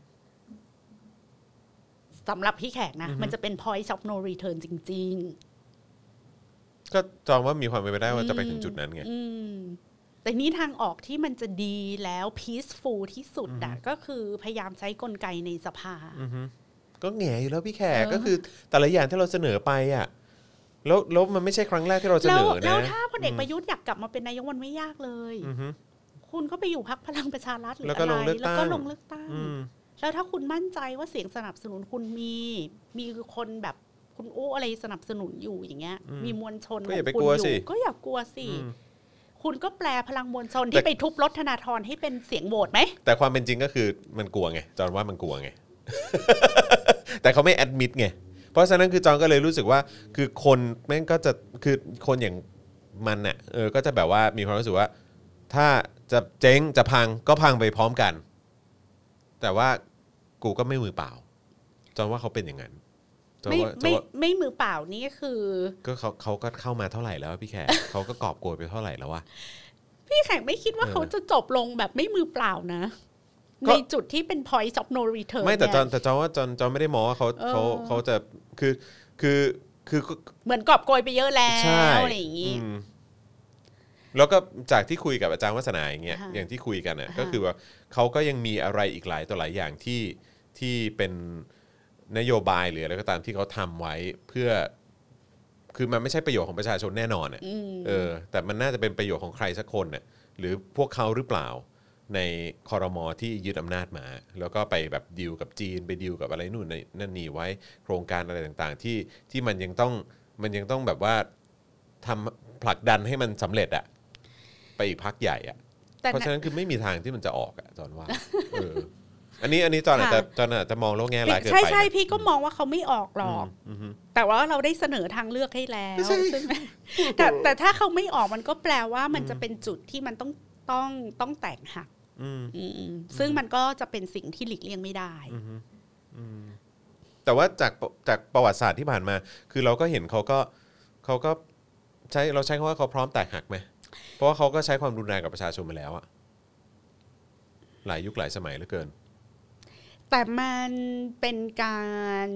สำหรับพี่แขกนะมันจะเป็น point of no return จริงๆก็จองว่ามีความเป็นไปได้ว่าจะไปถึงจุดนั้นไงแต่นี้ทางออกที่มันจะดีแล้ว peaceful ที่สุดอ่ะก็คือพยายามใช้กลไกในสภาก็แง่อยู่แล้วพี่แขกก็คือแต่ละอย่างที่เราเสนอไปอ่ะแล้วมันไม่ใช่ครั้งแรกที่เราเสนอนะแล้วถ้าพลเอกประยุทธ์อยากกลับมาเป็นนายกมันไม่ยากเลยคุณก็ไปอยู่พรรคพลังประชารัฐหรืออะไรแล้วก็ลงเลือกตั้งแล้วถ้าคุณมั่นใจว่าเสียงสนับสนุนคุณมีคนแบบคุณอู้อะไรสนับสนุนอยู่อย่างเงี้ยมีมวลชนของคุณอยู่ก็อย่ากลัวสิคุณก็แปลพลังมวลชนที่ไปทุบรถธนาธรให้เป็นเสียงโหวตไหมแต่ความเป็นจริงก็คือมันกลัวไงจอนว่ามันกลัวไง แต่เขาไม่แอดมิดไงเพราะฉะนั้นคือจอนก็เลยรู้สึกว่าคือคนแม่งก็จะคือคนอย่างมันน่ะก็จะแบบว่ามีความรู้สึกว่าถ้าจะเจ๊งจะพังก็พังไปพร้อมกันแต่ว่ากูก็ไม่มือเปล่าจอนว่าเขาเป็นอย่างนั้นไม่มือเปล่านี่คือก็เขาก็เข้ามาเท่าไหร่แล้วพี่แขกเขาก็กอบโกยไปเท่าไหร่แล้ววะพี่แขกไม่คิดว่าเขาจะจบลงแบบไม่มือเปล่านะในจุดที่เป็น point of no return ไม่แต่จอนว่าจอนไม่ได้มองว่าเขาจะคือเหมือนกอบโกยไปเยอะแล้วอะไรอย่างงี้แล้วก็จากที่คุยกับอาจารย์วัฒนาอย่างเงี้ยอย่างที่คุยกันน่ะก็คือว่าเขาก็ยังมีอะไรอีกหลายต่อหลายอย่างที่เป็นนโยบายหรืออะไรก็ตามที่เขาทำไว้เพื่อคือมันไม่ใช่ประโยชน์ของประชาชนแน่นอนอ่ะแต่มันน่าจะเป็นประโยชน์ของใครสักคนน่ะหรือพวกเขาหรือเปล่าในครม.ที่ยึดอำนาจมาแล้วก็ไปแบบดีลกับจีนไปดีลกับอะไรนู่นนั่นนี่ไว้โครงการอะไรต่างๆที่มันยังต้องแบบว่าทำผลักดันให้มันสำเร็จอ่ะไปอีกพักใหญ่อ่ะเพราะฉะนั้นคือไม่มีทางที่มันจะออกอ่ะจอนว่าอันนี้จอนอาจจะมองโลกแง่ร้ายเกินไปใช่พี่ก็มองว่าเขาไม่ออกหรอกแต่ว่าเราได้เสนอทางเลือกให้แล้วใช่ไหมแต่ถ้าเขาไม่ออกมันก็แปลว่ามันจะเป็นจุดที่มันต้องแตกหักซึ่งมันก็จะเป็นสิ่งที่หลีกเลี่ยงไม่ได้แต่ว่าจากประวัติศาสตร์ที่ผ่านมาคือเราก็เห็นเขาก็ใช้เราใช้คำว่าเขาพร้อมแตกหักไหมเพราะว่าเขาก็ใช้ความรุนแรงกับประชาชนมาแล้วอะหลายยุคหลายสมัยเหลือเกินแต่มันเป็นการ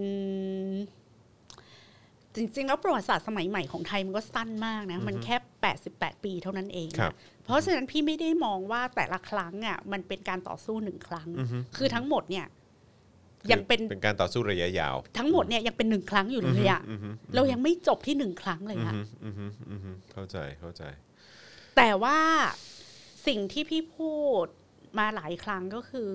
จริงๆแล้วประวัติศาสตร์สมัยใหม่ของไทยมันก็สั้นมากนะมันแค่88ปีเท่านั้นเองเพราะฉะนั้นพี่ไม่ได้มองว่าแต่ละครั้งอ่ะมันเป็นการต่อสู้1ครั้งคือทั้งหมดเนี่ยยังเป็นการต่อสู้ระยะยาวทั้งหมดเนี่ยยังเป็น1ครั้งอยู่เลยอ่ะเรายังไม่จบที่1ครั้งเลยอ่ะเข้าใจแต่ว่าสิ่งที่พี่พูดมาหลายครั้งก็คือ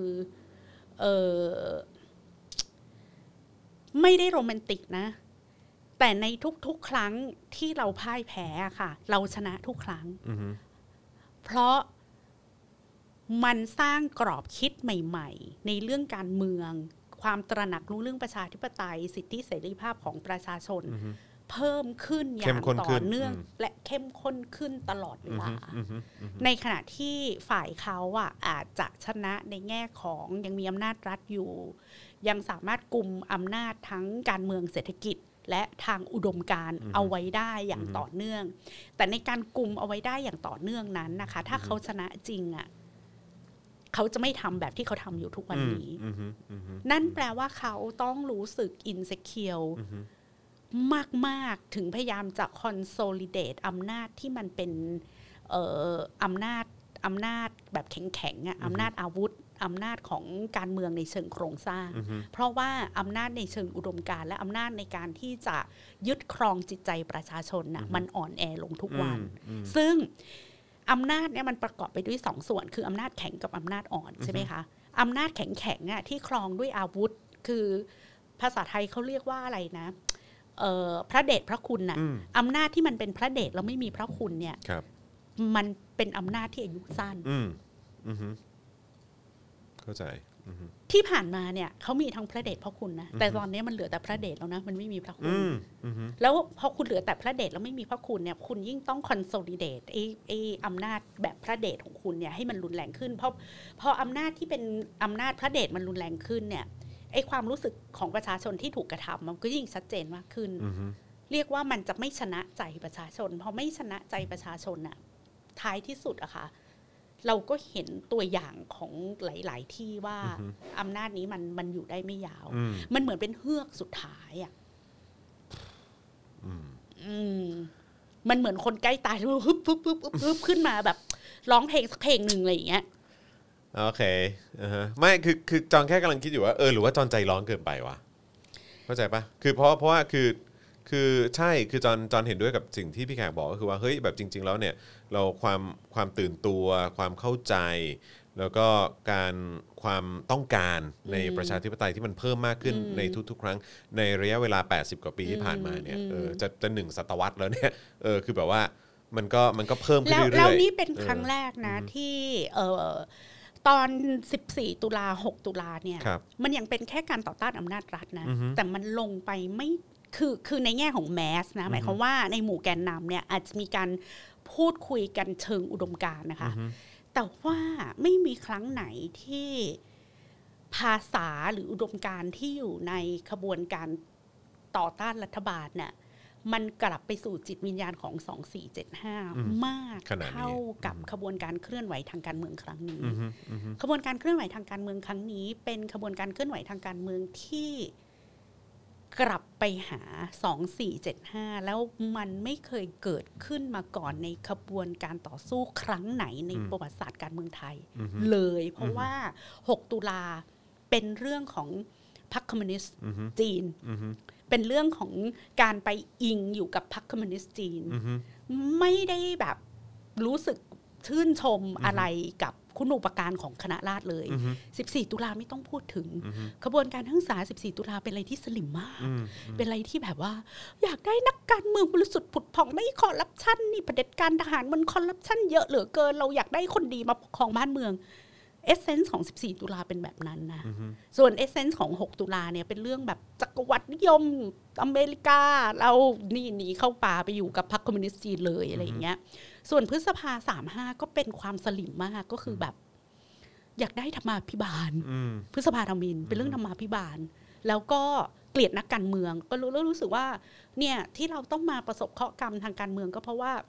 ไม่ได้โรแมนติกนะแต่ในทุกๆครั้งที่เราพ่ายแพ้ค่ะเราชนะทุกครั้งเพราะมันสร้างกรอบคิดใหม่ๆในเรื่องการเมืองความตระหนักรู้เรื่องประชาธิปไตยสิทธิเสรีภาพของประชาชนเพิ่มขึ้นอย่างต่อเนื่องและเข้มข้นขึ้นตลอดเวลาในขณะที่ฝ่ายเขาอาจจะชนะในแง่ของยังมีอำนาจรัฐอยู่ยังสามารถกุมอำนาจทั้งการเมืองเศรษฐกิจและทางอุดมการณ์เอาไว้ได้อย่างต่อเนื่องแต่ในการกุมเอาไว้ได้อย่างต่อเนื่องนั้นนะคะถ้าเขาชนะจริงเขาจะไม่ทำแบบที่เขาทำอยู่ทุกวันนี้นั่นแปลว่าเขาต้องรู้สึก insecure มากๆถึงพยายามจะ consolidate อำนาจที่มันเป็นอำนาจแบบแข็งๆอำนาจอาวุธอำนาจของการเมืองในเชิงโครงสร้างเพราะว่าอำนาจในเชิงอุดมการณ์และอำนาจในการที่จะยึดครองจิตใจประชาชนมันอ่อนแอลงทุกวันซึ่งอำนาจเนี่ยมันประกอบไปด้วย2ส่วนคืออำนาจแข็งกับอำนาจอ่อนใช่ไหมคะอำนาจแข็งๆที่ครองด้วยอาวุธคือภาษาไทยเขาเรียกว่าอะไรนะพระเดชพระคุณอำนาจที่มันเป็นพระเดชแล้วไม่มีพระคุณเนี่ยมันเป็นอำนาจที่อายุสั้นเข้าใจที่ผ่านมาเนี่ยเขามีทั้งพระเดชพระคุณนะแต่ตอนนี้มันเหลือแต่พระเดชแล้วนะมันไม่มีพระคุณแล้วพอคุณเหลือแต่พระเดชแล้วไม่มีพระคุณเนี่ยคุณยิ่งต้อง consolidate ไอ้อำนาจแบบพระเดชของคุณเนี่ยให้มันรุนแรงขึ้นเพราะพออำนาจที่เป็นอำนาจพระเดชมันรุนแรงขึ้นเนี่ยไอ้ความรู้สึกของประชาชนที่ถูกกระทำมันก็ยิ่งชัดเจนมากขึ้นเรียกว่ามันจะไม่ชนะใจประชาชนพอไม่ชนะใจประชาชนน่ะท้ายที่สุดอะค่ะเราก็เห็นตัวอย่างของหลายๆที่ว่าอำนาจนี้มันอยู่ได้ไม่ยาวมันเหมือนเป็นเฮือกสุดท้ายอ่ะมันเหมือนคนใกล้ตายแล้วฮึบขึ้นมาแบบร้องเพลงสักเพลงนึงอะไรอย่างเงี้ยโอเคไม่คือจอนแค่กำลังคิดอยู่ว่าหรือว่าจอนใจร้อนเกินไปวะเข้าใจปะคือเพราะว่าคือใช่คือจอนเห็นด้วยกับสิ่งที่พี่แขกบอกก็คือว่าเฮ้ยแบบจริงๆแล้วเนี่ยเราความตื่นตัวความเข้าใจแล้วก็ความต้องการในประชาธิปไตยที่มันเพิ่มมากขึ้นในทุกๆครั้งในระยะเวลา80กว่าปีที่ผ่านมาเนี่ยจะ1ศตวรรษแล้วเนี่ยคือแบบว่ามันก็เพิ่มขึ้นเรื่อยๆแล้วนี่เป็นครั้งแรกนะที่ตอน14ตุลา6ตุลาเนี่ยมันยังเป็นแค่การต่อต้านอำนาจรัฐนะแต่มันลงไปไม่คือในแง่ของแมสนะหมายความว่าในหมู่แกนนำเนี่ยอาจจะมีการพูดคุยกันเชิงอุดมการณ์นะคะแต่ว่าไม่มีครั้งไหนที่ภาษาหรืออุดมการณ์ที่อยู่ในขบวนการต่อต้านรัฐบาลเนี่ยมันกลับไปสู่จิตวิญญาณของ2475มากเท่ากับขบวนการเคลื่อนไหวทางการเมืองครั้งนี้ขบวนการเคลื่อนไหวทางการเมืองครั้งนี้เป็นขบวนการเคลื่อนไหวทางการเมืองที่กลับไปหา2475แล้วมันไม่เคยเกิดขึ้นมาก่อนในขบวนการต่อสู้ครั้งไหนในประวัติศาสตร์การเมืองไทยเลยเพราะว่า6ตุลาเป็นเรื่องของพรรคคอมมิวนิสต์จีนเป็นเรื่องของการไปอิงอยู่กับพรรคคอมมิวนิสต์จีนไม่ได้แบบรู้สึกชื่นชมอะไรกับคุณูปการของคณะราษฎรเลย14ตุลาไม่ต้องพูดถึงขบวนการทั้งสา14ตุลาเป็นอะไรที่สลิมมากเป็นอะไรที่แบบว่าอยากได้นักการเมืองบริสุทธิ์ผุดผ่องไม่คอร์รัปชันนี่เผด็จการทหารมันคอร์รัปชันเยอะเหลือเกินเราอยากได้คนดีมาปกครองบ้านเมืองเอเซนส์ของ14ตุลาเป็นแบบนั้นนะส่วนเอเซนส์ของ6ตุลาเนี่ยเป็นเรื่องแบบจักรวรรดินิยมอเมริกาเรานี่หนีเข้าป่าไปอยู่กับพรรคคอมมิวนิสต์จีนเลยอะไรอย่างเงี้ยส่วนพฤษภา35ก็เป็นความสลิมมากก็คือแบบอยากได้ธรรมาภิบาลพฤษภาธมิฬเป็นเรื่องธรรมาภิบาลแล้วก็เกลียดนักการเมืองก็รู้สึกว่าเนี่ยที่เราต้องมาประสบเคราะห์กรรมทางการเมืองก็เพราะว่า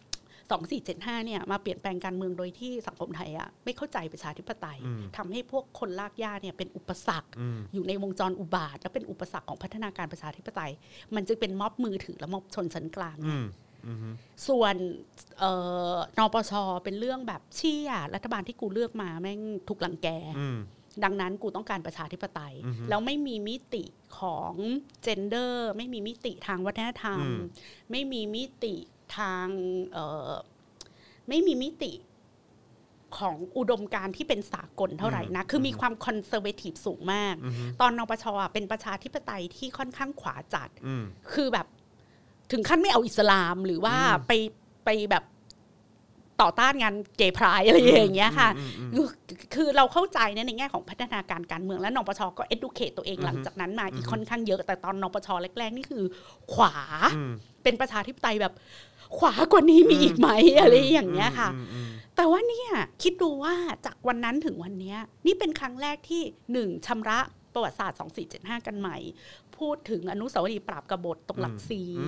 2475เนี่ยมาเปลี่ยนแปลงการเมืองโดยที่สังคมไทยอ่ะไม่เข้าใจประชาธิปไตยทำให้พวกคนลากย่าเนี่ยเป็นอุปสรรคอยู่ในวงจรอุบาทและเป็นอุปสรรคของพัฒนาการประชาธิปไตยมันจึงเป็นม็อบมือถือและม็อบชนชั้นกลางส่วนนปช.เป็นเรื่องแบบเชี่ยรัฐบาลที่กูเลือกมาแม่งถูกรังแกดังนั้นกูต้องการประชาธิปไตยแล้วไม่มีมิติของเจนเดอร์ไม่มีมิติทางวัฒนธรรมไม่มีมิติทางไม่มีมิติของอุดมการณ์ที่เป็นสากลเท่าไหร่นะคือมีความคอนเซอร์เวทีฟสูงมากตอนนปช.เป็นประชาธิปไตยที่ค่อนข้างขวาจัดคือแบบถึงขั้นไม่เอาอิสลามหรือว่าไปแบบต่อต้านงานเกย์ไพร์อะไรอย่างเงี้ยค่ะคือเราเข้าใจในแง่ของพัฒนาการการเมืองและนปช.ก็ educate ตัวเองหลังจากนั้นมาอีกค่อนข้างเยอะแต่ตอนนปช.แรกๆนี่คือขวาเป็นประชาธิปไตยแบบขวากว่านี้มีอีกไหมอะไรอย่างเงี้ยค่ะแต่ว่าเนี่ยคิดดูว่าจากวันนั้นถึงวันนี้นี่เป็นครั้งแรกที่1ชำระประวัติศาสตร์2475กันใหม่พูดถึงอนุสาวรีย์ปราบกบฏตรงหลัก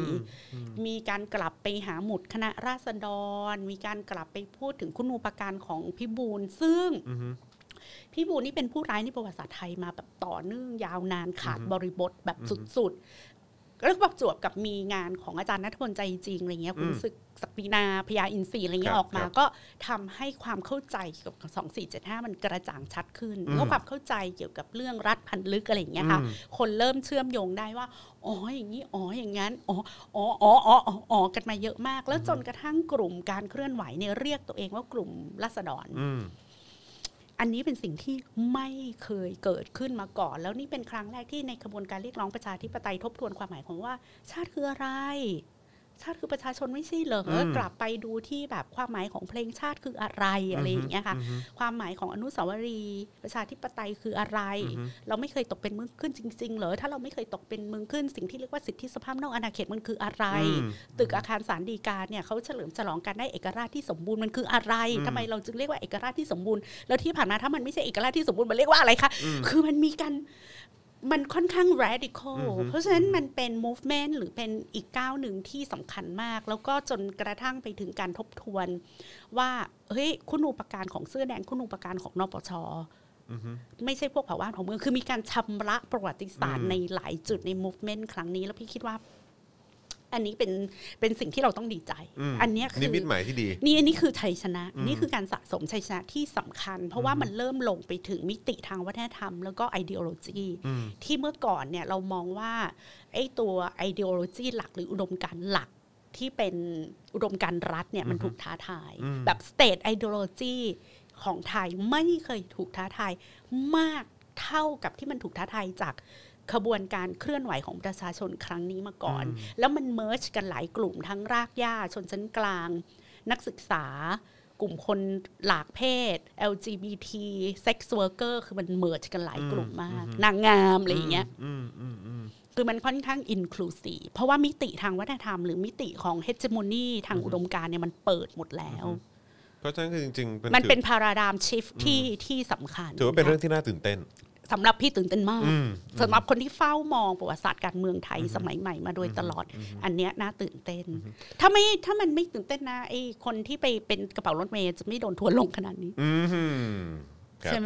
4มีการกลับไปหาหมุดคณะราษฎรมีการกลับไปพูดถึงคุณูปการของพิบูลซึ่งพี่บูลนี่เป็นผู้ร้ายในประวัติศาสตร์ไทยมาแบบต่อเนื่องยาวนานขาดบริบทแบบสุดๆแล้วประจวบกับมีงานของอาจารย์ณัฐพลใจจริงอะไรเงี้ยคุณรู้สึกศักดินาพญาอินทรีอะไรเงี้ยออกมาก็ทำให้ความเข้าใจเกี่ยวกับ2475มันกระจ่างชัดขึ้นแล้วความเข้าใจเกี่ยวกับเรื่องรัฐพันลึกอะไรอย่างเงี้ยค่ะคนเริ่มเชื่อมโยงได้ว่าอ๋ออย่างนี้อ๋ออย่างงั้นอ๋อกันมาเยอะมากแล้วจนกระทั่งกลุ่มการเคลื่อนไหวเนี่ยเรียกตัวเองว่ากลุ่มราษฎรอันนี้เป็นสิ่งที่ไม่เคยเกิดขึ้นมาก่อนแล้วนี่เป็นครั้งแรกที่ในกระบวนการเรียกร้องประชาธิปไตยทบทวนความหมายของว่าชาติคืออะไรชาติคือประชาชนไม่ใช่เหรอกลับไปดูที่แบบความหมายของเพลงชาติคืออะไรอะไรอย่างเงี้ยค่ะความหมายของอนุสาวรีย์ประชาธิปไตยคืออะไรเราไม่เคยตกเป็นเมืองขึ้นจริงๆเหรอถ้าเราไม่เคยตกเป็นเมืองขึ้นสิ่งที่เรียกว่าสิทธิสภาพนอกอาณาเขตมันคืออะไรตึกอาคารศาลฎีกาเนี่ยเขาเฉลิมฉลองการได้เอกราชที่สมบูรณ์มันคืออะไรทำไมเราจึงเรียกว่าเอกราชที่สมบูรณ์แล้วที่ผ่านมาถ้ามันไม่ใช่เอกราชที่สมบูรณ์มันเรียกว่าอะไรคะคือมันมีการมันค่อนข้าง radical เพราะฉะนั้นมันเป็น movement หรือเป็นอีกก้าวหนึ่งที่สำคัญมากแล้วก็จนกระทั่งไปถึงการทบทวนว่าเฮ้ยคุณูปการของเสื้อแดงคุณูปการของนปช.ไม่ใช่พวกเผ่าบ้านของเมืองคือมีการชำระประวัติศาสตร์ในหลายจุดใน movement ครั้งนี้แล้วพี่คิดว่าอันนี้เป็นสิ่งที่เราต้องดีใจอันนี้คือนิมิตหมายที่ดีนี่อันนี้คือชัยชนะนี่คือการสะสมชัยชนะที่สำคัญเพราะว่ามันเริ่มลงไปถึงมิติทางวัฒนธรรมแล้วก็ ideology ที่เมื่อก่อนเนี่ยเรามองว่าไอ้ตัว ideology หลักหรืออุดมการณ์หลักที่เป็นอุดมการณ์รัฐเนี่ยมันถูกท้าทายแบบ state ideology ของไทยไม่เคยถูกท้าทายมากเท่ากับที่มันถูกท้าทายจากขบวนการเคลื่อนไหวของประชาชนครั้งนี้มาก่อนแล้วมันเมิร์จกันหลายกลุ่มทั้งรากหญ้าชนชั้นกลางนักศึกษากลุ่มคนหลากเพศ LGBT sex worker คือมันเมิร์จกันหลายกลุ่มมากนางงามอะไรอย่างเงี้ยคือมันค่อนข้าง inclusive เพราะว่ามิติทางวัฒนธรรมหรือมิติของ hegemony ทางอุดมการณ์เนี่ยมันเปิดหมดแล้วเพราะฉะนั้นคือจริงๆมันเป็น paradigm shift ที่สำคัญถือว่าเป็นเรื่องที่น่าตื่นเต้นสำหรับพี่ตื่นเต้นมากสำหรับคนที่เฝ้ามองประวัติศาสตร์การเมืองไทยสมัยใหม่มาโดยตลอดอันเนี้ยน่าตื่นเต้นถ้ามันไม่ตื่นเต้นนะไอ้คนที่ไปเป็นกระเป๋ารถเมล์จะไม่โดนทัวร์ลงขนาดนี้ใช่ไหม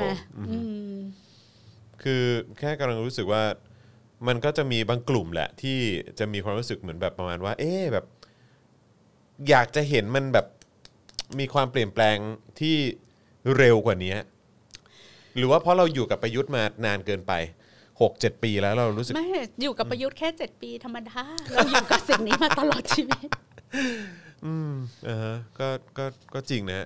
คือแค่กำลังรู้สึกว่ามันก็จะมีบางกลุ่มแหละที่จะมีความรู้สึกเหมือนแบบประมาณว่าแบบอยากจะเห็นมันแบบมีความเปลี่ยนแปลงที่เร็วกว่านี้หรือว่าเพราะเราอยู่กับประยุทธ์มานานเกินไป 6-7 ปีแล้วเรารู้สึกไม่อยู่กับประยุทธ์แค่7ปีธรรมดาเราอยู่กับสิ่งนี้มาตลอดชีวิตก็จริงนะ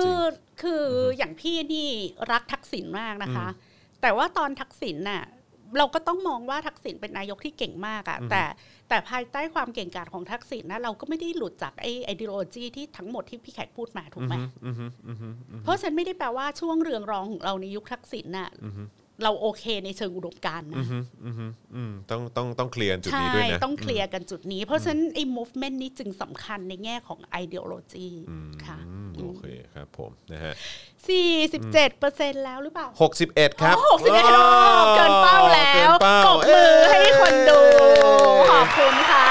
คืออย่างพี่นี่รักทักษิณมากนะคะแต่ว่าตอนทักษิณน่ะเราก็ต้องมองว่าทักษิณเป็นนายกที่เก่งมากอะแต่ภายใต้ความเก่งกาจของทักษิณนะเราก็ไม่ได้หลุดจากไอเดโลจีที่ทั้งหมดที่พี่แขกพูดมาถูกไหมเพราะฉะนั้นไม่ได้แปลว่าช่วงเรืองรองของเราในยุคทักษิณน่ะเราโอเคในเชิงอุดมการณ์นะต้องเคลียร์จุดนี้ด้วยนะใช่ต้องเคลียร์กันจุดนี้เพราะฉะนั้นไอ้ movement นี้จึงสำคัญในแง่ของ ideology ค่ะโอเคครับผมนะฮะ 47%แล้วหรือเปล่า 61ครับ 61เกินเป้าแล้วปรบมือให้คนดูขอบคุณค่ะ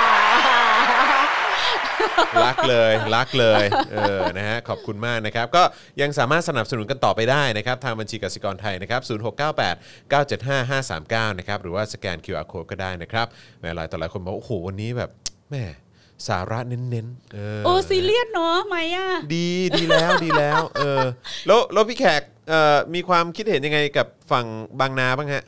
รักเลยนะฮะขอบคุณมากนะครับก็ยังสามารถสนับสนุนกันต่อไปได้นะครับทางบัญชีกสิกรไทยนะครับ0698975539นะครับหรือว่าสแกน QR Code ก็ได้นะครับแม้หลายต่อหลายคนบอกโอ้โหวันนี้แบบแม่สาระเน้นโอ้ซีเรียสเนาะไหมอ่ะดีแล้วแล้วพี่แขกมีความคิดเห็นยังไงกับฝั่งบางนาบ้างฮะ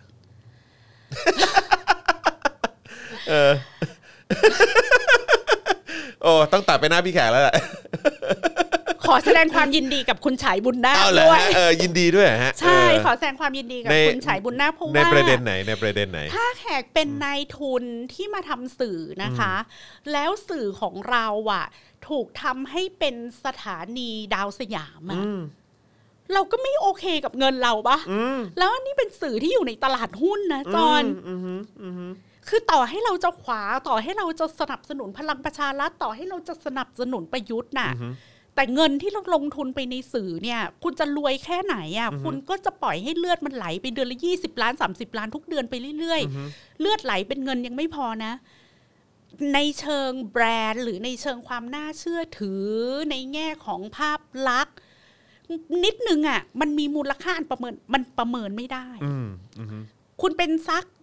โอ้ต้องตัดไปหน้าพี่แขกแล้วแหละขอแสดงความยินดีกับคุณฉายบุญนาคด้วยยินดีด้วยฮะใช่ขอแสดงความยินดีกับคุณฉายบุญนาคเพราะว่าในประเด็นไหนถ้าแขกเป็นนายทุนที่มาทำสื่อนะคะแล้วสื่อของเราอ่ะถูกทำให้เป็นสถานีดาวสยามอ่ะเราก็ไม่โอเคกับเงินเราปะแล้วนี่เป็นสื่อที่อยู่ในตลาดหุ้นนะจอนคือต่อให้เราจะขวาต่อให้เราจะสนับสนุนพลังประชารัฐต่อให้เราจะสนับสนุนประยุทธ์น่ะแต่เงินที่เราลงทุนไปในสื่อเนี่ยคุณจะรวยแค่ไหนอ่ะคุณก็จะปล่อยให้เลือดมันไหลไปเดือนละ20 ล้าน30 ล้านทุกเดือนไปเรื่อยๆเลือดไหลเป็นเงินยังไม่พอนะในเชิงแบรนด์หรือในเชิงความน่าเชื่อถือในแง่ของภาพลักษณ์นิดนึงอ่ะมันมีมูลค่ามันประเมินไม่ได้คุณเป็นซัก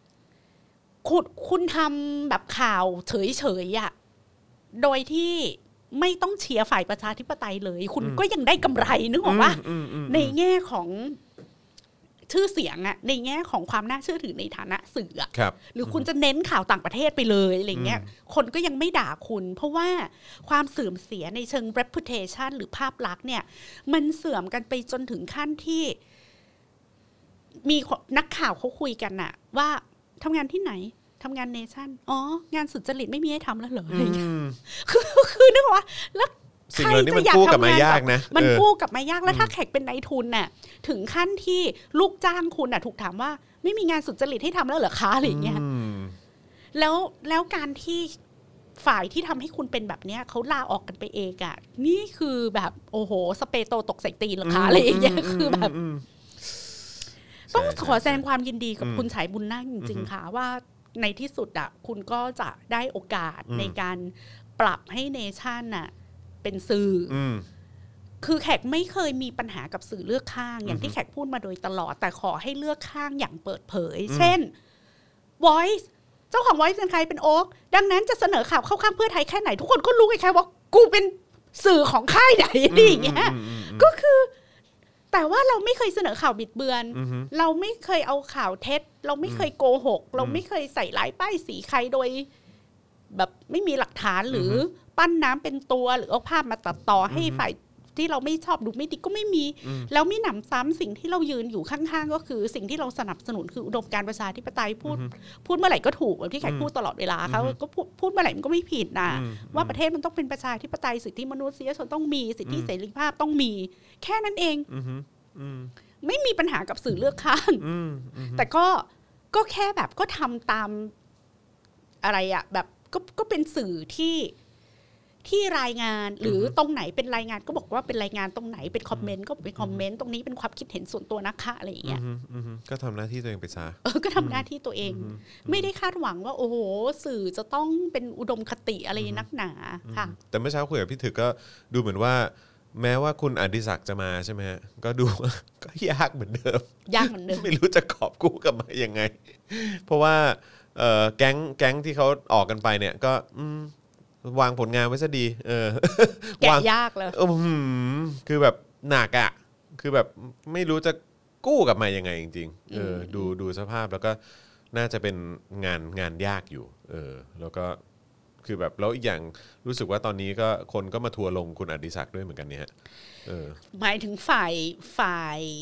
คุณทำแบบข่าวเฉยๆอ่ะโดยที่ไม่ต้องเชียร์ฝ่ายประชาธิปไตยเลยคุณก็ยังได้กำไรนึกออกปะในแง่ของชื่อเสียงอะในแง่ของความน่าเชื่อถือในฐานะสื่อหรือคุณจะเน้นข่าวต่างประเทศไปเลยอะไรเงี้ยคนก็ยังไม่ด่าคุณเพราะว่าความเสื่อมเสียในเชิง reputation หรือภาพลักษณ์เนี่ยมันเสื่อมกันไปจนถึงขั้นที่มีนักข่าวเขาคุยกันอะว่าทำงานที่ไหนทำงานเนชั่นงานสุจริตไม่มีให้ทำแล้วเหรออะไรเงี้ยคือนึกว่าแล้วใครจะอยากทำงานมันกู้กับมายากแล้วถ้าแขกเป็นนายทุนน่ะถึงขั้นที่ลูกจ้างคุณน่ะถูกถามว่าไม่มีงานสุจริตให้ทำแล้วเหรอคะอะไรเงี้ยแล้วการที่ฝ่ายที่ทำให้คุณเป็นแบบเนี้ยเขาลาออกกันไปเองอ่ะนี่คือแบบโอ้โหสเปโตตกใส่ตีนเหรอคะอะไรอย่างเงี้ยคือแบบต้องขอแสดงความยินดีกับคุณฉายบุญนาคจริงๆค่ะว่าในที่สุดอ่ะคุณก็จะได้โอกาสในการปรับให้เนชั่นน่ะเป็นสื่อคือแขกไม่เคยมีปัญหากับสื่อเลือกข้างอย่างที่แขกพูดมาโดยตลอดแต่ขอให้เลือกข้างอย่างเปิดเผยเช่น Voice เจ้าของ Voice เป็นใครเป็นโอ๊คดังนั้นจะเสนอข่าวเข้าข้างเพื่อไทยแค่ไหนทุกคนก็รู้ไงแค่ว่ากูเป็นสื่อของค่ายไหนนี่อย่างเงี้ยก็คือแต่ว่าเราไม่เคยเสนอข่าวบิดเบือนเราไม่เคยเอาข่าวเท็จเราไม่เคยโกหกเราไม่เคยใส่ร้ายป้ายสีใครโดยแบบไม่มีหลักฐานหรือปั้นน้ำเป็นตัวหรือเอาภาพมาตัดต่อให้ฝ่ายที่เราไม่ชอบดูไม่ดีก็ไม่มีแล้วมีหนำซ้ำสิ่งที่เรายืนอยู่ข้างๆก็คือสิ่งที่เราสนับสนุนคืออุดมการณ์ประชาธิปไตยพูดเมื่อไหร่ก็ถูกแบบที่แขกพูดตลอดเวลาเขาก็พูดเมื่อไหร่มันก็ไม่ผิดนะว่าประเทศมันต้องเป็นประชาธิปไตยสิทธิมนุษยชนต้องมีสิทธิเสรีภาพต้องมีแค่นั้นเองไม่มีปัญหากับสื่อเลือกข้างแต่ก็แค่แบบก็ทำตามอะไรอะแบบก็เป็นสื่อที่รายงานหรือตรงไหนเป็นรายงานก็บอกว่าเป็นรายงานตรงไหนเป็นคอมเมนต์ก็เป็นคอมเมนต์ตรงนี้เป็นความคิดเห็นส่วนตัวนะคะอะไรอย่างเงี้ยก็ทำหน้าที่ตัวเองไปซะก็ทำหน้าที่ตัวเองไม่ได้คาดหวังว่าโอ้โหสื่อจะต้องเป็นอุดมคติอะไรนักหนาค่ะแต่เมื่อเช้าคุยกับพี่ถึกก็ดูเหมือนว่าแม้ว่าคุณอดิศักดิ์จะมาใช่ไหมฮะก็ดูก็ยากเหมือนเดิมไม่รู้จะกอบกู้กับมายังไงเพราะว่าแก๊งที่เขาออกกันไปเนี่ยก็วางผลงานไว้ซะดีแกะยากเลยคือแบบหนักอ่ะคือแบบไม่รู้จะกู้กลับมายังไงจริงๆดูสภาพแล้วก็น่าจะเป็นงานยากอยู่แล้วก็คือแบบแล้วอีกอย่างรู้สึกว่าตอนนี้ก็คนก็มาทัวร์ลงคุณอดิศักดิ์ด้วยเหมือนกันเนี่ยหมายถึงฝ่าย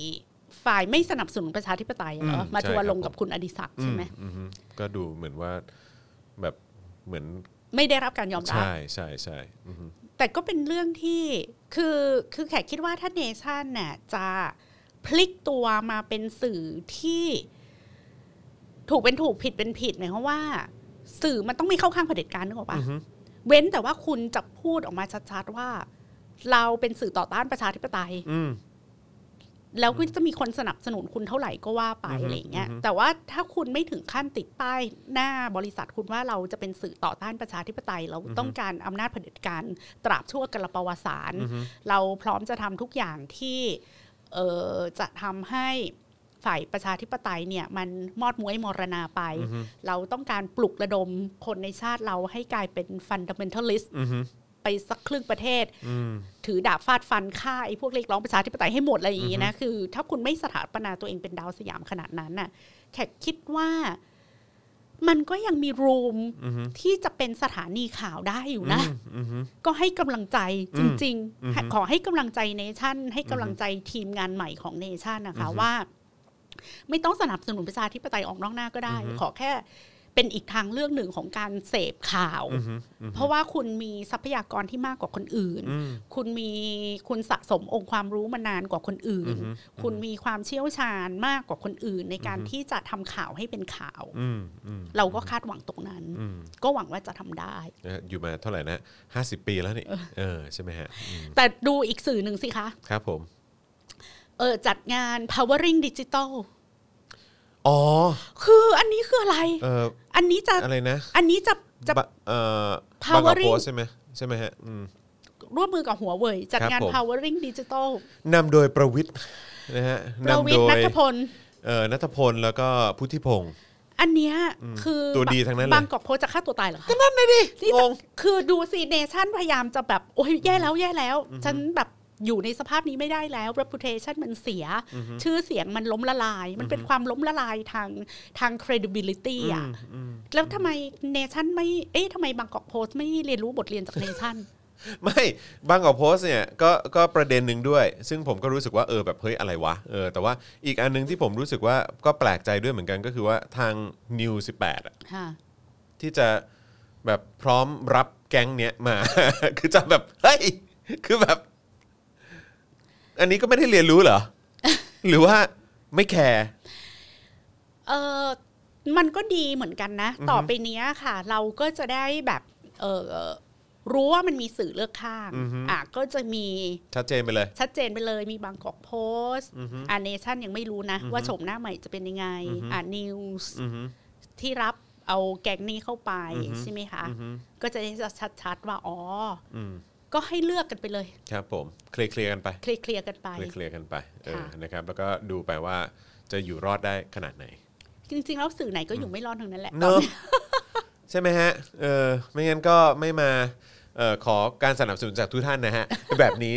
ฝ่ายไม่สนับสนุนประชาธิปไตยเหรอมาทัวร์ลงกับคุณอดิศักดิ์ใช่ไหมก็ดูเหมือนว่าแบบเหมือนไม่ได้รับการยอมรับใช่แต่ก็เป็นเรื่องที่คือแขกคิดว่าถ้าเนชั่นเนี่ยจะพลิกตัวมาเป็นสื่อที่ถูกเป็นถูกผิดเป็นผิดหมายความว่าสื่อมันต้องไม่เข้าข้างเผด็จการนึกออกปะเว้นแต่ว่าคุณจะพูดออกมาชัดๆว่าเราเป็นสื่อต่อต้านประชาธิปไตยแล้วก็จะมีคนสนับสนุนคุณเท่าไหร่ก็ว่าไปอะไรอย่างเงี้ยแต่ว่าถ้าคุณไม่ถึงขั้นติดป้ายหน้าบริษัทคุณว่าเราจะเป็นสื่อต่อต้านประชาธิปไตยเราต้องการอำนาจเผด็จการตราบชั่วกาลปวสานเราพร้อมจะทำทุกอย่างที่จะทำให้ฝ่ายประชาธิปไตยเนี่ยมันมอดม้วยมรณาไปเราต้องการปลุกระดมคนในชาติเราให้กลายเป็น fundamentalist ไปสักครึ่งประเทศถือดาบฟาดฟันฆ่าไอ้พวกเรียกร้องประชาธิปไตยให้หมดอะไรอย่างนี้นะคือถ้าคุณไม่สถาปนาตัวเองเป็นดาวสยามขนาดนั้นน่ะแขกคิดว่ามันก็ยังมีรูมที่จะเป็นสถานีข่าวได้อยู่นะก็ให้กำลังใจจริงๆขอให้กำลังใจเนชั่นให้กำลังใจทีมงานใหม่ของเนชั่นนะคะว่าไม่ต้องสนับสนุนประชาธิปไตยออกนอกหน้าก็ได้ขอแค่เป็นอีกทางเลือกหนึ่งของการเสพข่าวเพราะว่าคุณมีทรัพยากรที่มากกว่าคนอื่นคุณสะสมองค์ความรู้มานานกว่าคนอื่นคุณมีความเชี่ยวชาญมากกว่าคนอื่นในการที่จะทำข่าวให้เป็นข่าวเราก็คาดหวังตรงนั้นก็หวังว่าจะทำได้อยู่มาเท่าไหร่นะ50 ปีแล้วนี่ใช่ไหมฮะแต่ดูอีกสื่อหนึ่งสิคะครับผมจัดงาน powering digital คืออันนี้คืออะไรอันนี้จะอะไรนะอันนี้จะ powering ใช่ไหมฮะร่วมมือกับหัวเว่ยจัดงาน powering digital นำโดยประวิตรนะฮะประวิตรณัฐพลณัฐพลแล้วก็พุทธิพงศ์อันเนี้ยคือตัวดีทั้งนั้นเลยบางกอกโพสจะฆ่าตัวตายเหรอก็นั่นเลยดิคือดูสิเนชั่นพยายามจะแบบโอ้ยแย่แล้วฉันแบบอยู่ในสภาพนี้ไม่ได้แล้ว reputation มันเสียชื่อเสียงมันล้มละลายมันเป็นความล้มละลายทาง credibility อ่ะแล้วทำไมเนชั่นไม่ทำไมบางกอกโพสไม่เรียนรู้บทเรียนจากเนชั่นไม่บางกอกโพสเนี่ยก็ประเด็นหนึ่งด้วยซึ่งผมก็รู้สึกว่าแบบเฮ้ยอะไรวะแต่ว่าอีกอันนึงที่ผมรู้สึกว่าก็แปลกใจด้วยเหมือนกันก็คือว่าทาง New 18อ่ะที่จะแบบพร้อมรับแก๊งเนี้ยมา คือจะแบบเฮ้ยคือแบบอันนี้ก็ไม่ได้เรียนรู้เหรอ หรือว่าไม่แคร์มันก็ดีเหมือนกันนะต่อไปนี้ค่ะเราก็จะได้แบบรู้ว่ามันมีสื่อเลือกข้างก็จะมีชัดเจนไปเลยมีบางกอกโพสต์เนชั่นยังไม่รู้นะว่าโฉมหน้าใหม่จะเป็นยังไงนิวส์ที่รับเอาแก๊งนี้เข้าไปใช่ไหมคะก็จะได้ชัดๆว่าก็ให้เลือกกันไปเลยครับผมเคลียร์กันไปนะครับแล้วก็ดูไปว่าจะอยู่รอดได้ขนาดไหนจริงๆแล้วสื่อไหนก็อยู่ไม่รอดทั้งนั้นแหละเนอะใช่ไหมฮะไม่งั้นก็ไม่มาขอการสนับสนุนจากทุกท่านนะฮะแบบนี้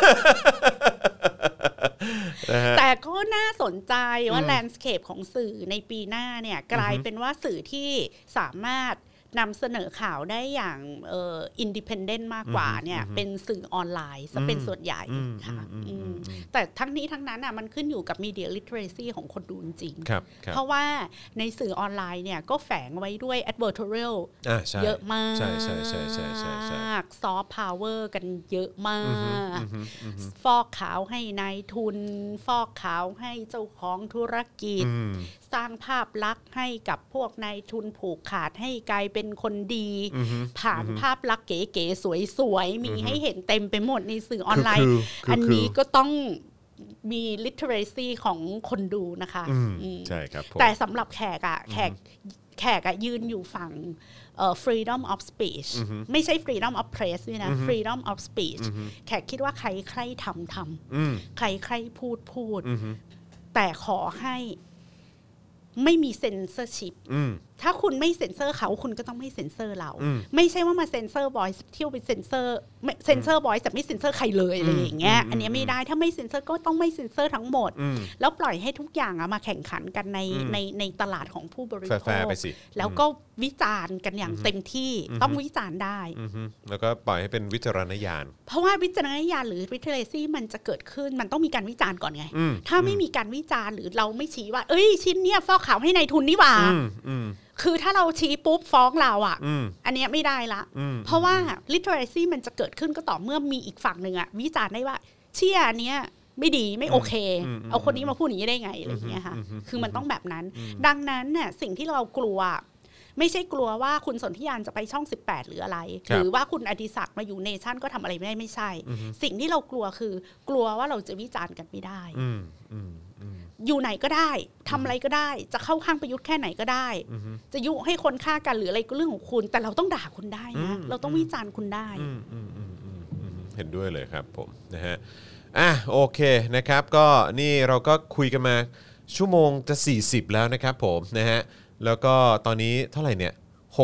แต่ก็น่าสนใจว่าแลนด์สเคปของสื่อในปีหน้าเนี่ยกลายเป็นว่าสื่อที่สามารถนำเสนอข่าวได้อย่างอินดิเพนเดนต์มากกว่าเนี่ยเป็นสื่อออนไลน์จะเป็นส่วนใหญ่ค่ะแต่ทั้งนี้ทั้งนั้นมันขึ้นอยู่กับ media literacy ของคนดูจริงเพราะว่าในสื่อออนไลน์เนี่ยก็แฝงไว้ด้วย advertorial เยอะมากซอฟต์พาวเวอร์กันเยอะมากฟอกขาวให้นายทุนฟอกขาวให้เจ้าของธุรกิจสร้างภาพลักษณ์ให้กับพวกนายทุนผูกขาดให้กลายเป็นคนดีผ่านภาพลักษณ์เก๋ๆสวยๆมีให้เห็นเต็มไปหมดในสื่อออนไลน์อันนี้ก็ต้องมี literacy ของคนดูนะคะใช่ครับแต่สำหรับแขกยืนอยู่ฝั่งfreedom of speech ไม่ใช่ freedom of press ด้วยนะ freedom of speech แขกคิดว่าใครใครทำใครใครพูดแต่ขอให้ไม่มี censorship ถ้าคุณไม่เซ็นเซอร์เขาคุณก็ต้องไม่เซ็นเซอร์เราไม่ใช่ว่ามาเซ็นเซอร์บอยส์เที่ยวไปเซ็นเซอร์บอยส์แต่ไม่เซ็นเซอร์ใครเลยอะไรอย่างเงี้ยอันนี้ไม่ได้ถ้าไม่เซ็นเซอร์ก็ต้องไม่เซ็นเซอร์ทั้งหมดแล้วปล่อยให้ทุกอย่างมาแข่งขันกันในตลาดของผู้บริโภคแล้วก็วิจารณ์กันอย่างเต็มที่ต้องวิจารณ์ได้แล้วก็ปล่อยให้เป็นวิจารณญาณเพราะว่าวิจารณญาณหรือ literacy มันจะเกิดขึ้นมันต้องมีการวิจารณ์ก่อนไงถ้าไม่มีการวิจารณ์หรือเราไม่ชี้ว่าเอ้ยชิ้นเนี้ยฟอกขาวให้นายทุนนี่หว่าคือถ้าเราชี้ปุ๊บฟ้องเราอ่ะอันเนี้ยไม่ได้ละเพราะว่า literacy มันจะเกิดขึ้นก็ต่อเมื่อมีอีกฝั่งหนึ่งอ่ะวิจารณ์ได้ว่าเชี่ยอันเนี้ยไม่ดีไม่โอเคเอาคนนี้มาพูดอย่างนี้ได้ไงอะไรอย่างเงี้ยค่ะคือมันต้องแบบนั้นดังนั้นเนี่ยสิ่งที่เรากลัวไม่ใช่กลัวว่าคุณสนธิยานจะไปช่อง18หรืออะไรหรือว่าคุณอดิศักดิ์มาอยู่เนชั่นก็ทำอะไรไม่ใช่สิ่งที่เรากลัวคือกลัวว่าเราจะวิจารณ์กันไม่ได้อยู่ไหนก็ได้ทำอะไรก็ได้จะเข้าข้างประยุทธ์แค่ไหนก็ได้จะยุให้คนฆ่ากันหรืออะไรก็เรื่องของคุณแต่เราต้องด่าคุณได้นะเราต้องวิจารณ์คุณได้เห็นด้วยเลยครับผมนะฮะโอเคนะครับก็นี่เราก็คุยกันมาชั่วโมงจะ40แล้วนะครับผมนะฮะแล้วก็ตอนนี้เท่าไหร่เนี่ย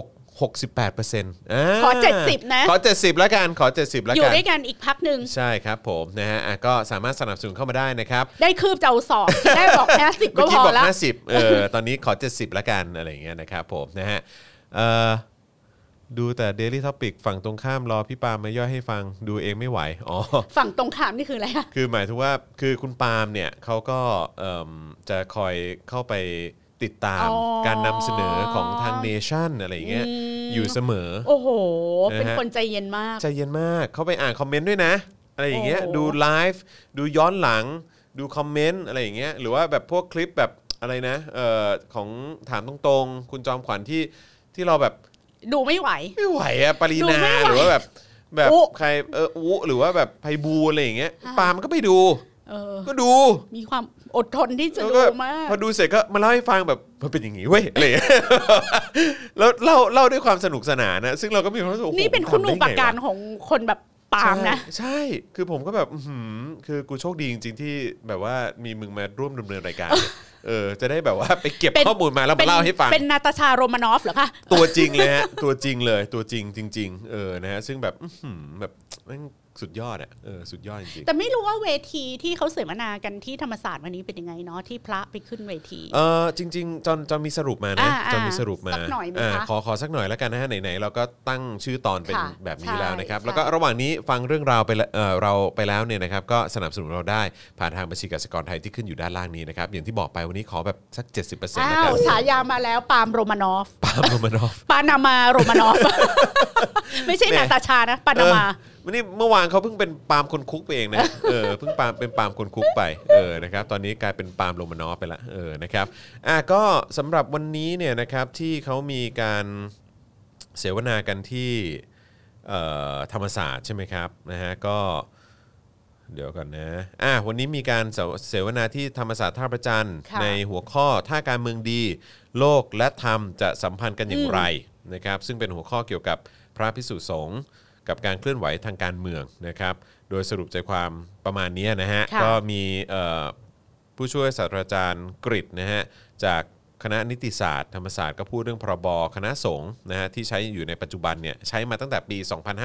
68% ขอ70นะขอ70แล้วกันขอ70แล้วกันอยู่ด้วยกันอีกพักนึงใช่ครับผมนะฮะก็สามารถสนับสนุนเข้ามาได้นะครับได้คืบจะเอาสอบได้บอก50ก็พอแล้วตอนนี้ขอ70แล้วกันอะไรอย่างเงี้ยนะครับผมนะฮะดูแต่ Daily Topic ฝั่งตรงข้ามรอพี่ปาล์มมาย่อยให้ฟังดูเองไม่ไหวฝั่งตรงข้ามนี่คืออะไรคะคือหมายถึงว่าคือคุณปาล์มเนี่ยเขาก็จะคอยเข้าไปติดตามการนำเสนอของทางเนชั่นอะไรอย่างเงี้ยอยู่เสมอโอ้โหเป็นคนใจเย็นมากใจเย็นมากเขาไปอ่านคอมเมนต์ด้วยนะอะไรอย่างเงี้ยดูไลฟ์ดูย้อนหลังดูคอมเมนต์อะไรอย่างเงี้ยหรือว่าแบบพวกคลิปแบบอะไรนะของถามตรงๆคุณจอมขวัญที่เราแบบดูไม่ไหวอะปรีนาหรือว่าแบบใครหรือว่าแบบไพบูลย์อะไรอย่างเงี้ยปาล์มก็ไปดูก็ดูมีความอดทนที่จะดูมากพอดูเสร็จก็มาเล่าให้ฟังแบบมันเป็นอย่างงี้เว้ยอะไรแล้วเล่าด้วยความสนุกสนานนะซึ่งเราก็มีความรู้สึกนี่เป็นคุณอุปการของคนแบบปาล์มนะใช่คือผมก็แบบคือกูโชคดีจริงๆที่แบบว่ามีมึงมาร่วมดำเนินรายการจะได้แบบว่าไปเก็บข้อมูลมาแล้วมาเล่าให้ฟังเป็นนาตาชาโรมานอฟเหรอคะตัวจริงเลยฮะตัวจริงเลยตัวจริงจริงๆนะฮะซึ่งแบบแบบสุดยอดอ่ะสุดยอดจริงแต่ไม่รู้ว่าเวทีที่เขาเสวนากันที่ธรรมศาสตร์วันนี้เป็นยังไงเนาะที่พระไปขึ้นเวทีจริงๆจอนมีสรุปมานะจอนมีสรุปมาขอสักหน่อยแล้วกันนะฮะไหนๆเราก็ตั้งชื่อตอนเป็นแบบนี้แล้วนะครับแล้วก็ระหว่างนี้ฟังเรื่องราวไปเราไปแล้วเนี่ยนะครับก็สนับสนุนเราได้ผ่านทางบัญชีกสิกรไทยที่ขึ้นอยู่ด้านล่างนี้นะครับอย่างที่บอกไปวันนี้ขอแบบสัก 70% นะครับฉายามาแล้วปาล์มโรมานอฟปานามาโรมานอฟไม่ใช่นาตาชานะปานามาวันนี้เมื่อวานเขาเพิ่งเป็นปาล์มคนคุกไปเองนะเพิ่งเป็นปาล์มคนคุกไปนะครับตอนนี้กลายเป็นปาล์มโรมานอฟไปละนะครับก็สำหรับวันนี้เนี่ยนะครับที่เขามีการเสวนากันที่ธรรมศาสตร์ใช่ไหมครับนะฮะก็เดี๋ยวก่อนนะวันนี้มีการเสวนาที่ธรรมศาสตร์ท่าพระจันทร์ในหัวข้อถ้าการเมืองดีโลกและธรรมจะสัมพันธ์กันอย่างไรนะครับซึ่งเป็นหัวข้อเกี่ยวกับพระภิกษุสงฆ์กับการเคลื่อนไหวทางการเมืองนะครับโดยสรุปใจความประมาณนี้นะฮะก็มีผู้ช่วยศาสตราจารย์กฤษนะฮะจากคณะนิติศาสตร์ธรรมศาสตร์ก็พูดเรื่องพรบคณะสงฆ์นะฮะที่ใช้อยู่ในปัจจุบันเนี่ยใช้มาตั้งแต่ปี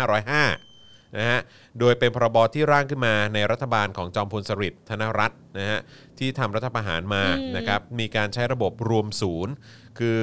2505 นะฮะโดยเป็นพรบที่ร่างขึ้นมาในรัฐบาลของจอมพลสฤษดิ์ธนรัตน์นะฮะที่ทำรัฐประหารมานะครับมีการใช้ระบบรวมศูนย์คือ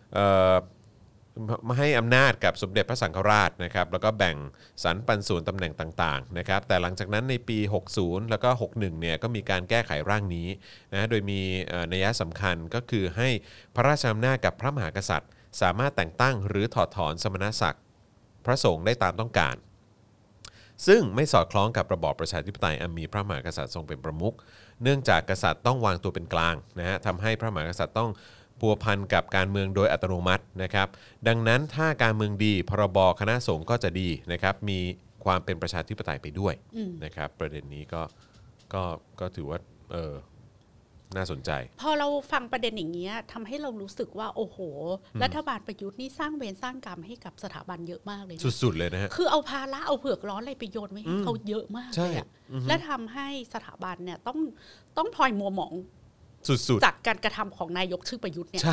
มาให้อำนาจกับสมเด็จพระสังฆราชนะครับแล้วก็แบ่งสรรปันส่วนตำแหน่งต่างๆนะครับแต่หลังจากนั้นในปี 60 แล้วก็ 61 เนี่ยก็มีการแก้ไขร่างนี้นะโดยมีนัยสำคัญก็คือให้พระราชอำนาจกับพระมหากษัตริย์สามารถแต่งตั้งหรือถอดถอนสมณศักดิ์พระสงฆ์ได้ตามต้องการซึ่งไม่สอดคล้องกับระบอบประชาธิปไตยอันมีพระมหากษัตริย์ทรงเป็นประมุขเนื่องจากกษัตริย์ต้องวางตัวเป็นกลางนะฮะทำให้พระมหากษัตริย์ต้องพัวพันกับการเมืองโดยอัตโนมัตินะครับดังนั้นถ้าการเมืองดีพรบคณะสงฆ์ก็จะดีนะครับมีความเป็นประชาธิปไตยไปด้วยนะครับประเด็นนี้ก็ถือว่าน่าสนใจพอเราฟังประเด็นอย่างเงี้ยทำให้เรารู้สึกว่าโอ้โหรัฐบาลประยุทธ์นี่สร้างเวรสร้างกรรมให้กับสถาบันเยอะมากเลยสุดๆเลยนะฮะคือเอาภาระเอาเผือกร้อนอะไรไปโยนไว้ให้เขาเยอะมากเลยอ่ะและทำให้สถาบันเนี่ยต้องพลอยมัวหมองสุดๆจากการกระทำของนายกชื่อประยุทธ์เนี่ยใช่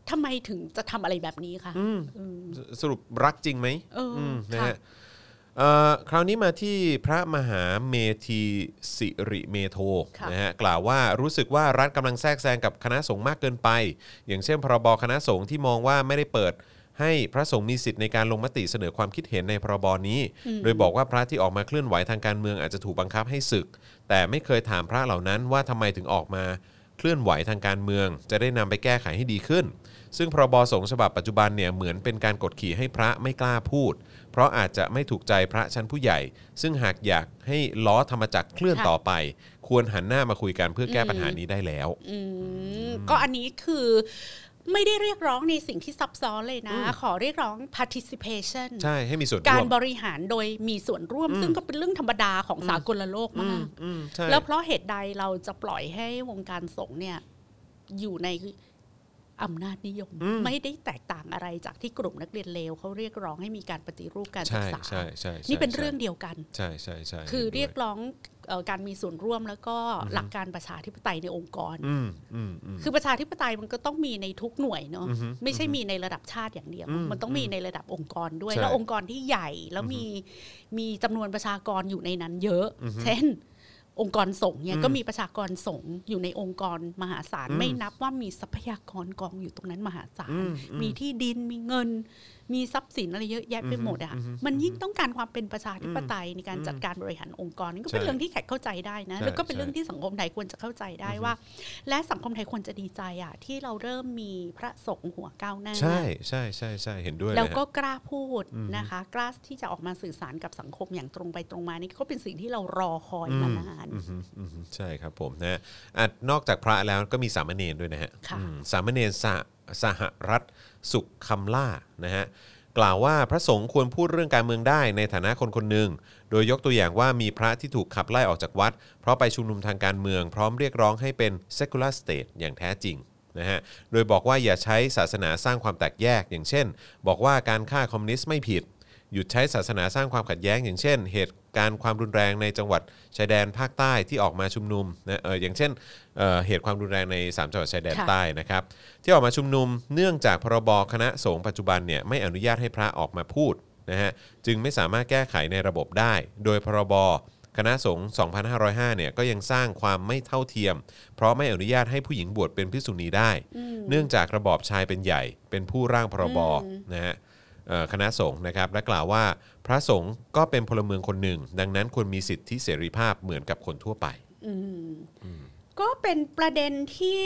ทำไมถึงจะทำอะไรแบบนี้คะสรุปรักจริงไหมนะฮะคราวนี้มาที่พระมหาเมธีสิริเมโทนะฮะกล่าวว่ารู้สึกว่ารัฐกำลังแทรกแซงกับคณะสงฆ์มากเกินไปอย่างเช่นพรบคณะสงฆ์ที่มองว่าไม่ได้เปิดให้พระสงฆ์มีสิทธิ์ในการลงมติเสนอความคิดเห็นในพรบนี้โดยบอกว่าพระที่ออกมาเคลื่อนไหวทางการเมืองอาจจะถูกบังคับให้สึกแต่ไม่เคยถามพระเหล่านั้นว่าทำไมถึงออกมาเคลื่อนไหวทางการเมืองจะได้นำไปแก้ไขให้ดีขึ้นซึ่งพรบสงฆ์ฉบับปัจจุบันเนี่ยเหมือนเป็นการกดขี่ให้พระไม่กล้าพูดเพราะอาจจะไม่ถูกใจพระชั้นผู้ใหญ่ซึ่งหากอยากให้ล้อธรรมจักรเคลื่อนต่อไปควรหันหน้ามาคุยกันเพื่อแก้ปัญหานี้ได้แล้วก็อันนี้คือไม่ได้เรียกร้องในสิ่งที่ซับซ้อนเลยนะขอเรียกร้อง participation ใช่ให้มีส่วนร่วมการบริหารโดยมีส่วนร่วมซึ่งก็เป็นเรื่องธรรมดาของสากลโลกมากแล้วเพราะเหตุใดเราจะปล่อยให้วงการสงฆ์เนี่ยอยู่ในอำนาจนิยมไม่ได้แตกต่างอะไรจากที่กลุ่มนักเรียนเลวเขาเรียกร้องให้มีการปฏิรูปการศึกษานี่เป็นเรื่องเดียวกันใช่คือเรียกร้องการมีส่วนร่วมแล้วก็หลักการประชาธิปไตยในองค์กรคือประชาธิปไตยมันก็ต้องมีในทุกหน่วยเนาะไม่ใช่มีในระดับชาติอย่างเดียวมันต้องมีในระดับองค์กรด้วยแล้วองค์กรที่ใหญ่แล้วมีจำนวนประชากรอยู่ในนั้นเยอะเช่นองค์กรสงฆ์เนี่ยก็มีประชากรสงฆ์อยู่ในองค์กรมหาศาลไม่นับว่ามีทรัพยากรกองอยู่ตรงนั้นมหาศาลมีที่ดินมีเงินมีทรัพย์สินอะไรเยอะแยะไปหมดอ่ะมันยิ่งต้องการความเป็นประชาธิปไตยในการจัดการบริหารองค์กรนี่ก็เป็นเรื่องที่แขกเข้าใจได้นะแล้วก็เป็นเรื่องที่สังคมไทยควรจะเข้าใจได้ว่าและสังคมไทยควรจะดีใจอ่ะที่เราเริ่มมีพระสงฆ์หัวก้าวหน้าใช่เห็นด้วยแล้วก็กล้าพูดนะคะกล้าที่จะออกมาสื่อสารกับสังคมอย่างตรงไปตรงมานี่ก็เป็นสิ่งที่เรารอคอยมานานใช่ครับผมนะนอกจากพระแล้วก็มีสามเณรด้วยนะฮะสามเณรสหรัฐสุขคำล่านะฮะกล่าวว่าพระสงฆ์ควรพูดเรื่องการเมืองได้ในฐานะคนคนหนึ่งโดยยกตัวอย่างว่ามีพระที่ถูกขับไล่ออกจากวัดเพราะไปชุมนุมทางการเมืองพร้อมเรียกร้องให้เป็น secular state อย่างแท้จริงนะฮะโดยบอกว่าอย่าใช้ศาสนาสร้างความแตกแยกอย่างเช่นบอกว่าการฆ่าคอมมิวนิสต์ไม่ผิดหยุดใช้ศาสนาสร้างความขัดแย้งอย่างเช่นเหตุการณ์ความรุนแรงในจังหวัดชายแดนภาคใต้ที่ออกมาชุมนุมนะอย่างเช่นเหตุความรุนแรงใน3จังหวัดชายแดนใต้นะครับที่ออกมาชุมนุมเนื่องจากพรบคณะสงฆ์ปัจจุบันเนี่ยไม่อนุญาตให้พระออกมาพูดนะฮะจึงไม่สามารถแก้ไขในระบบได้โดยพรบคณะสงฆ์2505เนี่ยก็ยังสร้างความไม่เท่าเทียมเพราะไม่อนุญาตให้ผู้หญิงบวชเป็นภิกษุณีได้เนื่องจากระบอบชายเป็นใหญ่เป็นผู้ร่างพรบนะฮะคณะสงฆ์นะครับและกล่าวว่าพระสงฆ์ก็เป็นพลเมืองคนหนึ่งดังนั้นควรมีสิทธิเสรีภาพเหมือนกับคนทั่วไปก็เป็นประเด็นที่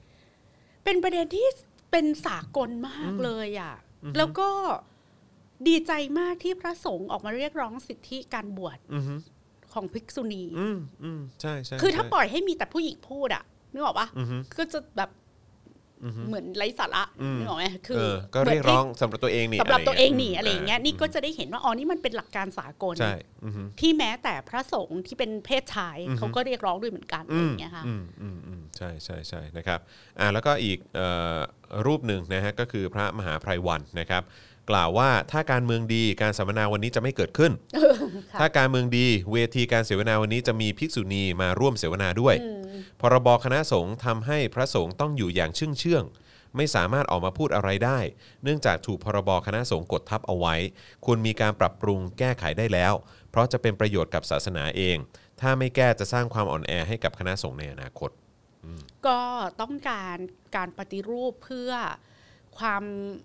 เป็นสากลมากเลยอ่ะแล้วก็ดีใจมากที่พระสงฆ์ออกมาเรียกร้องสิทธิการบวชของภิกษุณีใช่คือถ้าปล่อยให้มีแต่ผู้หญิงพูดอ่ะนึกออกปะก็จะแบบเหมือนไร้สาระนึกออกไหมคือก็เรียกร้องสำหรับตัวเองนี่สำหรับตัวเองนี่อะไรอย่างเงี้ยนี่ก็จะได้เห็นว่าอ๋อนี่มันเป็นหลักการสากลที่แม้แต่พระสงฆ์ที่เป็นเพศชายเขาก็เรียกร้องด้วยเหมือนกันอะไรอย่างเงี้ยค่ะใช่นะครับแล้วก็อีกรูปหนึ่งนะฮะก็คือพระมหาไพรวันนะครับกล่าวว่าถ้าการเมืองดีการสัมมนาวันนี้จะไม่เกิดขึ้นถ้าการเมืองดีเวทีการเสวนาวันนี้จะมีภิกษุณีมาร่วมเสวนาด้วยพรบคณะสงฆ์ทำให้พระสงฆ์ต้องอยู่อย่างเชื่องไม่สามารถออกมาพูดอะไรได้เนื่องจากถูกพรบคณะสงฆ์กดทับเอาไว้ควรมีการปรับปรุงแก้ไขได้แล้วเพราะจะเป็นประโยชน์กับศาสนาเองถ้าไม่แก้จะสร้างความอ่อนแอให้กับคณะสงฆ์ในอนาคตก็ต้องการปฏิรูปเพื่อความ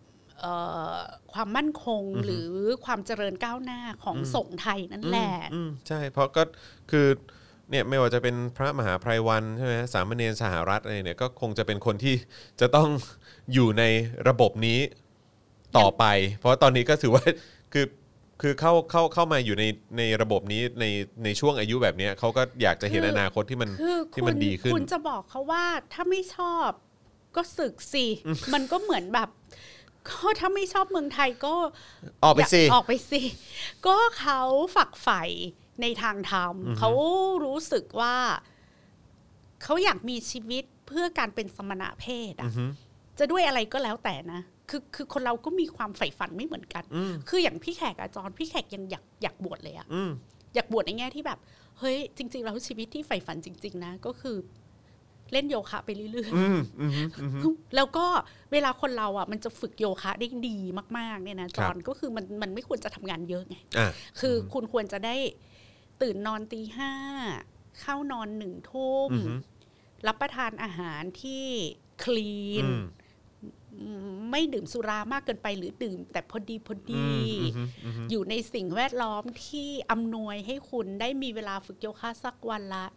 มั่นคงหรือความเจริญก้าวหน้าของสงฆ์ไทยนั่นแหละใช่เพราะก็คือเนี่ยไม่ว่าจะเป็นพระมหาไพรวันใช่ไหมสามเณรสหรัฐอะไรเนี่ยก็คงจะเป็นคนที่จะต้องอยู่ในระบบนี้ต่อไปเพราะตอนนี้ก็ถือว่าคือเข้ามาอยู่ในระบบนี้ในช่วงอายุแบบนี้เขาก็อยากจะเห็นอนาคตที่มันดีขึ้นคุณจะบอกเขาว่าถ้าไม่ชอบก็สึกสิมันก็เหมือนแบบก็ถ้าไม่ชอบเมืองไทยก็ออกไปสิก็เขาฝักใฝ่ในทางธรรมเขารู้สึกว่าเขาอยากมีชีวิตเพื่อการเป็นสมณเพศอ่ะจะด้วยอะไรก็แล้วแต่นะคือคนเราก็มีความใฝ่ฝันไม่เหมือนกันคืออย่างพี่แขกอาจารย์พี่แขกยังอยากบวชเลยอ่ะอยากบวชในแง่ที่แบบเฮ้ยจริงๆแล้วชีวิตที่ใฝ่ฝันจริงๆนะก็คือเล่นโยคะไปเรื่อยๆแล้วก็เวลาคนเราอ่ะมันจะฝึกโยคะได้ดีมากๆเนี่ยนะจอนก็คือมันไม่ควรจะทำงานเยอะไงคือคุณควรจะได้ตื่นนอน 5:00 เข้านอน 1:00 นรับประทานอาหารที่คลีนไม่ดื่มสุรามากเกินไปหรือดื่มแต่พอดีอยู่ในสิ่งแวดล้อมที่อำนวยให้คุณได้มีเวลาฝึกโยคะสักวันละ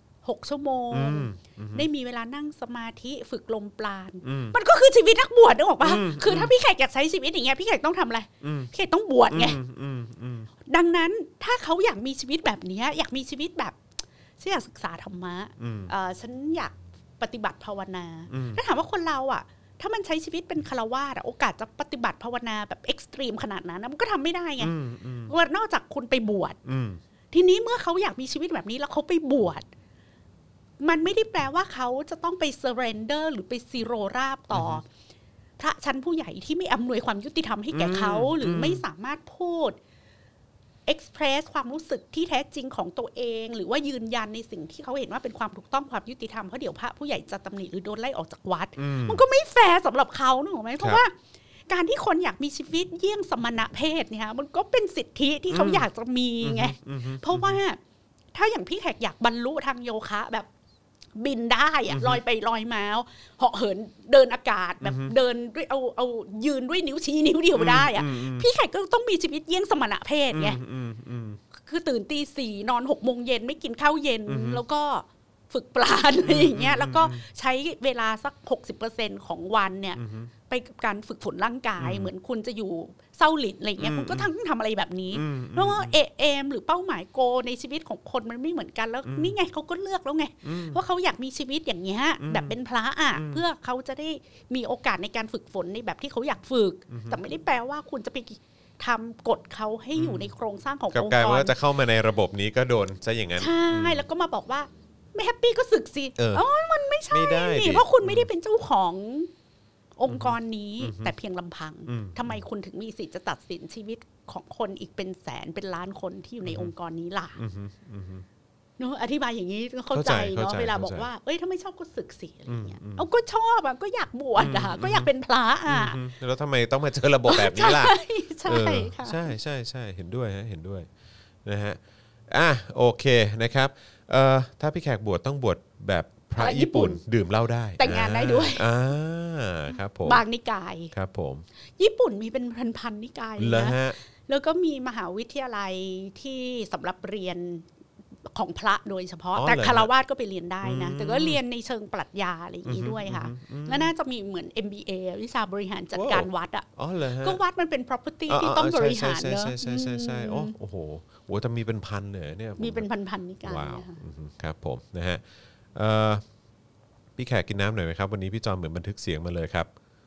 6 ชั่วโมงได้มีเวลานั่งสมาธิฝึกลมปราณมันก็คือชีวิตนักบวชนึกออกป่ะคือถ้าพี่แขกอยากใช้ชีวิตอย่างเงี้ยพี่แขกต้องทำอะไรพี่แขกต้องบวชไงดังนั้นถ้าเขาอยากมีชีวิตแบบนี้อยากมีชีวิตแบบฉันอยากศึกษาธรรมะฉันอยากปฏิบัติภาวนาถ้าถามว่าคนเราอ่ะถ้ามันใช้ชีวิตเป็นฆราวาสโอกาสจะปฏิบัติภาวนาแบบเอ็กซ์ตรีมขนาดนั้นมันก็ทำไม่ได้ไงว่านอกจากคุณไปบวชทีนี้เมื่อเขาอยากมีชีวิตแบบนี้แล้วเขาไปบวชมันไม่ได้แปลว่าเขาจะต้องไปเซอร์เรนเดอร์หรือไปซีโรราบต่อพระชั้นผู้ใหญ่ที่ไม่อำนวยความยุติธรรมให้แก่เขาหรือไม่สามารถพูดเอ็กซ์เพรสความรู้สึกที่แท้จริงของตัวเองหรือว่ายืนยันในสิ่งที่เขาเห็นว่าเป็นความถูกต้องความยุติธรรมเพราะเดี๋ยวพระผู้ใหญ่จะตำหนิหรือโดนไล่ออกจากวัดมันก็ไม่แฟร์สำหรับเขานึกออกไหมเพราะว่าการที่คนอยากมีชีวิตเยี่ยงสมณะเพศเนี่ยมันก็เป็นสิทธิที่เขาอยากจะมีไงเพราะว่าถ้าอย่างพี่แขกอยากบรรลุทางโยคะแบบบินได้อะลอยไปลอยมาเหาะเหินเดินอากาศแบบเดินด้วยเอายืนด้วยนิ้วชี้นิ้วเดียวได้อะพี่แขกก็ต้องมีชีวิตเยี่ยงสมณะเพศไงคือตื่นตี 4นอน 6 โมงเย็นไม่กินข้าวเย็นแล้วก็ฝึกปราณอะไรอย่างเงี้ยแล้วก็ใช้เวลาสัก 60% ของวันเนี่ยไปกับการฝึกฝนร่างกายเหมือนคุณจะอยู่เศร้าหลินอะไรเงี้ยคุณก็ต้องทำอะไรแบบนี้เพราะว่าเอมหรือเป้าหมายโกในชีวิตของคนมันไม่เหมือนกันแล้วนี่ไงเขาก็เลือกแล้วไงว่าเขาอยากมีชีวิตอย่างเงี้ยแบบเป็นพระอ่ะเพื่อเขาจะได้มีโอกาสในการฝึกฝนในแบบที่เขาอยากฝึกแต่ไม่ได้แปลว่าคุณจะไปทำกฎเขาให้อยู่ในโครงสร้างขององค์กรกับการว่าจะเข้ามาในระบบนี้ก็โดนซะอย่างนั้นใช่แล้วก็มาบอกว่าไม่แฮปปี้ก็สึกสิมันไม่ใช่นี่เพราะคุณไม่ได้เป็นเจ้าขององค์กรนี้แต่เพียงลำพังทำไมคุณถึงมีสิทธิ์จะตัดสินชีวิตของคนอีกเป็นแสนเป็นล้านคนที่อยู่ในองค์กรนี้ล่ะเนอะอธิบายอย่างนี้ก็เข้าใจเนาะเวลาบอกว่าเอ้ยถ้าไม่ชอบก็สึกสิอะไรเงี้ยเอาก็ชอบอ่ะก็อยากบวชอ่ะก็อยากเป็นพระอ่ะแล้วทำไมต้องมาเจอระบบแบบนี้ล่ะใช่ค่ะใช่ใช่ใช่เห็นด้วยฮะเห็นด้วยนะฮะโอเคนะครับถ้าพี่แขกบวชต้องบวชแบบพระญี่ปุ่นดื่มเหล้าได้แต่งงานได้ด้วยครับผมบางนิกายครับผมญี่ปุ่นมีเป็นพันนิกายนะแล้วก็มีมหาวิทยาลัยที่สำหรับเรียนของพระโดยเฉพาะแต่คฤหัสถ์ก็ไปเรียนได้นะแต่ก็เรียนในเชิงปรัชญาอะไรอย่างนี้ด้วยค่ะแล้วน่าจะมีเหมือน MBA วิชาบริหารจัดการวัดอ่ะก็วัดมันเป็น property ที่ต้องบริหารเนอะใช่โอ้โหจะมีเป็นพันเลยเนี่ยมีเป็นพันนิกายครับผมนะฮะพี่แขกกินน้ำหน่อยไหมครับวันนี้พี่จอมเหมือนบันทึกเสียงมาเลยครับ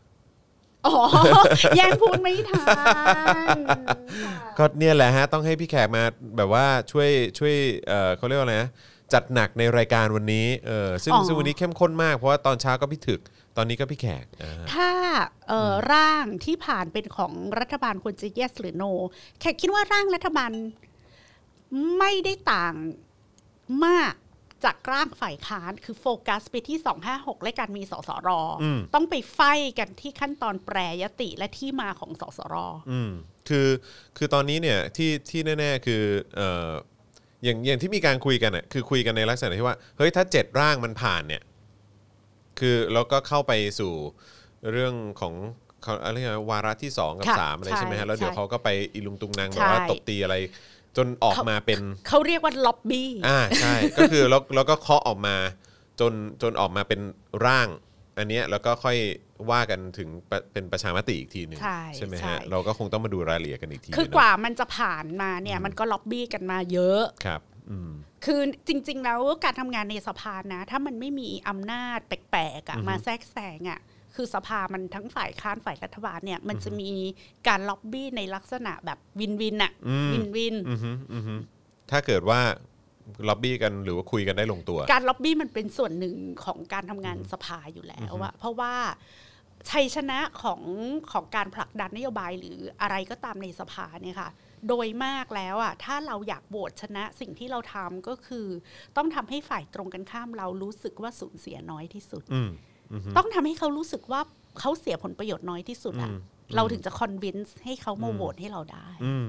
แย่งพูดไม่ทันก็เนี่ยแหละฮะต้องให้พี่แขกมาแบบว่าช่วยเขาเรียกว่าอะไรนะจัดหนักในรายการวันนี้ซึ่งวันนี้เข้มข้นมากเพราะว่าตอนเช้าก็พี่ถึกตอนนี้ก็พี่แขกถ้าร่างที่ผ่านเป็นของรัฐบาลควรจะ yes หรือ no แขกคิดว่าร่างรัฐบาลไม่ได้ต่างมากจากร่างฝ่ายค้านคือโฟกัสไปที่256และการมีสสรต้องไปไฟกันที่ขั้นตอนแปรยติและที่มาของสสรคือตอนนี้เนี่ยที่แน่ๆคืออย่างที่มีการคุยกันคือคุยกันในลักษณะที่ว่าเฮ้ยถ้า7ร่างมันผ่านเนี่ยคือแล้วก็เข้าไปสู่เรื่องของอะไรนะวาระที่2กับ3อะไรใช่ไหมฮะแล้วเดี๋ยวเขาก็ไปอีลุงตุงนางแบบว่าตบตีอะไรจนออกมาเป็นเขาเรียกว่าล็อบบี้ใช่ก็คือแล้วก็เคาะออกมาจนออกมาเป็นร่างอันนี้แล้วก็ค่อยว่ากันถึงเป็นประชามติอีกทีนึงใช่ไหมฮะเราก็คงต้องมาดูรายละเอียดกันอีกทีคือกว่ามันจะผ่านมาเนี่ยมันก็ล็อบบี้กันมาเยอะครับคือจริงๆแล้วการทำงานในสภานะถ้ามันไม่มีอำนาจแปลกๆมาแทรกแซงคือสภามันทั้งฝ่ายค้านฝ่ายรัฐบาลเนี่ยมันจะมีการล็อบบี้ในลักษณะแบบวินวินวินถ้าเกิดว่าล็อบบี้กันหรือว่าคุยกันได้ลงตัวการล็อบบี้มันเป็นส่วนหนึ่งของการทำงานสภาอยู่แล้วเพราะว่าชัยชนะของการผลักดันนโยบายหรืออะไรก็ตามในสภาเนี่ยค่ะโดยมากแล้วอ่ะถ้าเราอยากโหวตชนะสิ่งที่เราทำก็คือต้องทำให้ฝ่ายตรงกันข้ามเรารู้สึกว่าสูญเสียน้อยที่สุดต้องทำให้เขารู้สึกว่าเขาเสียผลประโยชน์น้อยที่สุดอ่ะเราถึงจะคอนวินส์ให้เขามาโหวตให้เราได้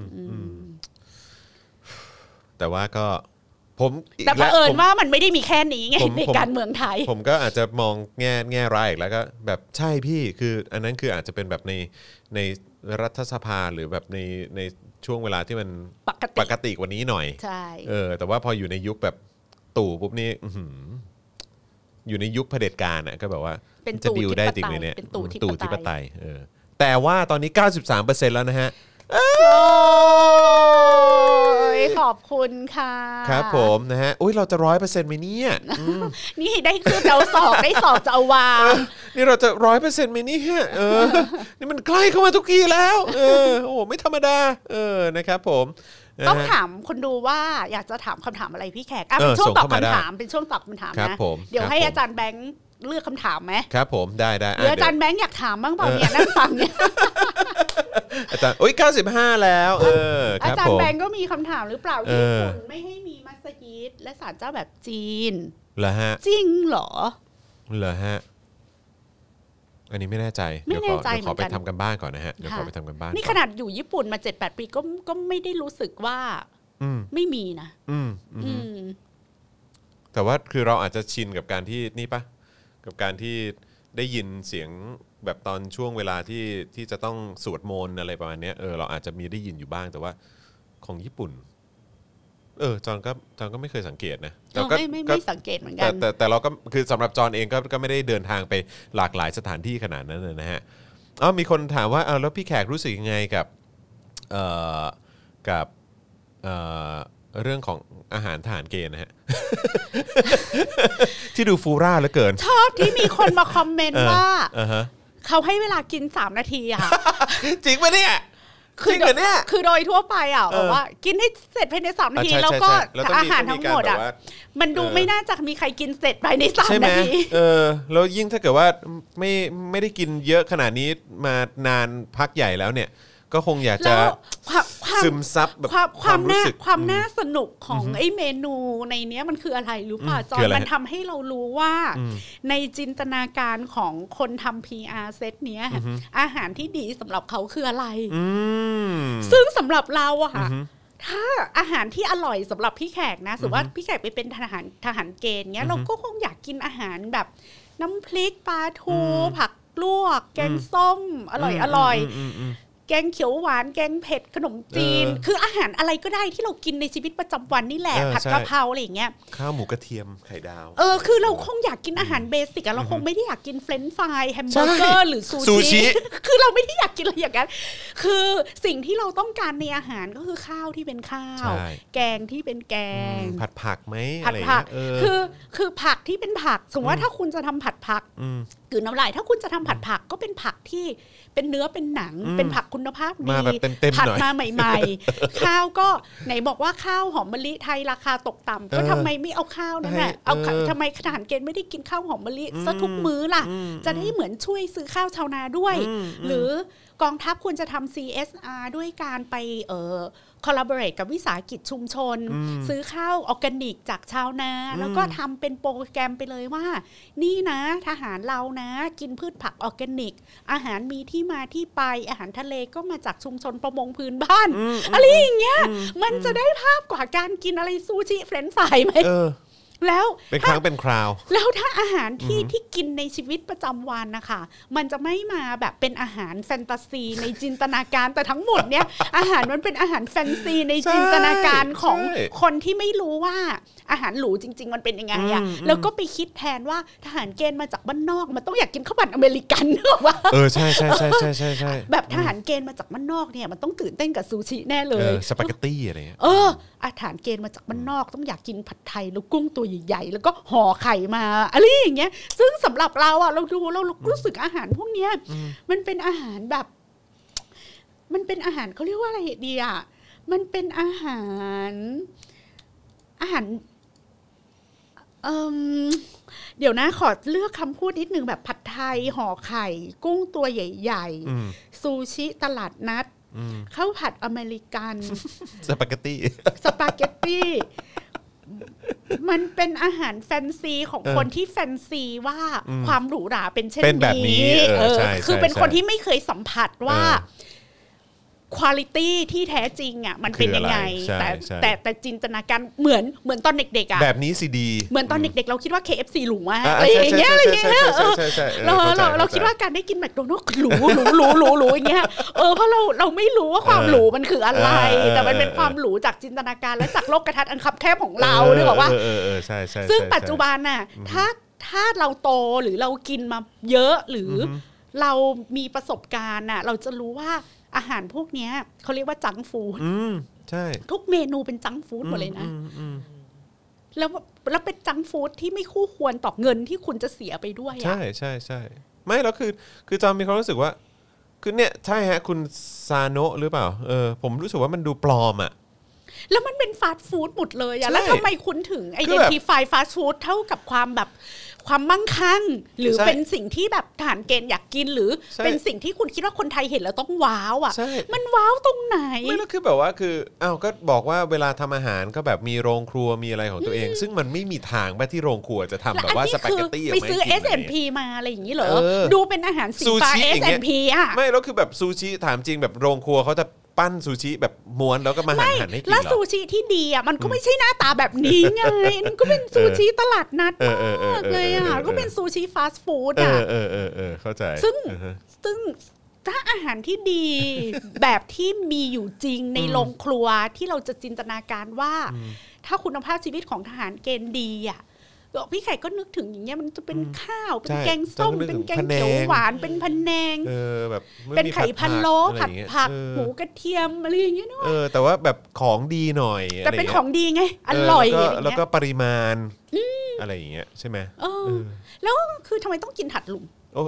แต่ว่าก็แต่เผอิญว่ามันไม่ได้มีแค่นี้ไงในการเมืองไทยผมก็อาจจะมองแง่ร้ายอีกแล้วก็แบบใช่พี่คืออันนั้นคืออาจจะเป็นแบบในรัฐสภาหรือแบบในช่วงเวลาที่มันปกติกว่านี้หน่อยใช่แต่ว่าพออยู่ในยุคแบบตู่ปุ๊บนี่อยู่ในยุคเผด็จการน่ะก็แบบว่าจะดิวได้จริงเลยเนี่ยตู่ที่ปไตยแต่ว่าตอนนี้ 93% แล้วนะฮะขอบคุณค่ะครับผมนะฮะอุ้ยเราจะ 100% มั้ยเนี่ยนี่ได้คือจะเอาสอบได้สอบจะเอาวางนี่เราจะ 100% มั้ยเนี่ยนี่มันใกล้เข้ามาทุกทีแล้วโอ้ไม่ธรรมดานะครับผมต้องถามคนดูว่าอยากจะถามคำถามอะไรพี่แขกเป็นช่วงตอบคำถามเป็นช่วงตอบคำถามนะเดี๋ยวให้อาจารย์แบงค์เลือกคำถามไหมครับผมได้เดี๋ยวอาจารย์แบงค์อยากถามบ้างเปล่าเนี่ยนั่งฟังเนี่ยอาจารย์95แล้วอาจารย์แบงค์ก็มีคำถามหรือเปล่าญี่ปุ่นไม่ให้มีมัสยิดและศาลเจ้าแบบจีนเหรอฮะจริงเหรอฮะอันนี้ไม่แน่ใจเดี๋ยวขอไปทำกันบ้านก่อนนะฮะเดี๋ยวขอไปทำกันบ้านนี่ขนาดอยู่ญี่ปุ่นมา 7-8 ปีก็ไม่ได้รู้สึกว่าไม่มีนะแต่ว่าคือเราอาจจะชินกับการที่นี่ปะกับการที่ได้ยินเสียงแบบตอนช่วงเวลาที่จะต้องสวดมนต์อะไรประมาณนี้เราอาจจะมีได้ยินอยู่บ้างแต่ว่าของญี่ปุ่นจอนก็ไม่เคยสังเกตนะเราก็ไม่สังเกตเหมือนกันแต่เราก็คือสำหรับจอนเองก็ไม่ได้เดินทางไปหลากหลายสถานที่ขนาดนั้นนะฮะมีคนถามว่าแล้วพี่แขกรู้สึกยังไงกับเรื่องของอาหารทหารเกณฑ์นะฮะ ที่ดูฟูร่าเหลือเกินชอบที่มีคนมาคอมเมนต์ว่าเขาให้เวลากิน3 นาทีอะจริงปะเนี่ยคือโดยทั่วไปอ่ะบอกว่ากินให้เสร็จภายใน3 นาทีแล้วก็อาหารทั้งหมดอ่ะมันดูไม่น่าจะมีใครกินเสร็จภายใน3 นาทีแล้วยิ่งถ้าเกิดว่าไม่ได้กินเยอะขนาดนี้มานานพักใหญ่แล้วเนี่ยก็คงอยากจะซึมซับแบบความน่าสนุกของไอ้เมนูในเนี้ยมันคืออะไรรู้ป่ะจอนมันทำให้เรารู้ว่าในจินตนาการของคนทำ PR เซตเนี้ยอาหารที่ดีสำหรับเขาคืออะไรซึ่งสำหรับเราอะค่ะถ้าอาหารที่อร่อยสำหรับพี่แขกนะสมมติว่าพี่แขกไปเป็นทหารเกณฑ์เงี้ยเราก็คงอยากกินอาหารแบบน้ำพริกปลาทูผักลวกแกงส้มอร่อยแกงเขียวหวานแกงเผ็ดขนมจีนคืออาหารอะไรก็ได้ที่เรากินในชีวิตประจำวันนี่แหละผัดกะเพราอะไรอย่างเงี้ยข้าวหมูกระเทียมไข่ดาวคือเราคงอยากกินอาหารเบสิกอะเราคงไม่ได้อยากกินเฟรนช์ฟรายแฮมเบอร์เกอร์หรือซูชิคือเราไม่ได้อยากกินอะไรอย่างนั้นคือสิ่งที่เราต้องการในอาหารก็คือข้าวที่เป็นข้าวแกงที่เป็นแกงผัดผักไหมผัดผักคือผักที่เป็นผักสมมติว่าถ้าคุณจะทำผัดผักคือน้ำลายถ้าคุณจะทำผัดผักก็เป็นผักที่เป็นเนื้อเป็นหนังเป็นผักคุณภาพดีผัดมาใหม่ๆข้าวก็ไหนบอกว่าข้าวหอมมะลิไทยราคาตกต่ำก็ทำไมไม่เอาข้าวนั่นแหละเอาทำไมทหารเกณฑ์ไม่ได้กินข้าวหอมมะลิซะทุกมื้อล่ะจะได้เหมือนช่วยซื้อข้าวชาวนาด้วยหรือกองทัพควรจะทำ CSR ด้วยการไปcollaborate กับวิสาหกิจชุมชนซื้อข้าวออร์แกนิกจากชาวนาแล้วก็ทำเป็นโปรแกรมไปเลยว่านี่นะทหารเรานะกินพืชผักออร์แกนิกอาหารมีที่มาที่ไปอาหารทะเลก็มาจากชุมชนประมงพื้นบ้านอะไรอย่างเงี้ยมันจะได้ภาพกว่าการกินอะไรซูชิเฟรนช์ฟรายไหมแล้วเป็นครั้งเป็นคราวแล้วถ้าอาหารที่กินในชีวิตประจำวันนะคะมันจะไม่มาแบบเป็นอาหารแฟนตาซีในจินตนาการแต่ทั้งหมดเนี่ยอาหารมันเป็นอาหารแฟนซีในจินตนาการของคนที่ไม่รู้ว่าอาหารหรูจริงๆมันเป็นยังไงอะแล้วก็ไปคิดแทนว่าทหารเกณฑ์มาจากบ้านนอกมันต้องอยากกินข้าวผัดอเมริกันหรอวะใช่ใช่ใช่ใช่ใช่ใช่แบบทหารเกณฑ์มาจากบ้านนอกเนี่ยมันต้องตื่นเต้นกับซูชิแน่เลยสปาเกตตี้อะไรทหารเกณฑ์มาจากบ้านนอกต้องอยากกินผัดไทยแล้วกุ้งตัวใหญ่ๆแล้วก็ห่อไข่มาอะไรอย่างเงี้ยซึ่งสำหรับเราอ่ะเราดูเรารู้สึกอาหารพวกเนี้ยมันเป็นอาหารแบบมันเป็นอาหารเขาเรียกว่าอะไรดีอ่ะมันเป็นอาหารเดี๋ยวนะขอเลือกคำพูดนิดนึงแบบผัดไทยห่อไข่กุ้งตัวใหญ่ๆซูชิตลาดนัดข้าวผัดอเมริกันสปาเกตตี้สปาเกตตี้มันเป็นอาหารแฟนซีของคนที่แฟนซีว่าความหรูหราเป็นเช่นเป็นแบบนี้ใช่คือเป็นใช่คนที่ไม่เคยสัมผัสว่าคุณภาพที่แท้จริงอ่ะมันเป็นยังไงแต่จินตนาการเหมือนตอนเด็กๆอ่ะแบบนี้สิดีเหมือนตอนเด็กๆเราคิดว่า KFC หรูมากอะไรอย่างเงี้ยเราคิดว่าการได้กินแมคโดนัลด์หรูอย่างเงี้ยเพราะเราไม่รู้ว่าความหรูมันคืออะไรแต่มันเป็นความหรูจากจินตนาการและจากโลกทัศน์อันคับแคบของเรานึกออกว่าใช่ซึ่งปัจจุบันน่ะถ้าเราโตหรือเรากินมาเยอะหรือเรามีประสบการณ์น่ะเราจะรู้ว่าอาหารพวกนี้เขาเรียกว่าจังก์ฟู้ดใช่ทุกเมนูเป็นจังก์ฟู้ดหมดเลยนะแล้วเป็นจังก์ฟู้ดที่ไม่คู่ควรต่อเงินที่คุณจะเสียไปด้วยใช่ใช่ใช่ไม่แล้วคือจอมมีความรู้สึกว่าคือเนี่ยใช่ฮะคุณซาโนะหรือเปล่าผมรู้สึกว่ามันดูปลอมอ่ะแล้วมันเป็นฟาสต์ฟู้ดหมดเลยอะแล้วทำไมคุณถึงไอเดนติฟายฟาสต์ฟู้ดเท่ากับความแบบความมั่งคั่งหรือเป็นสิ่งที่แบบทหารเกณฑ์อยากกินหรือเป็นสิ่งที่คุณคิดว่าคนไทยเห็นแล้วต้องว้าวอ่ะมันว้าวตรงไหนไม่แล้วคือแบบว่าคือก็บอกว่าเวลาทำอาหารก็แบบมีโรงครัวมีอะไรของตัวเองซึ่งมันไม่มีทางที่โรงครัวจะทำแบบว่าสปาเกตตี้ไปซื้อ S&P มาอะไรอย่างนี้เหรอดูเป็นอาหารสีฟ้า S&P อ่ะไม่แล้วคือแบบซูชิถามจริงแบบโรงครัวเขาจะปั้นซูชิแบบม้วนแล้วก็มาหั่นให้กินแล้วซูชิที่ดีอ่ะมันก็ไม่ใช่หน้าตาแบบนี้ไงมันก็เป็นซูชิตลาดนัดมากเลยอ่ะก็เป็นซูชิฟาสต์ฟู้ดอ่ะเข้าใจซึ่งถ้าอาหารที่ดีแบบที่มีอยู่จริงในโรงครัวที่เราจะจินตนาการว่าถ้าคุณภาพชีวิตของทหารเกณฑ์ดีอ่ะพี่ไข่ก็นึกถึงอย่างเงี้ยมันจะเป็นข้าวเป็นแกงส้มเป็นแกงเขียวหวานเป็นพะแนงแบบเป็นไข่พะโล้ผัดผักหมูกระเทียมอะไรอย่างเงี้ยเนาะแต่ว่าแบบของดีหน่อยแต่เป็นของดีไงอร่อยแล้วก็ปริมาณอะไรอย่างเงี้ยใช่ไหมแล้วคือทำไมต้องกินถัดหลุม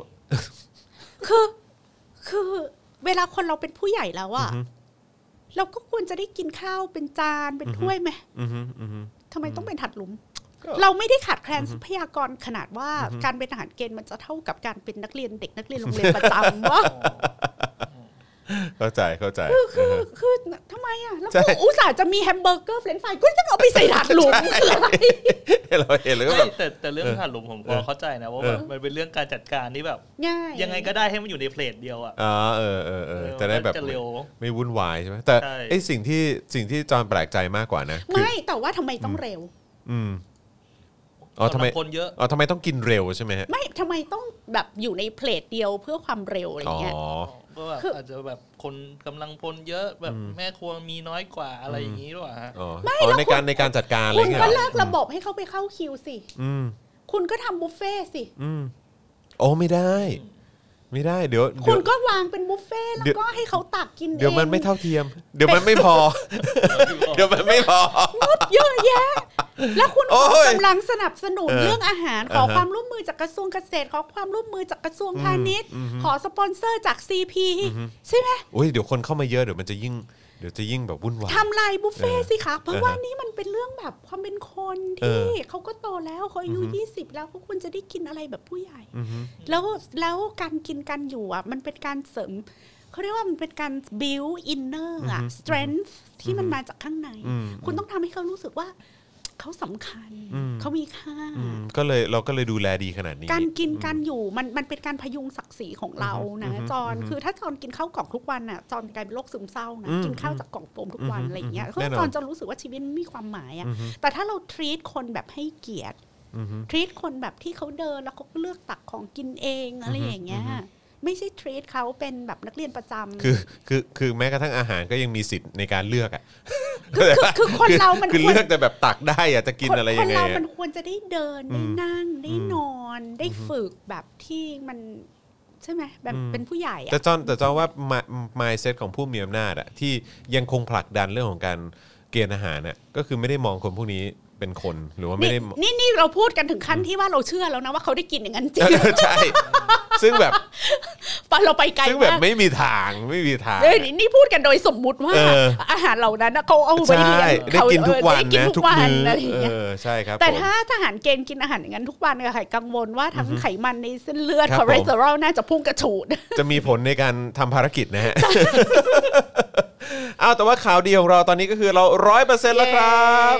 คือเวลาคนเราเป็นผู้ใหญ่แล้วอะเราก็ควรจะได้กินข้าวเป็นจานเป็นถ้วยไหมทำไมต้องเป็นถัดหลุมเราไม่ได้ขาดแคลนทรัพยากรขนาดว่าการเป็นทหารเกณฑ์มันจะเท่ากับการเป็นนักเรียนเด็กนักเรียนโรงเรียนประจำว่าเข้าใจคือทำไมอ่ะแล้วอุตส่าห์จะมีแฮมเบอร์เกอร์เฟรนช์ฟรายก็ยังเอาไปใส่ถาดหลุมคืออะไรเราเห็นแล้วก็แบบแต่เรื่องถาดหลุมผมพอเข้าใจนะว่าแบบมันเป็นเรื่องการจัดการที่แบบยังไงก็ได้ให้มันอยู่ในเพลทเดียวอ่ะจะได้แบบไม่วุ่นวายใช่ไหมแต่ไอ้สิ่งที่จอนแปลกใจมากกว่านะไม่แต่ว่าทำไมต้องเร็วทำไมคนเยอะทำไมต้องกินเร็วใช่ไหมฮะไม่ทำไมต้องแบบอยู่ในเพลทเดียวเพื่อความเร็วอะไรเงี้ยก็แบบอาจจะแบบคนกำลังพลเยอะแบบแม่ครัวมีน้อยกว่าอะไรอย่างนี้หรอฮะไม่ในการจัดการอะไรเงี้ยคุณก็เลิกระบบให้เขาไปเข้าคิวสิคุณก็ทำบุฟเฟ่สิไม่ได้เดี๋ยวคุณก็วางเป็นบุฟเฟ่แล้วก็ให้เขาตักกินเองเดี๋ยวมันไม่เท่าเทียมเดี๋ยวมันไม่พอเดี๋ยวมันไม่พองบเยอะแยะแล้วคุณกำลังสนับสนุนเรื่องอาหารขอความร่วมมือจากกระทรวงเกษตรขอความร่วมมือจากกระทรวงพาณิชย์ขอสปอนเซอร์จาก CP ใช่ไหมเดี๋ยวคนเข้ามาเยอะเดี๋ยวจะยิ่งแบบวุ่นวายทำลายบุฟเฟ่สิคะเพราะว่านี่มันเป็นเรื่องแบบความเป็นคนที่เขาก็โตแล้วเขาอายุ20แล้วเขาควรจะได้กินอะไรแบบผู้ใหญ่แล้วการกินกันอยู่อ่ะมันเป็นการเสริมเขาเรียกว่ามันเป็นการ build inner อ่ะ strength ที่มันมาจากข้างในคุณต้องทำให้เขารู้สึกว่าเขาสำคัญเขามีค่าเราก็เลยดูแลดีขนาดนี้การกินกันอยู่มันเป็นการพยุงศักดิ์ศรีของเรานะจอนคือถ้าจอนกินข้าวกล่องทุกวันน่ะจอนกลายเป็นโรคซึมเศร้านะกินข้าวจากกล่องโฟมทุกวันอะไรอย่างเงี้ยเพราะจอนจะรู้สึกว่าชีวิตไม่มีความหมายอ่ะแต่ถ้าเรา treat คนแบบให้เกียรติ treat คนแบบที่เขาเดินแล้วเขาก็เลือกตักของกินเองอะไรอย่างเงี้ยไม่ใช่ treat เขาเป็นแบบนักเรียนประจำคือแม้กระทั่งอาหารก็ยังมีสิทธิ์ในการเลือกอ่ะคือคนเรามันคือเลือกแต่แบบตักได้อ่ะจะกินอะไรยังไงคนเรามันควรจะได้เดินได้นั่งได้นอนได้ฝึกแบบที่มันใช่ไหมแบบเป็นผู้ใหญ่อ่ะแต่จอนว่า mindset ของผู้มีอำนาจอ่ะที่ยังคงผลักดันเรื่องของการเกณฑ์อาหารน่ะก็คือไม่ได้มองคนพวกนี้เป็นคนหรือว่าไม่ได้นี่เราพูดกันถึงขั้นที่ว่าเราเชื่อแล้วนะว่าเขาได้กินอย่างนั้นจริงใช่ซึ่งแบบเราไปไกลมากซึ่งแบบไม่มีทางนี่พูดกันโดยสมมุติว่าอาหารเหล่านั้นเขาเอาไว้เลี้ยงได้กินทุกวันนะทุกมื้ออะไรอย่างเงี้ยใช่ครับแต่ถ้าทหารเกณฑ์กินอาหารอย่างนั้นทุกวันก็กังวลว่าทั้งไขมันในเส้นเลือดคอเลสเตอรอลน่าจะพุ่งกระฉูดจะมีผลในการทำภารกิจนะฮะแต่ว่าข่าวดีของเราตอนนี้ก็คือเรา 100% แล้วครับ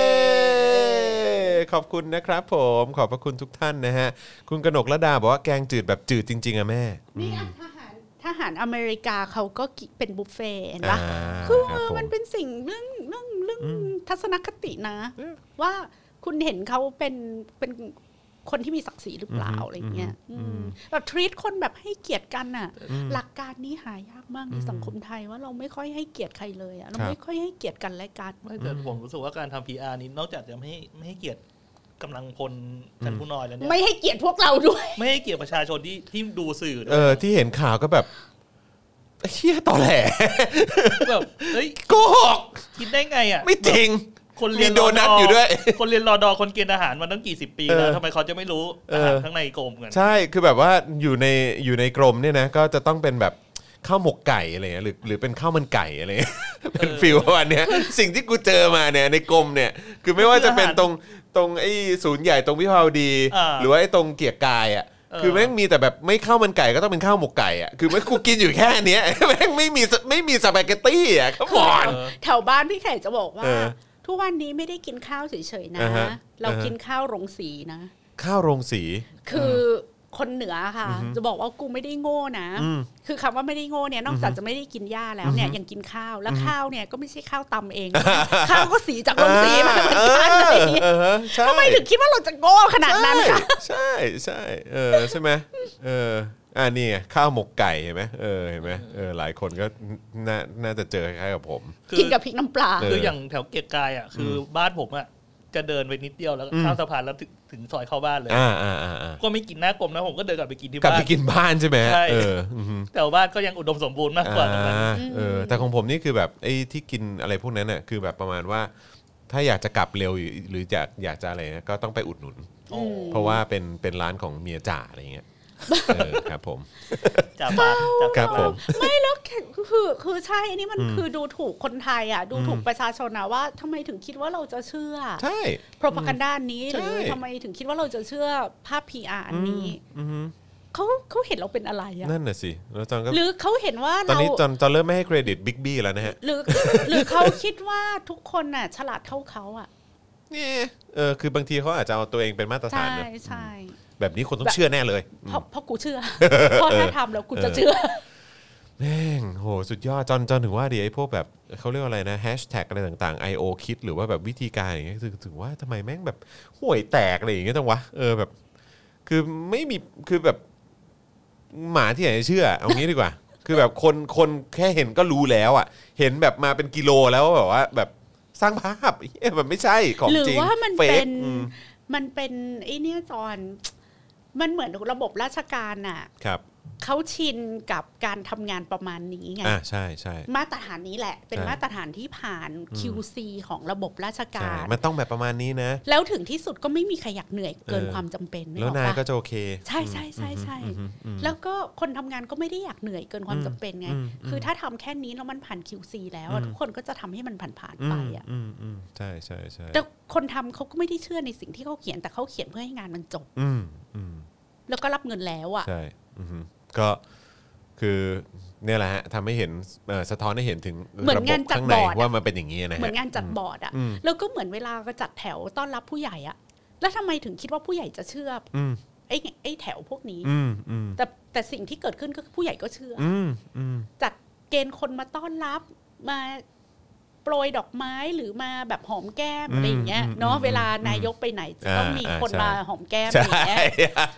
ขอบคุณนะครับผมขอบพระคุณทุกท่านนะฮะคุณกนกระดาบอกว่าแกงจืดแบบจืดจริงๆอะแม่นี่ทหารอเมริกาเขาก็เป็นบุฟเฟ่ต์เห็นปะคือมันเป็นสิ่งเรื่องทัศนคตินะว่าคุณเห็นเขาเป็นคนที่มีศักดิ์ศรีหรือเปล่าอะไรเงี้ยแบบทรีตคนแบบให้เกียรติกันน่ะหลักการนี้หายากมากในสังคมไทยว่าเราไม่ค่อยให้เกียรติใครเลยเราไม่ค่อยให้เกียรติกันและกันไม่แต่ผมรู้สึกว่าการทำ PR นี้นอกจากจะไม่ให้เกียรติกำลังพลชั้นผู้น้อยแล้วเนี่ยไม่ให้เกียรติพวกเราด้วยไม่ให้เกียรติประชาชนที่ดูสื่อที่เห็นข่าวก็แบบเหี้ยตอแหลแบบเฮ้ยโกหกคิดได้ไงอ่ะไม่จริงคนเรียนโดนัทอยู่ด้วยคนเรียนรอดอคนเกณฑ์ทหารมาตั้งกี่สิบปีแล้วทำไมเขาจะไม่รู้อาหารข้างในกรมกันใช่คือแบบว่าอยู่ในกรมเนี่ยนะก็จะต้องเป็นแบบข้าวหมกไก่อะไรเงี้ยหรือเป็นข้าวมันไก่อะไรเป็นฟิลวันเนี้ยสิ่งที่กูเจอมาเนี่ยในกรมเนี่ยคือไม่ว่าจะเป็นตรงไอ้ศูนย์ใหญ่ตรงวิภาวดีหรือว่าไอ้ตรงเกียรติกายอ่ะคือแม่งมีแต่แบบไม่ข้าวมันไก่ก็ต้องเป็นข้าวหมกไก่อ่ะคือแม่งกูกินอยู่แค่เนี้ยแม่งไม่มีสปาเกตตี้อ่ะครับบอลแถวบ้านพี่ไข่จะบอกว่าทุกวันนี้ไม่ได้กินข้าวเฉยๆนะเรากินข้าวโรงสีนะข้าวโรงสีคือคนเหนือค่ะจะบอกว่ากูไม่ได้โง่นะคือคำว่าไม่ได้โง่เนี่ยนอกจากจะไม่ได้กินหญ้าแล้วเนี่ยยังกินข้าวแล้วข้าวเนี่ยก็ไม่ใช่ข้าวตำเองข้าวก็สีจากโรงสีมาเหมือนกันอะไรอย่างเงี้ยทำไมถึงคิดว่าเราจะโง่ขนาดนั้นคะใช่ใช่ใช่ไหมนี่ข้าวหมกไก่เห็นไหมเห็นไหมหลายคนก็น่าจะเจอคล้ายกับผมกินกับพริกน้ำปลาคืออย่างแถวเกียรติกายอ่ะคือบ้านผมอ่ะจะเดินไปนิดเดียวแล้วข้ามสะพานแล้วถึงซอยเข้าบ้านเลยก็ไม่กินหน้ากรมนะผมก็เดินกลับไปกินที่บ้านกลับไปกินบ้านใช่ไหมใช่แต่บ้านก็ยังอุดมสมบูรณ์มากกว่าตรงนั้นแต่ของผมนี่คือแบบไอ้ที่กินอะไรพวกนั้นน่ะคือแบบประมาณว่าถ้าอยากจะกลับเร็วหรืออยากจะอะไรก็ต้องไปอุดหนุนเพราะว่าเป็นร้านของเมียจ่าอะไรเงี้ยครับผมจ่าบ้านครับผมไม่แล้วคือใช่อันนี้มันคือดูถูกคนไทยอ่ะดูถูกประชาชนนะว่าทำไมถึงคิดว่าเราจะเชื่อใช่ propaganda นี้หรือทำไมถึงคิดว่าเราจะเชื่อภาพ PR อันนี้เขาเห็นเราเป็นอะไรอ่ะนั่นน่ะสิแล้วจอนก็หรือเขาเห็นว่าตอนนี้จอนเริ่มไม่ให้เครดิตบิ๊กบี้แล้วนะฮะหรือเขาคิดว่าทุกคนน่ะฉลาดเท่าเขาอ่ะนี่คือบางทีเขาอาจจะเอาตัวเองเป็นมาตรฐานนะใช่แบบนี้คนต้องเชื่อแน่เลยเพราะกูเชื่อเพราะถ้าทำแล้วกูจะเชื่อแม่งโหสุดยอดจอนถึงว่าดิไอ้พวกแบบเขาเรียกว่าอะไรนะแฮชแท็กอะไรต่างๆ IO คิดหรือว่าแบบวิธีการอย่างเงี้ยถึงว่าทำไมแม่งแบบห่วยแตกอะไรอย่างเงี้ยจังวะแบบคือไม่มีคือแบบหมาที่ไหนเชื่อเอางี้ดีกว่าคือแบบคนแค่เห็นก็รู้แล้วอ่ะเห็นแบบมาเป็นกิโลแล้วแบบว่าแบบสร้างภาพแบบไม่ใช่ของจริงหรือว่ามันเป็นไอ้เนี่ยจอนมันเหมือนระบบราชการน่ะครับเขาชินกับการทำงานประมาณนี้ไงใช่ใช่มาตรฐานนี้แหละเป็นมาตรฐานที่ผ่าน QC ของระบบราชการมันต้องแบบประมาณนี้นะแล้วถึงที่สุดก็ไม่มีใครอยากเหนื่อยเกินความจำเป็นแล้วนายก็จะโอเคใช่ใช่ใช่ใช่แล้วก็คนทำงานก็ไม่ได้อยากเหนื่อยเกินความจำเป็นไงคือถ้าทำแค่นี้แล้วมันผ่าน QC แล้วทุกคนก็จะทำให้มันผ่านไปอ่ะใช่ใช่ใช่แต่คนทำเขาก็ไม่ได้เชื่อในสิ่งที่เขาเขียนแต่เขาเขียนเพื่อให้งานมันจบแล้วก็รับเงินแล้วอ่ะใช่ก็คือเนี่ยแหละฮะทำให้เห็นสะท้อนให้เห็นถึงระบบข้างในว่ามันเป็นอย่างนี้นะฮะเหมือนงานจัดบอร์ดอ่ะแล้วก็เหมือนเวลาก็จัดแถวต้อนรับผู้ใหญ่อ่ะแล้วทำไมถึงคิดว่าผู้ใหญ่จะเชื่อไอ้แถวพวกนี้แต่สิ่งที่เกิดขึ้นก็คือผู้ใหญ่ก็เชื่อจัดเกณฑ์คนมาต้อนรับมาโปรยดอกไม้หรือมาแบบหอมแก้มอะไรอย่างเงี้ยเนาะเวลานายกไปไหนจะต้องมีคนมาหอมแก้มอะไรอย่างเงี้ย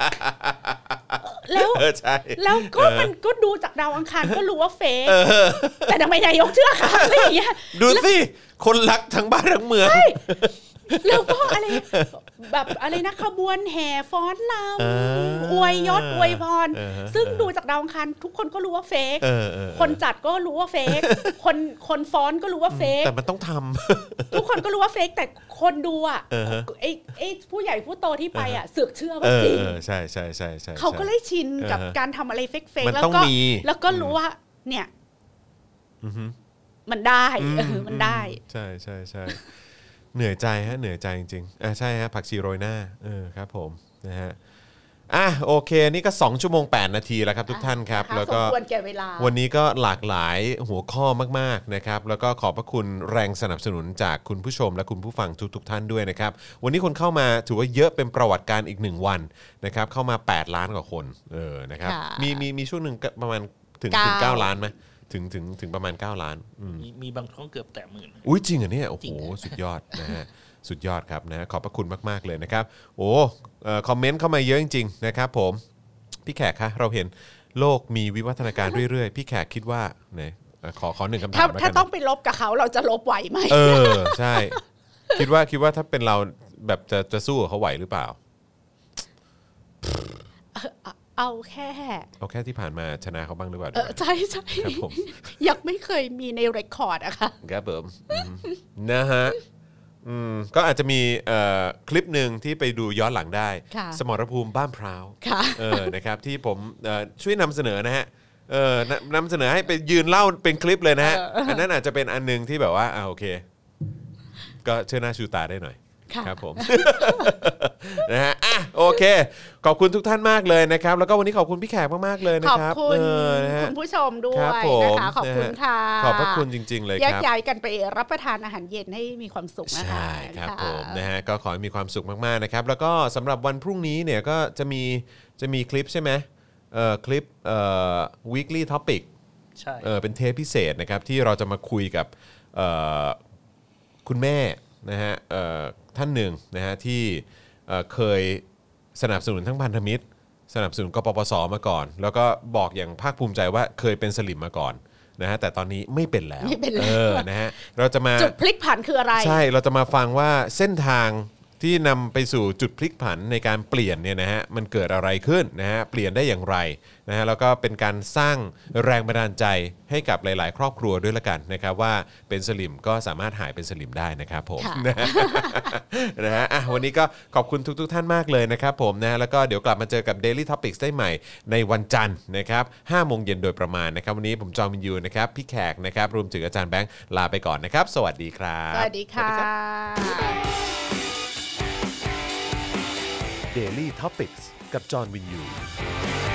แล้วก็มันก็ดูจากดาวอังคารก็รู้ว่าเฟกแต่ทำไมนายกเชื่อคะอะไรอย่างเงี้ยดูสิคนรักทั้งบ้านทั้งเมืองแล้วก็อะไรแบบอะไรนะขบวนแห่ฟ้อนรำอวยยศอวยพรซึ่งดูจากดาวอังคารทุกคนก็รู้ว่าเฟกคนจัดก็รู้ว่าเฟกคนฟ้อนก็รู้ว่าเฟกแต่มันต้องทำทุกคนก็รู้ว่าเฟกแต่คนดูอ่ะไอ้ผู้ใหญ่ผู้โตที่ไปอ่ะเสือกเชื่อว่าจริงใช่ใช่ใช่ใช่เขาก็เลยชินกับการทำอะไรเฟกแล้วก็รู้ว่าเนี่ยมันได้มันได้ใช่ใช่ใช่เหนื่อยใจฮะเหนื่อยใจจริงๆใช่ฮะผักชีโรยหน้าครับผมนะฮะโอเคนี่ก็2ชั่วโมง8นาทีแล้วครับทุกท่านครับแล้วก็วันนี้ก็หลากหลายหัวข้อมากๆนะครับแล้วก็ขอบพระคุณแรงสนับสนุนจากคุณผู้ชมและคุณผู้ฟังทุกท่านด้วยนะครับวันนี้คนเข้ามาถือว่าเยอะเป็นประวัติการอีก1วันนะครับเข้ามา8ล้านกว่าคนนะครับมีช่วงนึงประมาณถึง9ล้านมั้ยถึงประมาณ9ล้านมีบางช่องเกือบแต่หมื่นอุ้ยจริงเหรอเนี่ยโอ้โหสุดยอดนะฮะสุดยอดครับนะขอบพระคุณมากๆเลยนะครับโอ้คอมเมนต์เข้ามาเยอะจริงๆนะครับผมพี่แขกคะเราเห็นโลกมีวิวัฒนาการเรื่อยๆพี่แขกคิดว่าไหนขอ1คำถามถ้าต้องไปลบกับเขาเราจะลบไหวไหมใช่คิดว่าถ้าเป็นเราแบบจะสู้กับเขาไหวหรือเปล่าเอาแค่ที่ผ่านมาชนะเขาบ้างหรือเปล่าใช่ครับผมยังไม่เคยมีในเรคคอร์ดอะค่ะครับผมนะฮะก็อาจจะมีคลิปหนึ่งที่ไปดูย้อนหลังได้สมรภูมิบ้านพร้าวนะครับที่ผมช่วยนำเสนอนะฮะนำเสนอให้ไปยืนเล่าเป็นคลิปเลยนะฮะอันนั้นอาจจะเป็นอันนึงที่แบบว่าโอเคก็เชื่อหน้าชูตาได้หน่อยครับผมนะฮะโอเคขอบคุณทุกท่านมากเลยนะครับแล้วก็วันนี้ขอบคุณพี่แขกมากๆเลยนะครับขอบคุณคุณผู้ชมด้วยนะคะขอบคุณค่ะขอบพระคุณจริงๆเลยครับย้ายกันไปรับประทานอาหารเย็นให้มีความสุขนะคะใช่ครับผมนะฮะก็ขอให้มีความสุขมากๆนะครับแล้วก็สำหรับวันพรุ่งนี้เนี่ยก็จะมีคลิปใช่ไหมคลิปweekly topic ใช่เป็นเทปพิเศษนะครับที่เราจะมาคุยกับคุณแม่นะฮะท่านหนึ่งนะฮะที่เคยสนับสนุนทั้งพันธมิตรสนับสนุนกปปสมาก่อนแล้วก็บอกอย่างภาคภูมิใจว่าเคยเป็นสลิมมาก่อนนะฮะแต่ตอนนี้ไม่เป็นแล้วนะฮะเราจะมาจุดพลิกผันคืออะไรใช่เราจะมาฟังว่าเส้นทางที่นำไปสู่จุดพลิกผันในการเปลี่ยนเนี่ยนะฮะมันเกิดอะไรขึ้นนะฮะเปลี่ยนได้อย่างไรนะฮะแล้วก็เป็นการสร้างแรงบันดาลใจให้กับหลายๆครอบครัวด้วยละกันนะครับว่าเป็นสลิมก็สามารถหายเป็นสลิมได้นะครับผมนะฮะวันนี้ก็ขอบคุณทุกท่านมากเลยนะครับผมนะแล้วก็เดี๋ยวกลับมาเจอกับ Daily Topics ได้ใหม่ในวันจันทร์นะครับ 5:00 นโดยประมาณนะครับวันนี้ผมจอมวินยูนะครับพี่แขกนะครับรวมถึงอาจารย์แบงค์ลาไปก่อนนะครับสวัสดีครับสวัสดีค่ะ Daily Topics กับจอห์นวินยู